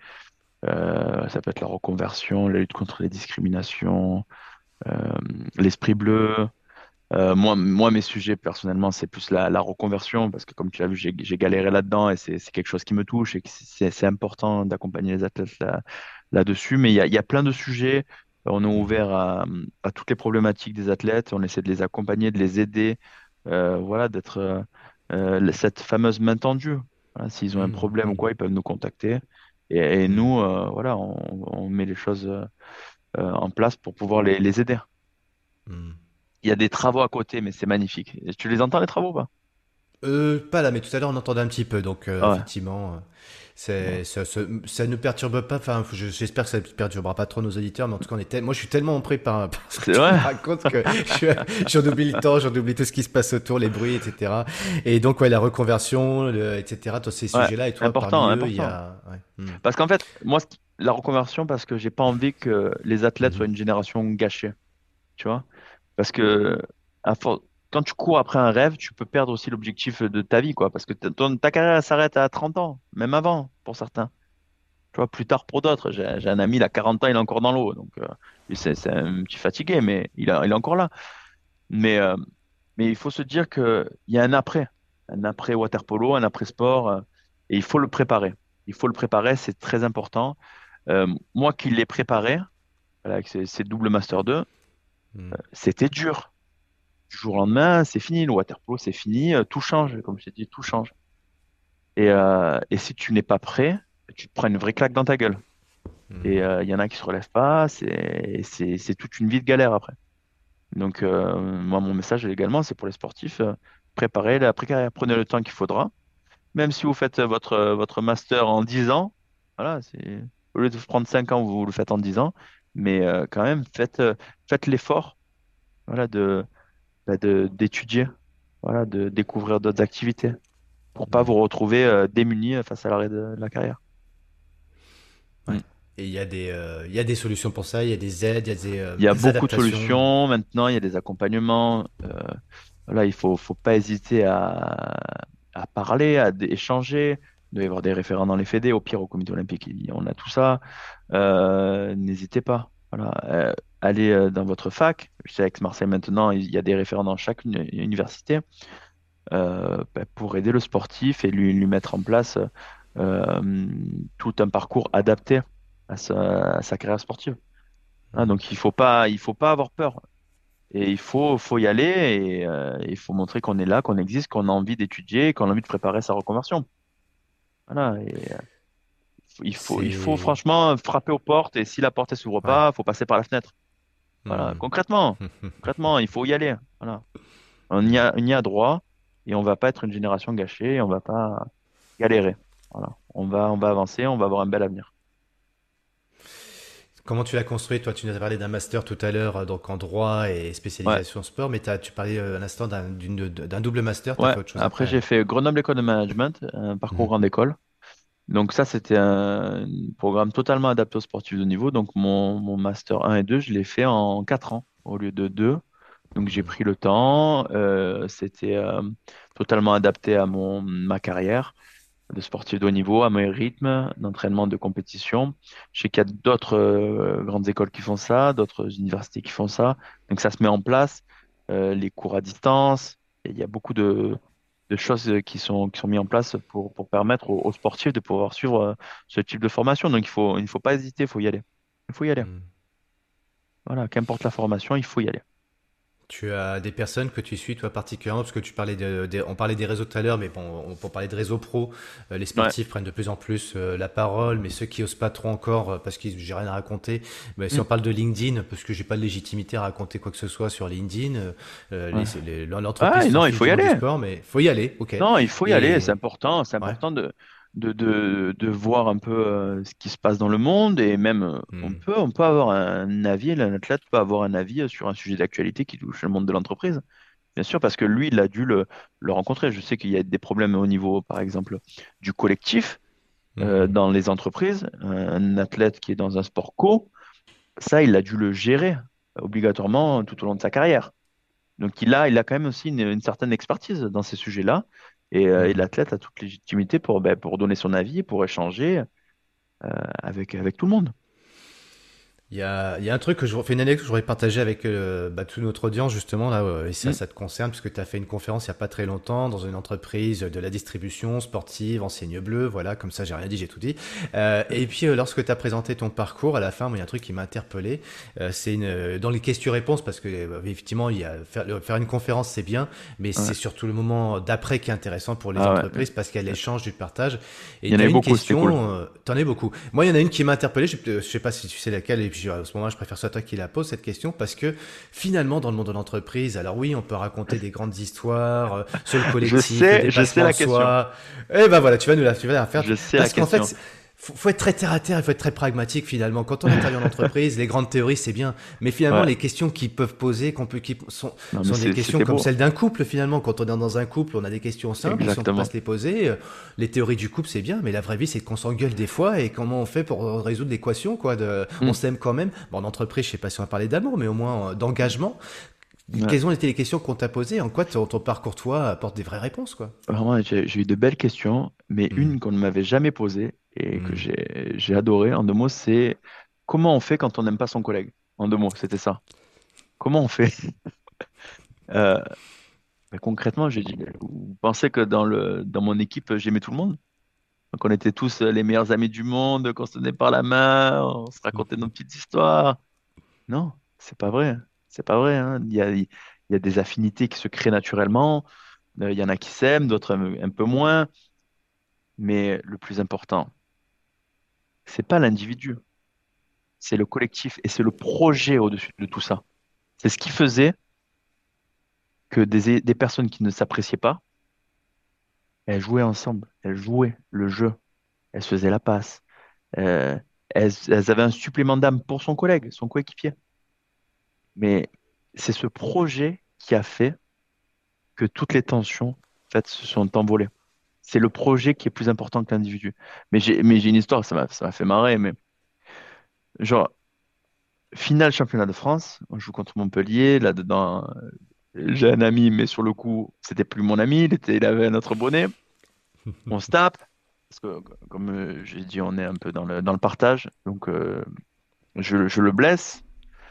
Ça peut être la reconversion, la lutte contre les discriminations, euh, l'esprit bleu. Moi, mes sujets, personnellement, c'est plus la reconversion, parce que comme tu l'as vu, j'ai galéré là-dedans et c'est quelque chose qui me touche et que c'est important d'accompagner les athlètes là-dessus. Mais il y a plein de sujets. On est Mhm. ouvert à toutes les problématiques des athlètes. On essaie de les accompagner, de les aider, voilà, d'être cette fameuse main tendue. Voilà, s'ils ont un Mhm. problème ou Mhm. quoi, ils peuvent nous contacter. Et Mhm. nous, voilà, on met les choses en place pour pouvoir les aider. Mhm. Il y a des travaux à côté, mais c'est magnifique. Et tu les entends, les travaux ou pas? Pas là, mais tout à l'heure on entendait un petit peu, donc Ah ouais, effectivement, bon. ça ne perturbe pas. Enfin, j'espère que ça ne perturbera pas trop nos auditeurs, mais en tout cas, moi, je suis tellement pris par ce que C'est tu me vrai? racontes que j'en oublie le temps, j'en oublie tout ce qui se passe autour, les bruits, etc. Et donc, ouais, la reconversion, etc. Tous ces Ouais, sujets-là, et toi, important, parmi eux, il y important. a, ouais. Parce qu'en fait, moi, la reconversion, parce que j'ai pas envie que les athlètes soient Mhm. une génération gâchée, tu vois? Parce que quand tu cours après un rêve, tu peux perdre aussi l'objectif de ta vie, quoi. Parce que ta carrière elle s'arrête à 30 ans, même avant, pour certains. Tu vois, plus tard pour d'autres. J'ai un ami, il a 40 ans, il est encore dans l'eau. Donc, lui, c'est un petit fatigué, mais il est encore là. Mais, euh, mais il faut se dire qu'il y a un après water polo, un après sport, et il faut le préparer. Il faut le préparer, c'est très important. Moi qui l'ai préparé, voilà, avec ces double master 2, Mhm. c'était dur. Du jour au lendemain, c'est fini, le water polo, c'est fini, tout change, comme je t'ai dit, tout change. Et si tu n'es pas prêt, tu te prends une vraie claque dans ta gueule. Et Mhm. il y en a qui se relèvent pas, c'est toute une vie de galère après. Donc, moi, mon message également, c'est pour les sportifs, préparez l'après-carrière, prenez le temps qu'il faudra. Même si vous faites votre master en 10 ans, voilà, au lieu de prendre 5 ans, vous le faites en 10 ans, mais quand même, faites l'effort, voilà, d'étudier, voilà, de découvrir d'autres activités pour pas vous Mhm. retrouver démunis face à l'arrêt de la carrière. Ouais. Mm. Et il y a des solutions pour ça, il y a des aides, il y a Il y a des beaucoup de adaptations. solutions maintenant, il y a des accompagnements. Voilà, faut pas hésiter à parler, échanger. Il doit y avoir des référents dans les fédés, au pire au comité olympique, on a tout ça. N'hésitez pas. Voilà, allez dans votre fac. Je sais avec Marseille maintenant, il y a des référents dans chaque université pour aider le sportif et lui mettre en place. euh, tout un parcours adapté à sa carrière sportive. Hein, Hmm. donc il faut pas avoir peur. Et faut y aller et il faut montrer qu'on est là, qu'on existe, qu'on a envie d'étudier, qu'on a envie de préparer sa reconversion. Voilà. Et il faut C'est... franchement frapper aux portes et si la porte ne s'ouvre Ouais. pas, faut passer par la fenêtre. Voilà. Hmm. Concrètement, il faut y aller. Voilà. On y a droit et on va pas être une génération gâchée, et on va pas galérer. Voilà. On va avancer, on va avoir un bel avenir. Comment tu l'as construit? Toi, tu nous as parlé d'un master tout à l'heure, donc en droit et Ouais. spécialisation sport, mais tu parlais un instant d'un double master. Tu as Ouais. fait autre chose Après, après? j'ai fait Grenoble École de Management, un parcours Mhm. grande école. Donc ça, c'était un programme totalement adapté aux sportifs de haut niveau. Donc mon master 1 et 2, je l'ai fait en 4 ans au lieu de 2. Donc j'ai Mhm. pris le temps. C'était totalement adapté à ma carrière de sportif de haut niveau, à mes rythmes d'entraînement de compétition. Je sais qu'il y a d'autres grandes écoles qui font ça, d'autres universités qui font ça. Donc ça se met en place, les cours à distance. Et il y a beaucoup de choses qui sont mises en place pour permettre aux sportifs de pouvoir suivre ce type de formation. Donc il faut pas hésiter, il faut y aller. Il faut y aller. Mhm. Voilà, qu'importe la formation, il faut y aller. Tu as des personnes que tu suis, toi, particulièrement, parce que tu parlais on parlait des réseaux tout à l'heure, mais bon, pour parler de réseaux pro, les Ouais. sportifs prennent de plus en plus la parole, mais ceux qui osent pas trop encore, parce que j'ai rien à raconter, ben, si Mm. on parle de LinkedIn, parce que j'ai pas de légitimité à raconter quoi que ce soit sur LinkedIn, Ouais. l'entreprise Ah, s'en non, il fiche faut du y monde du aller. sport, mais faut y aller, ok. Non, il faut y aller, Et c'est ouais. important de voir un peu ce qui se passe dans le monde et même Hmm. on peut avoir un avis, un athlète peut avoir un avis sur un sujet d'actualité qui touche le monde de l'entreprise. Bien sûr, parce que lui, il a dû le rencontrer. Je sais qu'il y a des problèmes au niveau, par exemple, du collectif Mhm. dans les entreprises. Un athlète qui est dans un sport co, ça, il a dû le gérer obligatoirement tout au long de sa carrière. Donc il a quand même aussi une certaine expertise dans ces sujets-là. Et Hmm. l'athlète a toute légitimité pour donner son avis, pour échanger avec tout le monde. Il y a un truc que je fais une anecdote que je voudrais partager avec toute notre audience justement là et Mm. ça te concerne puisque tu as fait une conférence il y a pas très longtemps dans une entreprise de la distribution sportive enseigne bleu voilà comme ça j'ai rien dit j'ai tout dit et puis lorsque tu as présenté ton parcours à la fin moi, il y a un truc qui m'a interpellé c'est dans les questions-réponses parce que effectivement il y a faire une conférence c'est bien mais Ouais. c'est surtout le moment d'après qui est intéressant pour les Ah ouais. entreprises parce qu'elle échange du partage et Il y en tu as avait une beaucoup, c'était cool. question t'en es beaucoup moi il y en a une qui m'a interpellé je sais pas si tu sais laquelle et puis à ce moment-là, je préfère que ce soit toi qui la pose cette question parce que finalement, dans le monde de l'entreprise, alors oui, on peut raconter des grandes histoires sur le collectif, le Je sais dépassement de la question. soi. Et ben voilà, tu vas la faire Je sais la parce qu'en fait, question. faut être très terre à terre, il faut être très pragmatique finalement. Quand on intervient en entreprise, les grandes théories c'est bien, mais finalement Ouais. les questions qu'ils peuvent poser, Non, mais sont des questions c'était comme beau. celles d'un couple finalement. Quand on est dans un couple, on a des questions simples, si on peut pas Exactement. se les poser. Les théories du couple c'est bien, mais la vraie vie c'est qu'on s'engueule des fois et comment on fait pour résoudre l'équation quoi. On Mm. s'aime quand même. Bon, en entreprise, je sais pas si on va parler d'amour, mais au moins d'engagement. Ouais. Quelles ont été les questions qu'on t'a posées? En quoi ton parcours toi apporte des vraies réponses quoi? Vraiment, j'ai eu de belles questions, mais Hmm. une qu'on ne m'avait jamais posée et que Hmm. j'ai adoré en 2 mots, c'est comment on fait quand on n'aime pas son collègue? En 2 mots, c'était ça. Comment on fait? Euh, concrètement, j'ai dit, vous pensez que dans mon équipe, j'aimais tout le monde? Donc on était tous les meilleurs amis du monde, qu'on se tenait par la main, on se racontait nos petites histoires. Non, c'est pas vrai. C'est pas vrai, hein. Il y a des affinités qui se créent naturellement. Il y en a qui s'aiment, d'autres un peu moins. Mais le plus important, c'est pas l'individu, c'est le collectif et c'est le projet au-dessus de tout ça. C'est ce qui faisait que des personnes qui ne s'appréciaient pas, elles jouaient ensemble, elles jouaient le jeu, elles se faisaient la passe, euh, elles avaient un supplément d'âme pour son collègue, son coéquipier. Mais c'est ce projet qui a fait que toutes les tensions, en fait, se sont envolées. C'est le projet qui est plus important que l'individu. Mais j'ai une histoire, ça m'a fait marrer, mais genre, finale championnat de France, on joue contre Montpellier, là-dedans, j'ai un ami, mais sur le coup, c'était plus mon ami, il avait un autre bonnet. On se tape, parce que comme j'ai dit, on est un peu dans le partage, donc je le blesse,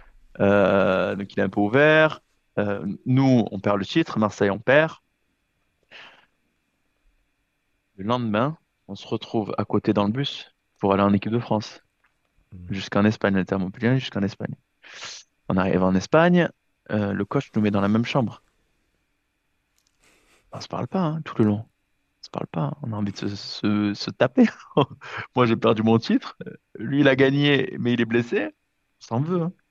donc il est un peu ouvert. Nous, on perd le titre, Marseille, on perd. Le lendemain, On se retrouve à côté dans le bus pour aller en équipe de France. Jusqu'en Espagne, on était à Montpellier, jusqu'en Espagne. On arrive en Espagne, le coach nous met dans la même chambre. On se parle pas hein, tout le long. On se parle pas. On a envie de se taper. Moi, j'ai perdu mon titre. Lui, il a gagné, mais il est blessé. On s'en veut, hein.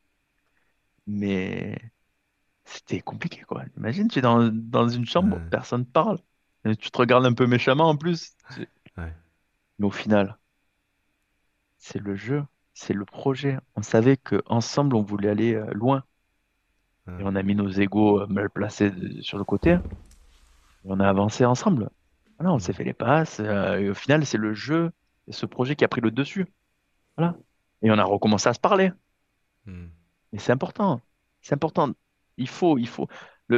Mais c'était compliqué, quoi. Imagine, tu es dans une chambre, Ouais, personne ne parle. Et tu te regardes un peu méchamment en plus. ouais, Mais au final, c'est le jeu, c'est le projet. On savait qu'ensemble, on voulait aller loin. Et ouais. on a mis nos égos mal placés sur le côté. Et on a avancé ensemble. Voilà, on s'est fait les passes. Et au final, c'est le jeu et ce projet qui a pris le dessus. Voilà. Et on a recommencé à se parler. Hmm. Et c'est important. C'est important. Il faut.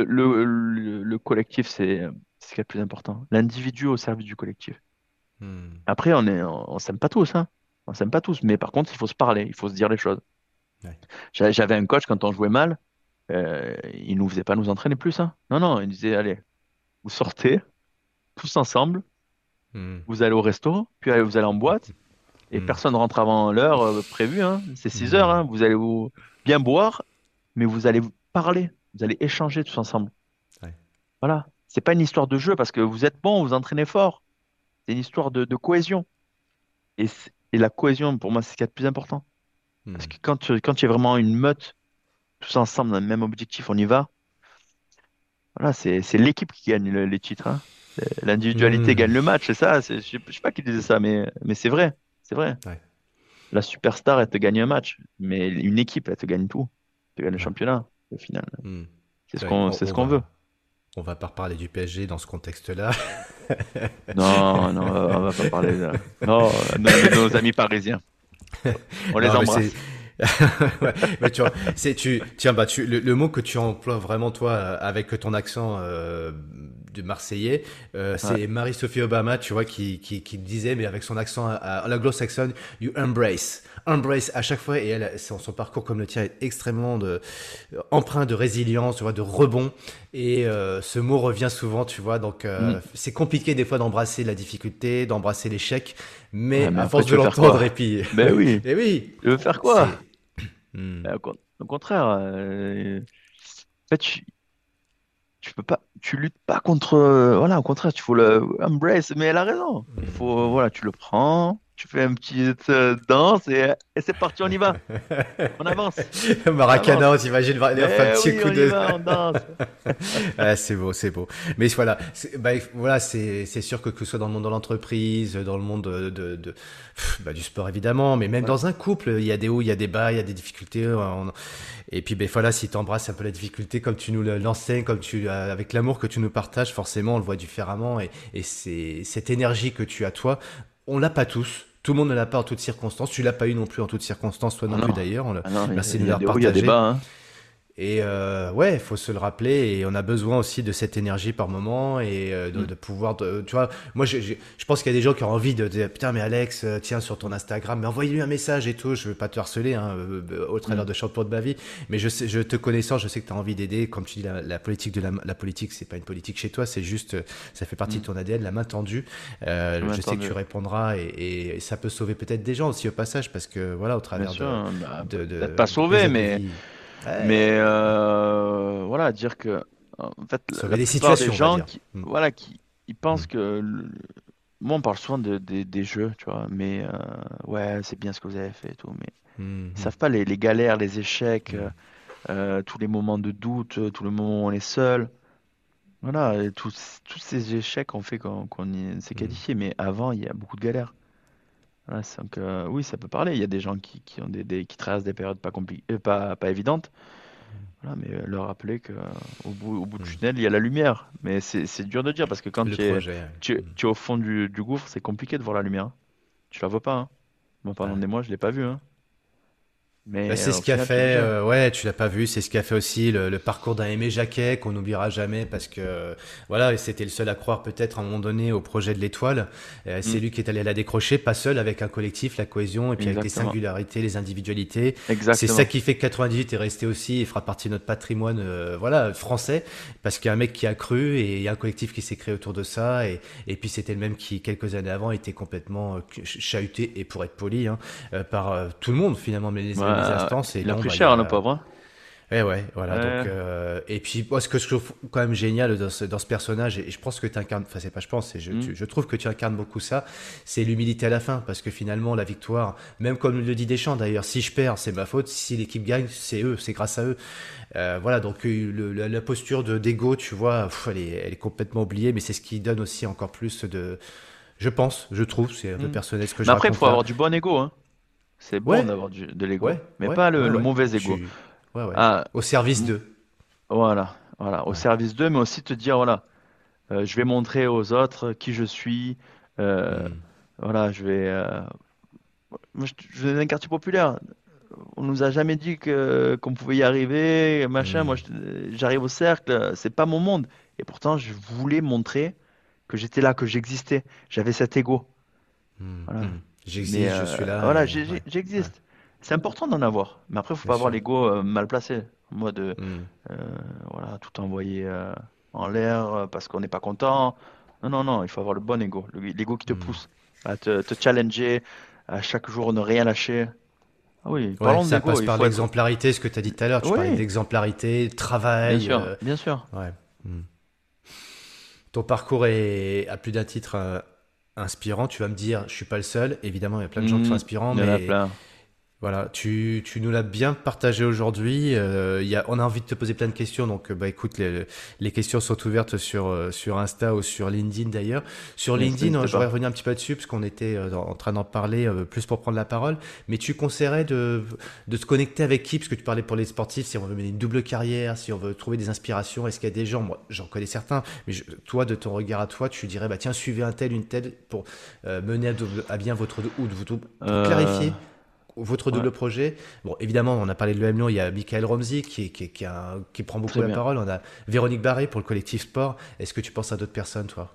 Le collectif, c'est ce qui est le plus important. L'individu au service du collectif. Hmm. Après, on s'aime pas tous, hein. On s'aime pas tous. Mais par contre, il faut se parler. Il faut se dire les choses. Ouais. J'avais un coach quand on jouait mal. Il nous faisait pas nous entraîner plus, hein. Non, non. Il disait, allez, vous sortez tous ensemble. Hmm. Vous allez au resto. Puis allez, vous allez en boîte. Et Hmm. personne rentre avant l'heure prévue, hein. C'est 6 heures, Hmm. hein. Vous allez vous bien boire, mais vous allez vous parler, vous allez échanger tous ensemble. Ouais. Voilà. C'est pas une histoire de jeu parce que vous êtes bon, vous entraînez fort. C'est une histoire de cohésion. Et la cohésion, pour moi, c'est ce qu'il y a de plus important. Parce Hmm. que quand il y a vraiment une meute, tous ensemble dans le même objectif, on y va. Voilà, c'est l'équipe qui gagne les titres, hein. L'individualité Hmm. gagne le match, c'est ça. Je sais pas qui disait ça, mais c'est vrai. C'est vrai. Ouais. La superstar, elle te gagne un match, mais une équipe, elle te gagne tout. Elle te gagne le Ouais. championnat, au final. Hmm. C'est ce Ouais, qu'on, c'est ce on qu'on veut. on va pas reparler du PSG dans ce contexte-là. Non, non, on va pas parler de... Non, nos amis parisiens, on les Non, mais c'est. embrasse. Ouais, mais tu vois, tiens, bah, le mot que tu emploies vraiment, toi, avec ton accent de Marseillais, Ouais, c'est Marie-Sophie Obama, tu vois, qui disait, mais avec son accent à l'anglo-saxonne, you embrace. Embrace à chaque fois, et elle, son parcours comme le tien est extrêmement empreint de résilience, tu vois, de rebond, et ce mot revient souvent, tu vois, donc mm. c'est compliqué des fois d'embrasser la difficulté, d'embrasser l'échec, Ouais, mais mais à après, force tu de veux faire l'entendre, et quoi? puis, Ben oui, et oui, tu veux faire quoi? c'est. Hmm. Au contraire, en fait, tu peux pas, tu luttes pas contre, voilà, au contraire, tu faut le embrace, mais elle a raison. Il faut, voilà, tu le prends, tu fais un petit danse et c'est parti, on y va. On avance, on Maracana, avance. on t'imagine leur faire un Ben petit oui, coup on y de. va, on danse. Ah, c'est beau, c'est beau. Mais voilà, bah, voilà, c'est sûr que ce soit dans le monde de l'entreprise, dans le monde bah, du sport évidemment, mais même Ouais. dans un couple, il y a des hauts, il y a des bas, il y a des difficultés. Et puis ben voilà, si tu embrasses un peu la difficulté comme tu nous l'enseignes, comme avec l'amour que tu nous partages, forcément on le voit différemment et c'est cette énergie que tu as toi, on l'a pas tous. Tout le monde ne l'a pas en toutes circonstances. Tu l'as pas eu non plus en toutes circonstances, toi Ah non plus non, d'ailleurs. ah non, Merci de il nous y a l'avoir des hauts, il y a des bas, partagé. hein. Et ouais, il faut se le rappeler et on a besoin aussi de cette énergie par moment et Mm. de pouvoir, tu vois, moi je pense qu'il y a des gens qui ont envie de dire putain mais Alex, tiens sur ton Instagram, mais envoyez-lui un message et tout, je veux pas te harceler hein, au travers Mm. de champion de ma vie, mais je sais, je te connaissant, je sais que tu as envie d'aider, comme tu dis la politique la politique, c'est pas une politique chez toi, c'est juste, ça fait partie Mm. de ton ADN, la main tendue. J'ai bien Je sais que entendu. tu répondras et ça peut sauver peut-être des gens aussi au passage parce que voilà, au Bien travers sûr, hein, bah, peut-être pas de sauvé, l'épisode de vie. mais Ouais, voilà, dire que en fait, la sauver des plupart des situations, on va gens dire. qui, Mm. voilà, qui ils pensent Mm. que moi, on parle souvent des jeux, tu vois, mais ouais, c'est bien ce que vous avez fait et tout, mais ils Mhm. savent pas les galères, les échecs, Mm. tous les moments de doute, tous les moments où on est seul. Voilà, et tous ces échecs ont fait qu'on s'est Mm. qualifié, mais avant, il y a beaucoup de galères. Voilà, donc, oui, ça peut parler. Il y a des gens qui ont qui traversent des périodes pas compliquées, pas évidentes. Voilà, mais leur rappeler que au bout du Mm. tunnel, il y a la lumière. Mais c'est dur de dire parce que quand Le projet. Ouais. tu es au fond du gouffre, c'est compliqué de voir la lumière, hein. Tu la vois pas, hein. Moi, pendant Ouais. des mois, je l'ai pas vue, hein. Bah, Mais c'est ce au qui a final, tu fait, bougeais. ouais, tu l'as pas vu, c'est ce qui a fait aussi le parcours d'un Aimé Jacquet qu'on n'oubliera jamais parce que voilà, c'était le seul à croire peut-être à un moment donné au projet de l'étoile. C'est Mm, lui qui est allé la décrocher, pas seul, avec un collectif, la cohésion et puis avec les exactement. singularités, les individualités. C'est ça Exactement. qui fait que 98 est resté aussi et fera partie de notre patrimoine, voilà, français, parce qu'il y a un mec qui a cru et il y a un collectif qui s'est créé autour de ça et puis c'était le même qui quelques années avant était complètement chahuté et pour être poli, hein, par tout le monde finalement, mais les Ouais, instances. Et il a bon, pris bah, il y cher, le a. pauvre, hein. Eh ouais, voilà. Donc, Ouais. et puis, moi, ce que je trouve quand même génial dans ce personnage, et je pense que tu incarnes, enfin, c'est pas je pense, Mm, je trouve que tu incarnes beaucoup ça, c'est l'humilité à la fin. Parce que finalement, la victoire, même comme le dit Deschamps d'ailleurs, si je perds, c'est ma faute. Si l'équipe gagne, c'est eux, c'est grâce à eux. Voilà, donc la posture d'ego, tu vois, elle est complètement oubliée, mais c'est ce qui donne aussi encore plus de. Je pense, je trouve, c'est un peu mm. personnel ce que Mais je après, il raconte faut là. avoir du bon ego, hein. C'est bon Ouais, d'avoir de l'ego, ouais, mais ouais, pas ouais, le ouais. mauvais Je ego. suis. Ouais, ouais. Ah, Au service m- d'eux. voilà, voilà, au Ouais. service d'eux, mais aussi te dire, voilà, je vais montrer aux autres qui je suis. euh, Hmm. voilà, moi, je venais d'un quartier populaire. On nous a jamais dit que qu'on pouvait y arriver, machin. Moi, Hmm. j'arrive au cercle, c'est pas mon monde. Et pourtant, je voulais montrer que j'étais là, que j'existais. J'avais cet ego. Hmm. Voilà. Hmm. Mais J'existe, je suis là voilà, et ouais, ouais, j'existe. C'est important d'en avoir. Mais après, faut bien pas avoir sûr. l'ego mal placé. En mode, Hmm. euh, voilà, tout envoyer en l'air parce qu'on n'est pas content. Non, non, non, il faut avoir le bon ego. L'ego qui te Hmm. pousse à te challenger, à chaque jour ne rien lâcher. Ah oui, Ouais, parlons ça d'ego. passe Il par faut être. l'exemplarité, ce que tu as dit tout à l'heure. Tu parlais Oui, d'exemplarité, de bien travail. sûr, bien sûr. Ouais. Hmm. Ton parcours est à plus d'un titre inspirant. Tu vas me dire, je suis pas le seul. Évidemment, il y a plein de gens qui sont inspirants, Il y en a mais plein. voilà, tu nous l'as bien partagé aujourd'hui. On a envie de te poser plein de questions, donc bah écoute, les questions sont ouvertes sur Insta ou sur LinkedIn d'ailleurs. Sur Yes, LinkedIn, n'hésitez je voudrais pas. revenir un petit peu dessus parce qu'on était en train d'en parler plus pour prendre la parole. Mais tu conseillerais de se connecter avec qui? Parce que tu parlais pour les sportifs, si on veut mener une double carrière, si on veut trouver des inspirations, est-ce qu'il y a des gens, moi j'en connais certains, mais toi, de ton regard à toi, tu dirais, bah tiens, suivez un tel, une telle pour mener à bien pour Euh, clarifier votre ouais, double projet. Bon, évidemment, on a parlé de l'OM Lyon, il y a Michael Romzi qui prend beaucoup très la bien. parole. On a Véronique Barré pour le collectif sport. Est-ce que tu penses à d'autres personnes, toi?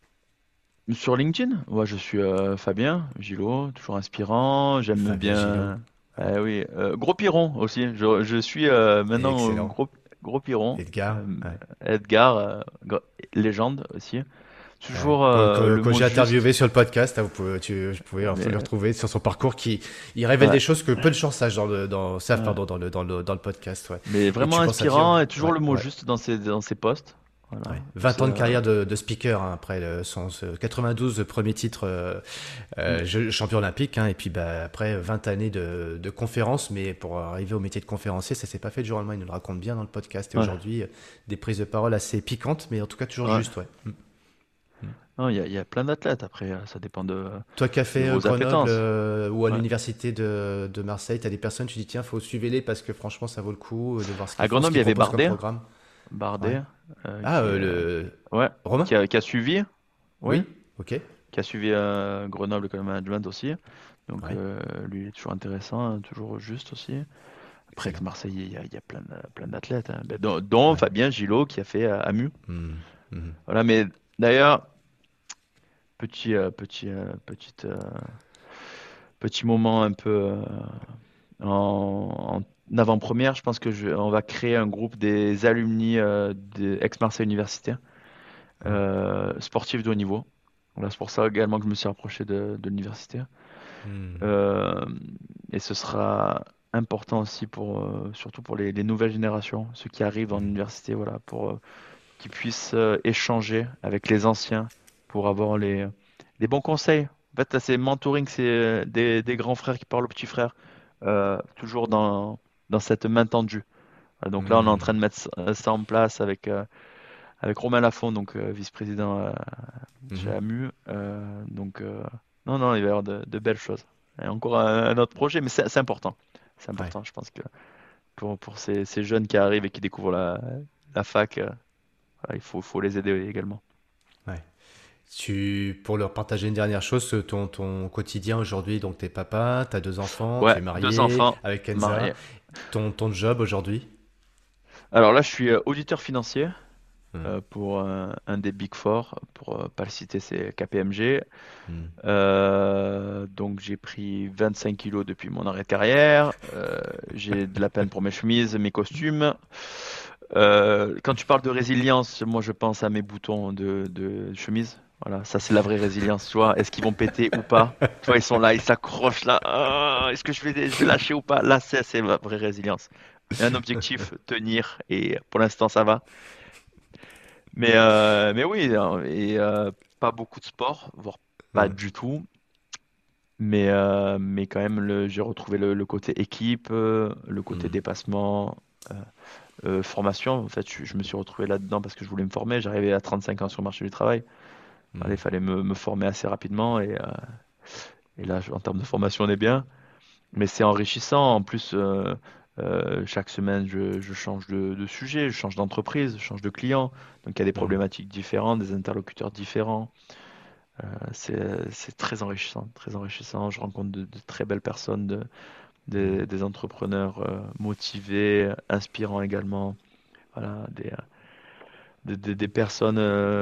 Sur LinkedIn, moi je suis Fabien Gillot, toujours inspirant. J'aime Fabien Gillot. bien. Ouais. Oui, Gros Piron aussi. Je suis maintenant Excellent. Gros Piron. Edgar. Euh, Ouais. Edgar, légende aussi. Ouais. Toujours le Que mot j'ai juste. interviewé sur le podcast, hein, vous pouvez Mais, le retrouver sur son parcours qui il révèle ouais, des choses que peu de gens sachent savent ouais. pardon, dans le podcast. Ouais. Mais Et vraiment tu penses à qui? inspirant et toujours Ouais, le mot ouais. juste dans ses posts. Voilà. Ouais. 20 ans de carrière de speaker hein, après son 92 premier titre Mm, champion olympique hein, et puis bah, après 20 années de conférences mais pour arriver au métier de conférencier ça s'est pas fait du jour au lendemain, il nous le raconte bien dans le podcast et ouais, aujourd'hui des prises de parole assez piquantes mais en tout cas toujours ouais. juste ouais. Mm. Mm. Non, il y a plein d'athlètes après. Ça dépend Toi qui as de fait vos Grenoble appétences. ou à Ouais. l'université de Marseille, tu as des personnes, tu dis tiens, faut suivre-les parce que franchement ça vaut le coup de voir ce qu'ils À font, ce Grenoble, il qu'ils y avait proposent comme Bardet. programme. Ouais. Bardet, Ah, ouais, Romain? qui a suivi, oui, Oui? Ok. qui a suivi Grenoble École de Management aussi. Donc Ouais. lui, il est toujours intéressant, hein, toujours juste aussi. Après, avec Excellent. Marseille, il y a plein d'athlètes, hein. Ben, dont Ouais. Fabien Gillot qui a fait AMU. Hmm. Mhm. Voilà, mais d'ailleurs, petit moment un peu en avant-première, je pense que on va créer un groupe des alumni des ex-Marseille Université, Ah. sportifs de haut niveau. Voilà, c'est pour ça également que je me suis rapproché de l'université. Hmm. Euh, et ce sera important aussi surtout pour les nouvelles générations, ceux qui arrivent en Mhm. université, voilà, pour qu'ils puissent échanger avec les anciens pour avoir les bons conseils. En fait, c'est mentoring, c'est des grands frères qui parlent aux petits frères, toujours dans cette main tendue. Donc là, on est en Hmm. train de mettre ça en place avec Romain Lafont, donc vice-président chez Mhm. AMU. Non, non, il va y avoir de belles choses. Et encore un autre projet, mais c'est important. C'est Ouais. important, je pense que pour ces jeunes qui arrivent et qui découvrent la fac, voilà, faut les aider également. Ouais. Pour leur partager une dernière chose, ton quotidien aujourd'hui, donc t'es papa, t'as 2 enfants, tu Ouais, es 2 enfants, marié avec Kenza, mariés. ton job aujourd'hui? Alors là, je suis auditeur financier Hmm, pour un des Big Four, pour pas le citer, c'est KPMG. hmm, Donc j'ai pris 25 kilos depuis mon arrêt de carrière. J'ai de la peine pour mes chemises, mes costumes. Quand tu parles de résilience, moi je pense à mes boutons de chemise. Voilà, ça c'est la vraie résilience, tu vois. Est-ce qu'ils vont péter ou pas? Tu vois, ils sont là, ils s'accrochent là. Ah, est-ce que je vais lâcher ou pas? Là, c'est ma vraie résilience. Et un objectif, tenir. Et pour l'instant, ça va. Mais oui, hein, et pas beaucoup de sport, voire pas hmm, du tout. Mais quand même, j'ai retrouvé le côté équipe, le côté hmm, dépassement, formation. En fait, je me suis retrouvé là-dedans parce que je voulais me former. J'arrivais à 35 ans sur le marché du travail. hmm, Il fallait me former assez rapidement. Et là, en termes de formation, on est bien. Mais c'est enrichissant. En plus, chaque semaine, je change de sujet, je change d'entreprise, je change de client. Donc, il y a des hmm, problématiques différentes, des interlocuteurs différents. C'est très enrichissant, très enrichissant. Je rencontre de très belles personnes, hmm, des entrepreneurs motivés, inspirants également. Voilà, des personnes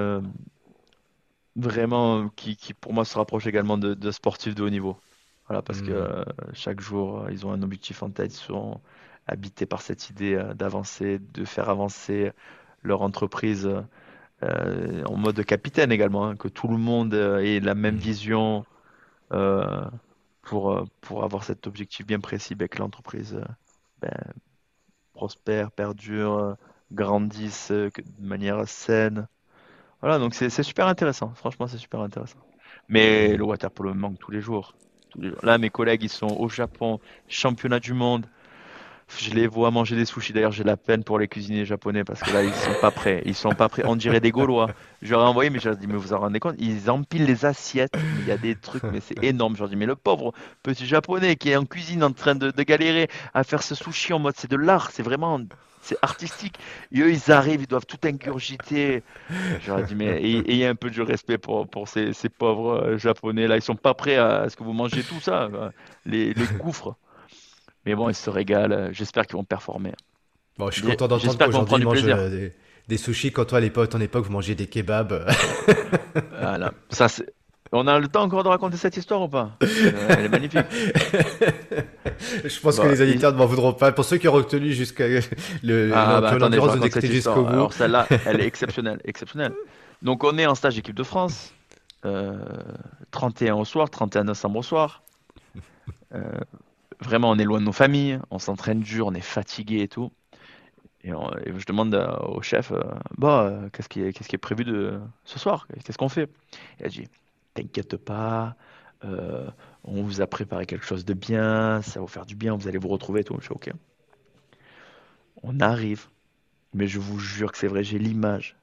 vraiment qui, pour moi, se rapprochent également de sportifs de haut niveau. Voilà, parce que hmm, chaque jour, ils ont un objectif en tête, ils sont habités par cette idée d'avancer, de faire avancer leur entreprise en mode capitaine également, hein, que tout le monde ait la même hmm, vision euh, pour avoir cet objectif bien précis, ben, que l'entreprise ben, prospère, perdure, grandisse de manière saine. Voilà, donc c'est super intéressant. Franchement, c'est super intéressant. Mais hmm. le water polo me manque tous les jours. Tous les jours. Là, mes collègues, ils sont au Japon, championnat du monde. Je les vois manger des sushis. D'ailleurs, j'ai la peine pour les cuisiniers japonais parce que là, ils sont pas prêts. Ils sont pas prêts. On dirait des Gaulois. Je leur ai envoyé, mais je leur ai dit, mais vous en rendez compte? Ils empilent les assiettes. Mais il y a des trucs, mais c'est énorme. Je leur dis, mais le pauvre petit japonais qui est en cuisine en train de galérer à faire ce sushi en mode, c'est de l'art. C'est vraiment, c'est artistique. Et eux, ils arrivent, ils doivent tout ingurgiter. Je leur ai dit, mais ayez un peu de respect pour ces pauvres japonais là. Ils sont pas prêts à ce que vous mangez tout ça, les gouffres. Mais bon, ils se régalent. J'espère qu'ils vont performer. Bon, je suis content d'entendre J'espère qu'ils vont qu'aujourd'hui prendre ils du mangent plaisir. des sushis quand toi, à ton époque, vous mangiez des kebabs. Voilà. Ça, on a le temps encore de raconter cette histoire ou pas? Parce qu'elle est magnifique. Je pense que Bah, les auditeurs ne m'en voudront pas. Pour ceux qui ont retenu jusqu'à ah, bah qui ont attendez, je l'endurance de nous raconte cette écouter histoire. jusqu'au bout. Alors celle-là, elle est exceptionnelle, exceptionnelle. Donc on est en stage équipe de France, euh, 31 au soir, 31 décembre au soir. Euh, Vraiment, on est loin de nos familles, on s'entraîne dur, on est fatigué et tout. Et je demande au chef, qu'est-ce qui est prévu de ce soir? Qu'est-ce qu'on fait? Il a dit, t'inquiète pas, euh, on vous a préparé quelque chose de bien, ça va vous faire du bien, vous allez vous retrouver et tout. Je fais, ok. On arrive, mais je vous jure que c'est vrai, j'ai l'image,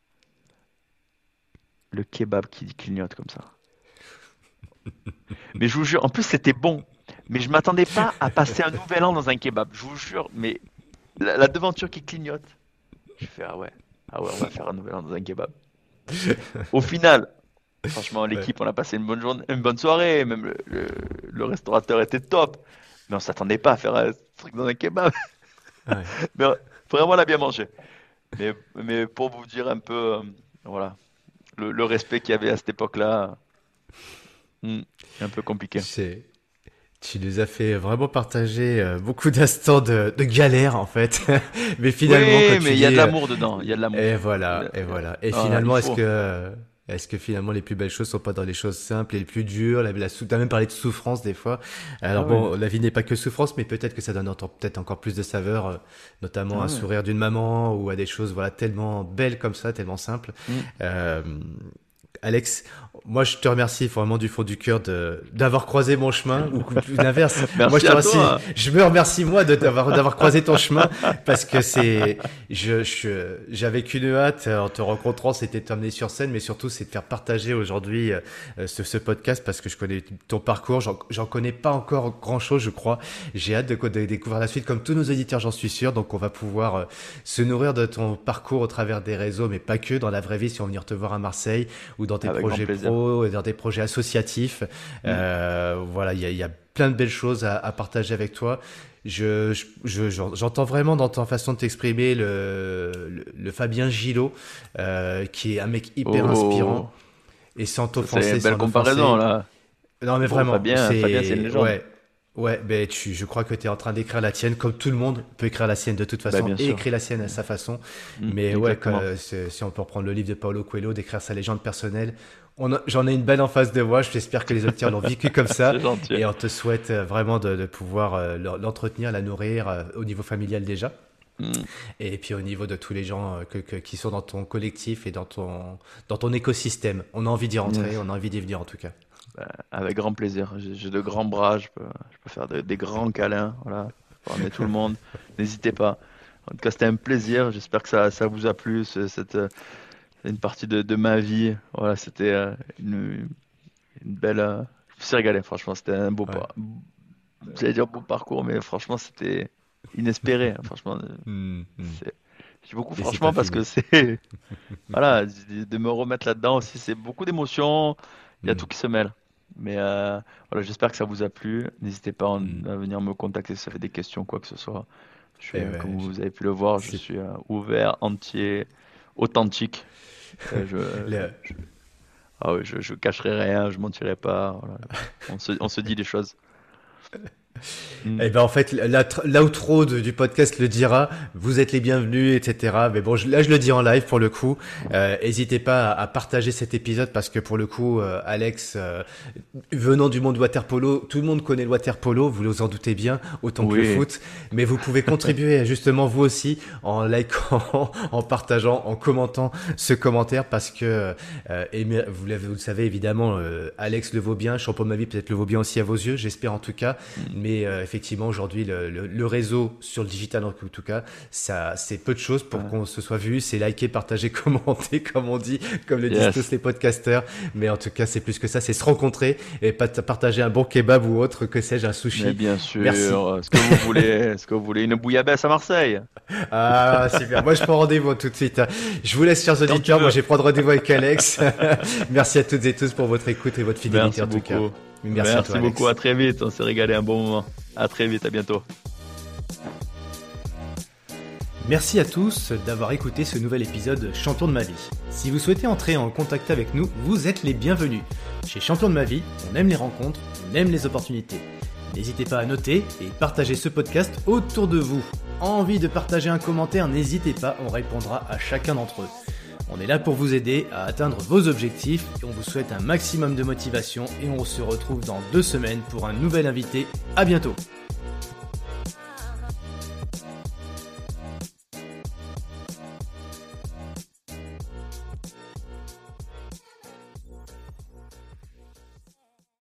le kebab qui clignote comme ça. Mais je vous jure, en plus c'était bon, mais je m'attendais pas à passer un nouvel an dans un kebab. Je vous jure, mais la devanture qui clignote. Je fais, ah ouais, on va faire un nouvel an dans un kebab. Au final, franchement, Ouais, l'équipe, on a passé une bonne journée, une bonne soirée. Même le restaurateur était top. Mais on s'attendait pas à faire un truc dans un kebab. ouais. Mais vraiment, on a bien mangé. Mais pour vous dire un peu, voilà, le respect qu'il y avait à cette époque-là, un peu compliqué. C'est- Tu nous as fait vraiment partager beaucoup d'instants de galère en fait. Mais finalement, quand Oui, tu mais il y a de dis l'amour dedans. Il y a de et l'amour. voilà, et voilà. Et Voilà, il finalement, faut. est-ce que finalement les plus belles choses sont pas dans les choses simples et les plus dures? T'as même parlé de souffrance des fois. Alors Ah oui. bon, la vie n'est pas que souffrance, mais peut-être que ça donne peut-être encore plus de saveur, notamment Ah un oui. sourire d'une maman ou à des choses voilà tellement belles comme ça, tellement simples. Mm. Euh, Alex, moi je te remercie vraiment du fond du cœur d'avoir croisé mon chemin ou l'inverse. Moi je Merci te à remercie, toi. je me remercie moi d'avoir croisé ton chemin parce que j'avais qu'une hâte en te rencontrant, c'était de t'emmener sur scène, mais surtout c'est de faire partager aujourd'hui ce podcast parce que je connais ton parcours, j'en connais pas encore grand chose je crois. J'ai hâte de découvrir la suite comme tous nos éditeurs j'en suis sûr, donc on va pouvoir se nourrir de ton parcours au travers des réseaux, mais pas que dans la vraie vie si on va venir te voir à Marseille ou dans tes Avec grand projets plaisir. pro et dans tes projets associatifs. Voilà, il y a plein de belles choses à partager avec toi. J'entends vraiment dans ta façon de t'exprimer le Fabien Gillot, qui est un mec hyper inspirant. Et sans C'est t'offenser, une belle sans comparaison l'offenser. là. Non, mais Bon, vraiment, Fabien, c'est une légende. ouais. Ouais, ben je crois que tu es en train d'écrire la tienne, comme tout le monde peut écrire la sienne de toute façon, Bien et sûr. écrire la sienne à sa façon. Mais ouais, Exactement. si on peut reprendre le livre de Paulo Coelho, d'écrire sa légende personnelle, j'en ai une belle en face de moi. J'espère que les auditeurs l'ont vécu comme ça. C'est gentil. Et on te souhaite vraiment de pouvoir l'entretenir, la nourrir au niveau familial déjà. Mm. Et puis au niveau de tous les gens qui sont dans ton collectif et dans ton écosystème. On a envie d'y rentrer, Yes. on a envie d'y venir en tout cas. Avec grand plaisir. J'ai de grands bras, je peux faire des grands câlins. Voilà. Je peux ramener tout le monde. N'hésitez pas. En tout cas, c'était un plaisir. J'espère que ça vous a plu, cette une partie de ma vie. Voilà, c'était une belle. Je me suis régalé, franchement. C'était un beau Ouais. pas. J'allais dire beau parcours, mais franchement, c'était inespéré, hein. Franchement, Mm, mm. c'est. J'ai beaucoup, Et c'est franchement, pas parce que fini. c'est. Voilà, de me remettre là-dedans aussi, c'est beaucoup d'émotions. Il y a Mm, tout qui se mêle. Mais voilà, j'espère que ça vous a plu. N'hésitez pas mm. à venir me contacter si ça fait des questions, quoi que ce soit. Eh Comme ben, vous avez pu le voir, je c'est suis ouvert, entier, authentique. Euh, je, le- ah oui, je cacherai rien, je mentirai pas. Voilà. On se dit les choses. Mm. Eh ben en fait, l'outro du podcast le dira. Vous êtes les bienvenus, etc. Mais bon, là je le dis en live pour le coup. N'hésitez pas à partager cet épisode parce que pour le coup, Alex, venant du monde water polo, tout le monde connaît le water polo. Vous vous en doutez bien, autant que le Oui, foot. Mais vous pouvez contribuer justement vous aussi en likant, en partageant, en commentant ce commentaire parce que vous le savez évidemment, Alex le vaut bien, champion de ma vie peut-être le vaut bien aussi à vos yeux. J'espère en tout cas. Mais effectivement, aujourd'hui, le réseau sur le digital, en tout cas, ça, c'est peu de choses pour ouais. qu'on se soit vu. C'est liker, partager, commenter, comme on dit, comme le disent tous Yes. les podcasters. Mais en tout cas, c'est plus que ça. C'est se rencontrer et partager un bon kebab ou autre, que sais-je, un Mais sushi. bien sûr, Merci. est-ce que vous voulez une bouillabaisse à Marseille? Ah, super. Moi, je prends rendez-vous tout de suite. Je vous laisse, chers Quand tu auditeurs. Moi, veux. je vais prendre rendez-vous avec Alex. Merci à toutes et tous pour votre écoute et votre fidélité, Merci en tout cas. beaucoup. Merci à toi, Merci beaucoup, à Alex. très vite. On s'est régalé un bon moment. À très vite, à bientôt. Merci à tous d'avoir écouté ce nouvel épisode Champion de ma vie. Si vous souhaitez entrer en contact avec nous, vous êtes les bienvenus. Chez Champion de ma vie, on aime les rencontres, on aime les opportunités. N'hésitez pas à noter et partager ce podcast autour de vous. Envie de partager un commentaire, n'hésitez pas, on répondra à chacun d'entre eux. On est là pour vous aider à atteindre vos objectifs et on vous souhaite un maximum de motivation et on se retrouve dans 2 semaines pour un nouvel invité. À bientôt.